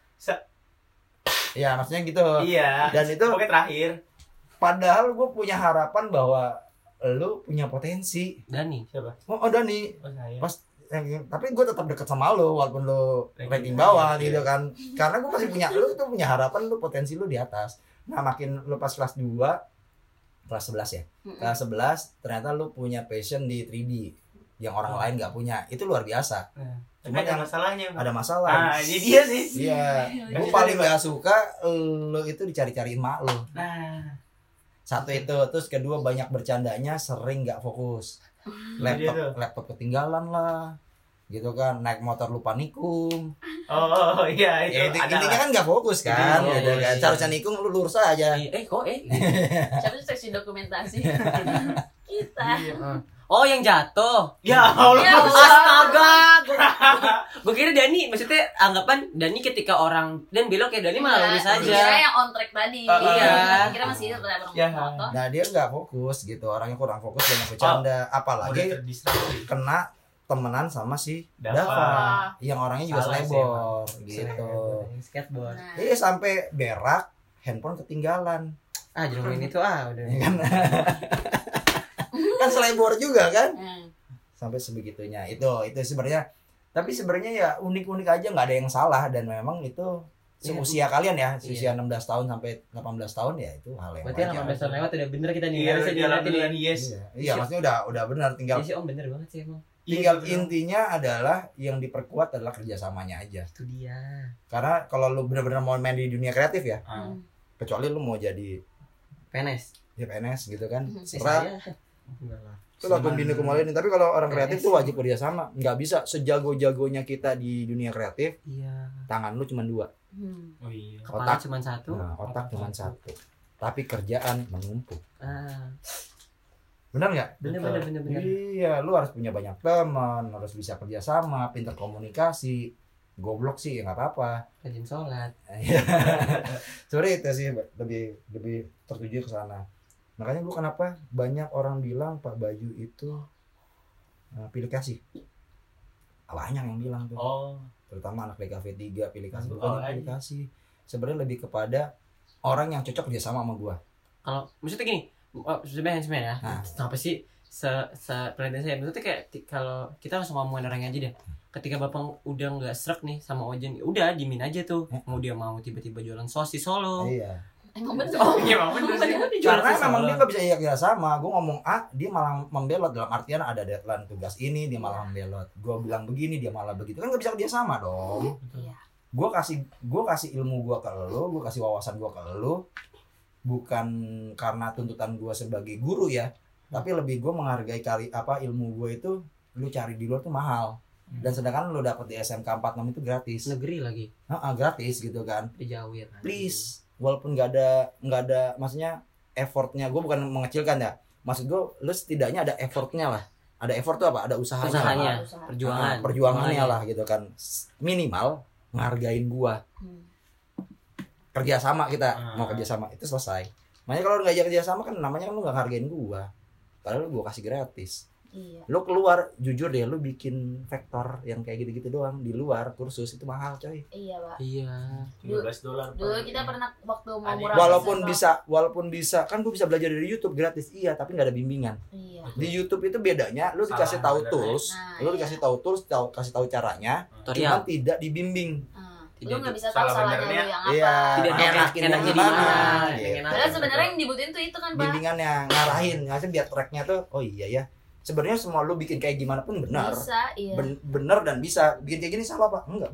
Iya, maksudnya gitu. Iya. Dan itu Pokoknya terakhir. padahal gue punya harapan bahwa lu punya potensi. Dani. Siapa? Oh, Dani. Oh, saya. Pas tapi gue tetap deket sama lu walaupun lu Ranking ranking bawah iya. gitu kan. Karena gue masih punya lu tuh punya harapan lu potensi lu di atas. Nah, makin lu pas kelas 2 kelas 11 ya. Mm-mm. Kelas 11 ternyata lu punya passion di 3D yang orang lain nggak punya. Itu luar biasa. Nah, Cuma tapi ada yang masalahnya. Pak. ada masalah. Ah, ini dia sih. Iya, gue Lanjut, paling Pak. gak suka lu itu dicari-cariin mak lu. Nah, Satu itu, terus kedua banyak bercandanya sering gak fokus. Dia tuh. Laptop ketinggalan lah, gitu kan. Naik motor lupa nikung. oh iya itu Ya, ada intinya lah. kan gak fokus kan, Iya, gitu iya, kan. iya. Seharusnya nikung lu lurus aja. Kok Siapa tuh seksi dokumentasi? Kita. Oh, yang jatuh. Ya Allah. Ya Allah. Astaga, gue kira Dani, maksudnya anggapan Dani ketika orang dan belok kayak Dani malah lurus Kira aja. yang on track tadi. Iya. Kira masih itu pada Ya. motor. Nah dia nggak fokus gitu, orangnya kurang fokus banyak bercanda. Udah Apalagi terdistraksi. kena temenan sama si Dava. Dava, yang orangnya juga Salah sih, selebor gitu. Skateboard. Nah, Iya sampai berak, handphone ketinggalan. Ah, jangan ngomongin itu udah. Ya kan? Kan selebor juga kan? hmm. Sampai sebegitunya. Itu sebenarnya. Tapi sebenarnya ya unik-unik aja, nggak ada yang salah dan memang itu seusia kalian ya, usia 16 tahun sampai 18 tahun ya itu hal yang Berarti wajar. 18 tahun lewat udah bener kita nih. Iya, Harusnya dia dilihatin alhamdulillah ya. yes. Iya, maksudnya udah benar tinggal Iya sih Om bener banget sih emang. tinggal Iya, intinya adalah yang diperkuat adalah kerjasamanya aja. Itu dia. Karena kalau lu benar-benar mau main di dunia kreatif ya, Ah. kecuali lu mau jadi PNS. ya PNS gitu kan. Mhm. Serah Saya. Enggak lah. itu lakuin bini kumalin. Tapi kalau orang kreatif PNS. tuh wajib kerjasama. Nggak bisa sejago-jagonya kita di dunia kreatif, Iya. tangan lu cuma 2. Hmm. Oh iya. Kepala Otak. cuma satu. Nah, otak cuma 1. Tapi kerjaan menumpuk. Ah, Benar nggak? bener. Iya, lu harus punya banyak teman, harus bisa kerjasama, pintar komunikasi. Goblok sih ya nggak apa-apa. Rajin sholat. Sebenarnya itu sih lebih tertuju ke sana. Makanya gue kenapa banyak orang bilang Pak Bayu itu pilih kasih. Banyak yang bilang tuh. Oh. Terutama anak DKV 3 pilih kasih. Oh, Bukan iya. pilih kasih. Sebenarnya lebih kepada orang yang cocok kerjasama sama gue. Kalau maksudnya gini, sebenarnya ya. Nah. Apa sih penelitian saya maksudnya kayak kalau kita langsung ngomongin orangnya aja deh. Ketika bapak udah nggak srek nih sama Ojen, udah dimin aja tuh. Mau dia mau tiba-tiba jualan sosis solo. Iya. Emang bener. Oh Iya, memang bener sih. Karena memang dia nggak bisa kerjasama. Gue ngomong A, dia malah membelot dalam artian ada deadline tugas ini, dia malah membelot. Gue bilang begini, dia malah begitu. Kan nggak bisa kerjasama dong. Iya. Gue kasih ilmu gue ke lo, gue kasih wawasan gue ke lo, bukan karena tuntutan gue sebagai guru ya, tapi lebih gue menghargai ilmu gue itu lu cari di luar tuh mahal, dan sedangkan lu dapet di SMK 46 itu gratis. Negeri lagi. Gratis gitu kan. Dijawir. Please, walaupun nggak ada maksudnya effortnya, gue bukan mengecilkan ya, maksud gue lu setidaknya ada effortnya lah. Ada effort tuh apa? Ada usahanya. Usahanya. Usaha. Perjuangannya. Lah gitu kan. Minimal ngehargain gua. Hmm. Kerjasama kita mau kerjasama itu selesai. Makanya kalau nggak ajak kerjasama kan namanya kan lu nggak hargain gua. Padahal gua kasih gratis. Iya. Lu keluar jujur deh, lu bikin vektor yang kayak gitu-gitu doang di luar kursus itu mahal coy. Iya, Pak. Iya. $15. Dulu kita pernah waktu mau Ada. murah Walaupun bisa kan gua bisa belajar dari YouTube gratis iya, tapi nggak ada bimbingan. Iya. Di YouTube itu bedanya lu dikasih Salah, tahu bener, tools, Nah, lu iya. dikasih tahu tools, kasih tahu caranya, Tutorial. cuman tidak dibimbing. Lu nggak bisa tahu salah salahnya benernya. lu yang apa. Iya, Tidak enakinnya enaknya gimana, di mana, gitu. pengen Padahal sebenarnya yang dibutuhin tuh itu kan, Pak. Bimbingannya ngarahin, ngasih biar tracknya tuh oh iya ya. Sebenarnya semua lu bikin kayak gimana pun benar. Bisa, iya. Bener dan bisa. Bikin kayak gini salah Pak? Enggak, benar.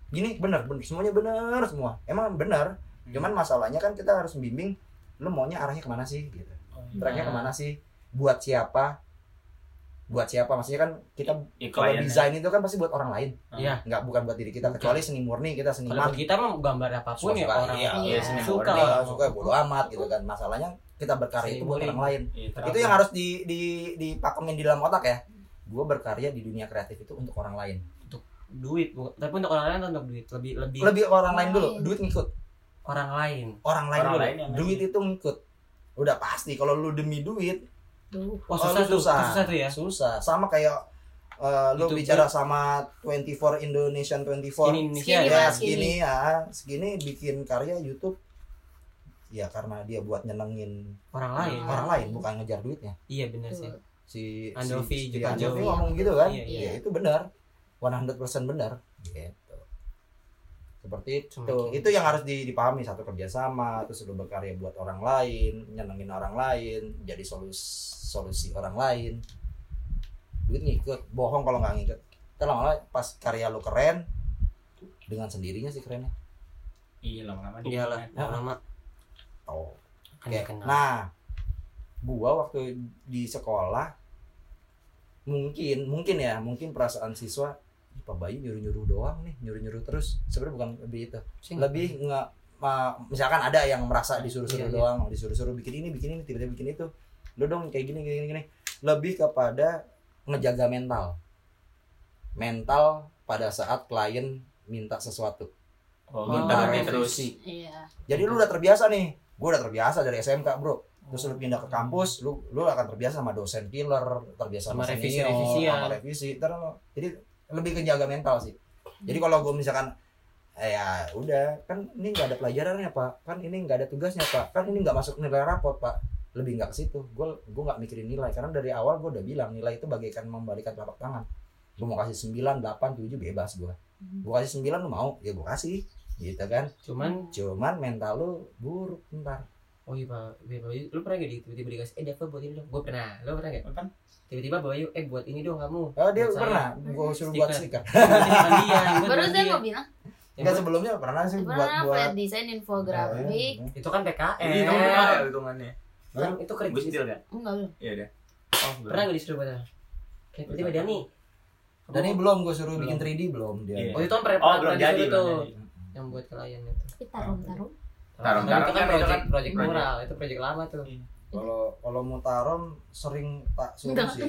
Gini bener semuanya bener semua. Emang bener. Cuman masalahnya kan kita harus bimbing lu maunya arahnya kemana sih gitu. Tracknya kemana sih? Buat siapa? Maksudnya kan kita kalau desain itu kan pasti buat orang lain. Iya. Bukan buat diri kita, kecuali seni murni, kita seniman. Kalau kita mah gambar apapun ya orang suka bodo amat gitu kan. Masalahnya kita berkarya itu buat orang lain. Itu yang harus dipakemin di dalam otak ya. Gue berkarya di dunia kreatif itu untuk orang lain. Untuk duit, tapi untuk orang lain atau untuk duit? Lebih orang lain dulu, duit ngikut. Orang lain dulu. Duit itu ngikut. Udah pasti kalau lu demi duit susah tuh ya. Susah. Sama kayak lu bicara sama 24 Indonesian 24 segini bikin karya YouTube ya karena dia buat nyenengin orang lain bukan ngejar duitnya. Iya benar sih. Si Andovi ngomong gitu kan. Iya. Ya itu benar. 100% benar gitu. Seperti itu yang harus dipahami, satu kerjasama, terus lu berkarya buat orang lain, nyenengin orang lain, jadi solusi orang lain. Duit ngikut, bohong kalau nggak ngikut. Lama-lama pas karya lu keren, dengan sendirinya sih kerennya. Iya lama-lama. Lama-lama. Nah, gua waktu di sekolah mungkin perasaan siswa Pak Bayu nyuruh doang nih, nyuruh terus. Sebenarnya bukan lebih itu. Lebih misalkan ada yang merasa disuruh doang, disuruh bikin ini, tiba-tiba bikin itu. Lu dong kayak gini. Lebih kepada ngejaga mental pada saat klien minta sesuatu. Minta terus. Iya. Jadi lu udah terbiasa nih. Gua udah terbiasa dari SMK, Bro. Terus lu pindah ke kampus, lu akan terbiasa sama dosen killer, terbiasa sama revisi. Jadi lebih ke jaga mental sih. Jadi kalau gue misalkan ya udah kan ini nggak ada pelajarannya Pak, kan ini nggak ada tugasnya Pak, kan ini nggak masuk nilai rapot Pak, lebih nggak ke situ. Gue nggak mikirin nilai karena dari awal gue udah bilang nilai itu bagaikan membalikan telapak tangan. Gue mau kasih 9, 8, 7 bebas gue. Gue kasih 9 lu mau, ya gue kasih, gitu kan. Cuman mental lu buruk ntar. Oh iya Pak, lu pernah gak tiba-tiba dikasih Dava buat ini dong? Gue pernah, lu pernah gak? Apa? Tiba-tiba Bayu, buat ini dong kamu. Oh dia pernah, gue suruh buat stiker. Baru saya mau bilang. Enggak sebelumnya pernah sih buat flat design infografik. Itu kan PKL. Itu PKL hitungannya. Itu keren. Gue setil gak? Enggak belum. Iya udah. Pernah gak disuruh buat? Kayak tiba-tiba Dani belum, gue suruh bikin 3D belum dia. Oh itu kan belum jadi tuh. Yang buat klien itu. Taruh. Itu kan project mural, itu project lama tuh. Kalau mau tarom sering tak suruh sih.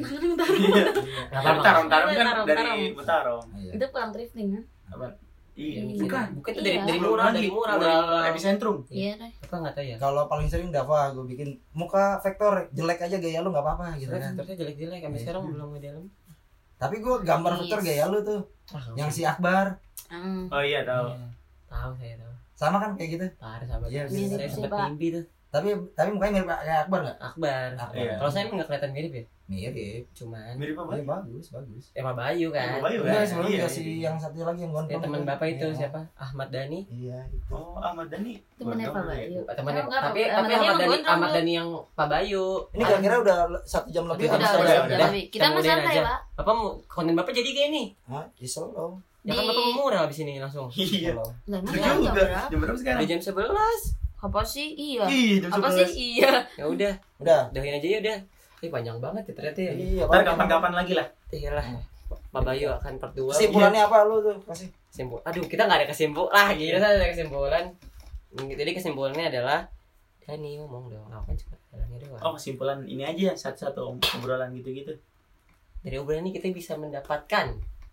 Tarom kan dari Mutarom. Itu pulang thrifting kan? Apa? Iya. Bukan itu dari mural Epicentrum. Iya deh. Apa enggak tahu ya? Kalau paling sering Dava gue bikin muka vektor jelek aja gaya lu enggak apa-apa gitu kan. Vektornya jelek-jelek sampai sekarang belum di dalam. Tapi gue gambar vektor gaya lu tuh. Yang si Akbar. Oh iya tahu. Tahu saya tahu. Sama kan kayak gitu. Parah sama dia. Saya sempat mimpi tuh. Tapi mukanya mirip kayak Akbar enggak? Akbar. Iya. Kalau saya enggak kelihatan mirip ya? Mirip. Cuman mirip apa? Ya, bagus. Pak Bayu kan. Iya, sebelum dikasih yang satu lagi yang gondrong. Ya teman Bapak itu siapa? Ahmad Dhani. Iya, itu. Oh, Ahmad Dhani. Temennya Pak Bayu. Temannya. Tapi Ahmad Dhani yang Pak Bayu. Ini kira-kira udah 1 jam lebih. Udah. Kita mau santai, Pak. Bapak mau konten Bapak jadi kayak nih? Hah? Isel dong. Ya kan Bapak mau mural abis ini langsung. Iya. Jam berapa sekarang? Jam 11. Apa sih? Iya. Jam 11. Apa sih? Iya. Ya udah. Udahin aja ya udah. Ini panjang banget ya ternyata ya. Iya, ntar kapan-kapan lagi lah. Iyalah. Pak Bayu akan part 2. Kesimpulannya apa lu tuh? Kasih. Aduh, kita enggak ada kesimpulan. Gila ada kesimpulan. Jadi kesimpulannya adalah Dani ngomong dong. Apa coba jalannya doang. Oh, kesimpulan ini aja satu-satu obrolan gitu-gitu. Dari obrolan ini kita bisa mendapatkan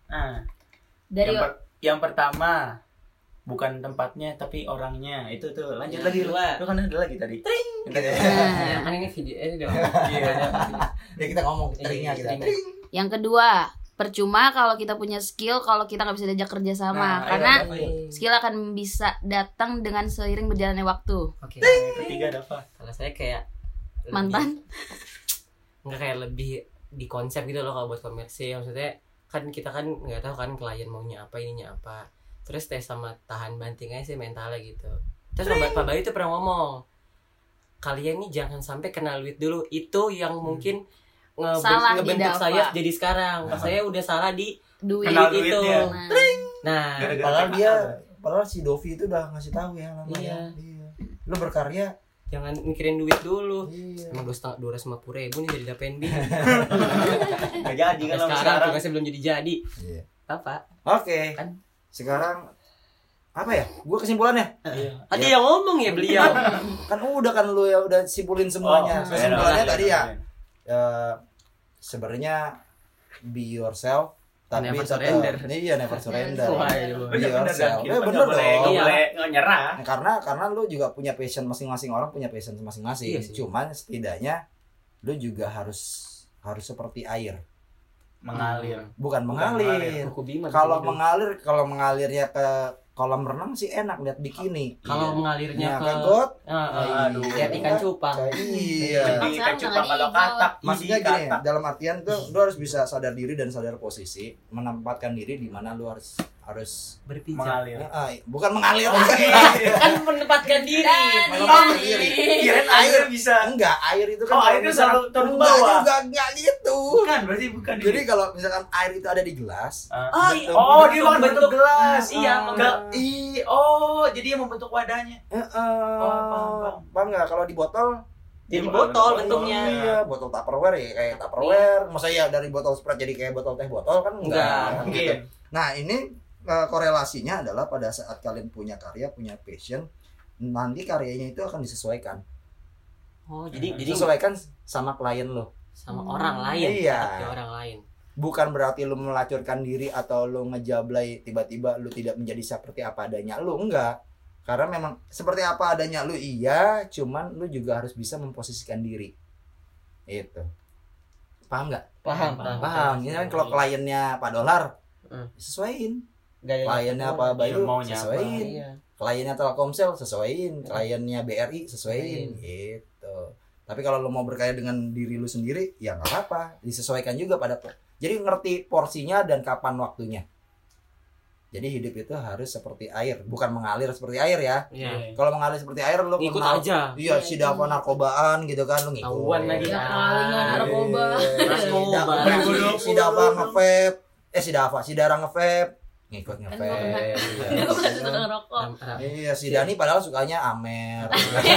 dari yang pertama bukan tempatnya tapi orangnya. Itu tuh lanjut lagi lu kan ada lagi tadi. Kan ini video udah. Iya. Ya kita ngomong teringnya kita. Yang kedua, percuma kalau kita punya skill kalau kita nggak bisa diajak kerja sama karena skill akan bisa datang dengan seiring berjalannya waktu. Oke. Ketiga Dava. Kalau saya kayak mantan. Enggak kayak lebih di konsep gitu loh kalau buat komersil. Maksudnya kan kita kan nggak tahu kan klien maunya apa ininya apa. Terus tes sama tahan banting aja sih mentalnya gitu. Terus Pak Bayu tuh pernah ngomong, kalian nih jangan sampai kenal duit dulu. Itu yang mungkin ngebentuk saya jadi sekarang. Saya udah salah di duit Kenal itu. duitnya. Nah, Gara-gara padahal si Dovi itu udah ngasih tahu ya namanya. Iya. Lu berkarya Jangan mikirin duit dulu. Iya. Emang 250.000 nih jadi dapen bi. Nggak jadi kan sampai Sekarang sekarang. tugasnya belum jadi. Iya. Apa? Oke. Kan. Sekarang apa ya? Gua kesimpulannya. Iya. Ada yang ngomong ya beliau. Kan udah kan lu ya udah simpulin semuanya. Oh, Kesimpulannya enak. tadi ya sebenarnya be yourself tapi Never tetap- surrender. Iya, never surrender. Wah, Be yourself. Bener Bener dong. nggak Iya. boleh nggak nyerah. Karena lu juga punya passion masing-masing, orang punya passion masing-masing. Iya sih. Cuman setidaknya lu juga harus seperti air, Mengalir. bukan mengalir. mengalir. Buku Bima Kalau bisa kalau mengalirnya ke kolam renang sih enak lihat bikini. hidup. Kalau mengalirnya Ya, ke got. Aduh. lihat ikan cupang. Iya. Jadi ikan cupang kalau katak Maksudnya isi gini, katak. dalam artian tuh lu harus bisa sadar diri dan sadar posisi, menempatkan diri di mana lu harus Berpijak. Mengalir. bukan mengalir. Kan menempatkan diri. Menempatkan diri. Kirain air bisa. Enggak, air itu kan Oh, kalau air itu misalkan- selalu turun ke enggak bawah. juga, enggak gitu. Bukan, berarti bukan. Jadi kalau misalkan air itu ada di gelas, Oh, iya. Oh, dia makan bentuk bentuk gelas. Iya, enggak. Oh, jadi yang membentuk wadahnya. paham nggak? Kalau di botol Jadi Dia botol makan bentuknya. iya, botol Tupperware ya kayak Tupperware. Masa ya dari botol Sprite jadi kayak botol teh botol kan enggak. Mungkin. Gitu. Nah, ini korelasinya adalah pada saat kalian punya karya, punya passion, nanti karyanya itu akan disesuaikan. Oh, jadi Disesuaikan sama klien lo. sama orang lain. Iya. Tapi orang lain. Bukan berarti lu melacurkan diri atau lu ngejablay tiba-tiba lu tidak menjadi seperti apa adanya lu, enggak. Karena memang seperti apa adanya lu iya, cuman lu juga harus bisa memposisikan diri. Itu. Paham nggak? Paham. Ini kan kalau kliennya Pak Dolar, sesuaiin. Kliennya Pak Bayu, maunya apa. sesuaiin. Iya. Kliennya Telkomsel, sesuaiin. Kliennya BRI, sesuaiin. Gitu. Tapi kalau lu mau berkarya dengan diri lu sendiri, ya nggak apa-apa. Disesuaikan juga pada. Jadi ngerti porsinya dan kapan waktunya. Jadi hidup itu harus seperti air, bukan mengalir seperti air ya. Iya. Kalau mengalir seperti air lu Ngikut kenal- aja. Iya, si Dava narkobaan gitu kan lu ngikut. Tahuan lagi. Ya kali nggak narkoba. Narkoba. Si Dava nge-vape, si Dara nge-vape, ngikut Kan nge-vape. gua Iya. Dia kan suka ngerokok. Iya, si Dani padahal sukanya Amer.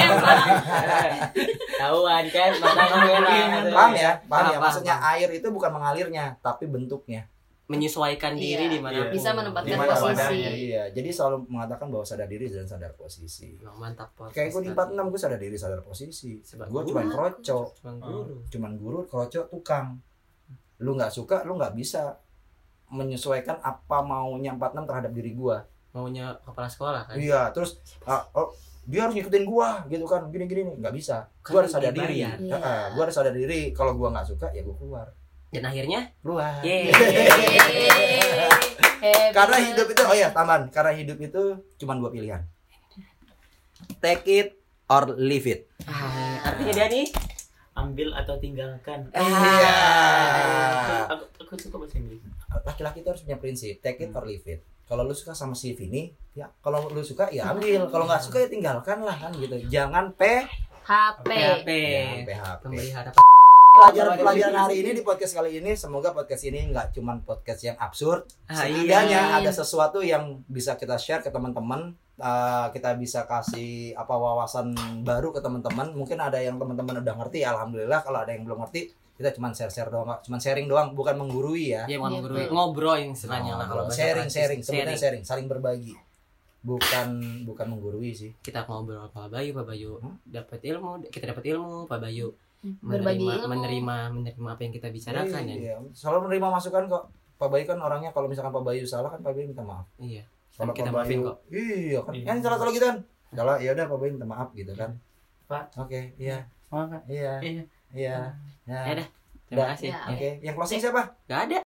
Tahuan kan mata merah. Paham ya? Paham ya? Paham, Maksudnya paham. air itu bukan mengalirnya, tapi bentuknya. Menyesuaikan diri Iya. di mana. Bisa menempatkan Di mana posisi. wadahnya. Iya, jadi selalu mengatakan bahwa sadar diri dan sadar posisi. Mantap podcast. Kayak gue di 46 gue sadar diri sadar posisi. Sebab Gue guru. cuman kroco, Cuman guru. kroco tukang. Lu nggak suka, lu nggak bisa menyesuaikan apa maunya 46 terhadap diri gua. Maunya kepala sekolah kan. Iya, terus dia harus ngikutin gua gitu kan, gini nggak bisa. Gua harus sadar diri. dibayar. Iya. Gua harus sadar diri. Kalau gua nggak suka ya gua keluar. Dan akhirnya Keluar. Yeay. Karena hidup itu, oh ya tambahan, karena hidup itu cuma 2 pilihan. Take it or leave it. Artinya dia nih Ambil atau tinggalkan. Iya. Aku suka bahasa Inggris. Laki-laki itu harus punya prinsip, take it or leave it. Kalau lu suka sama si Vini, ya kalau lu suka ya ambil, kalau nggak suka ya tinggalkan lah kan gitu. Jangan HP. PHP. PHP. Pemelihara Pelajaran hari ini di podcast kali ini, semoga podcast ini nggak cuman podcast yang absurd. Setidaknya ada sesuatu yang bisa kita share ke teman-teman. Kita bisa kasih wawasan baru ke teman-teman. Mungkin ada yang teman-teman udah ngerti, alhamdulillah. Kalau ada yang belum ngerti, kita cuman share doang, cuman sharing doang, bukan menggurui ya. Iya, bukan guru. Ngobrol yang istilahnya lah kalau bahasa Sharing, Prancis. sebenarnya sharing, saling berbagi. Bukan menggurui sih. Kita ngobrol Pak Bayu dapat ilmu, kita dapat ilmu, Pak Bayu Berbagi ilmu. menerima apa yang kita bicarakan ya. Iya, selalu menerima masukan kok. Pak Bayu kan orangnya, kalau misalkan Pak Bayu salah kan Pak Bayu minta maaf. Iya. Kalau Kita Pak maafin Bayu, kok. iya kan. Iya. Kan salah gitu kan. Salah, ya udah Pak Bayu minta maaf gitu kan. Pak. Oke, iya. Makan. Iya. Iya. Iya. Ya udah. Terima kasih. Ya. Oke, yang closing siapa? Gak ada.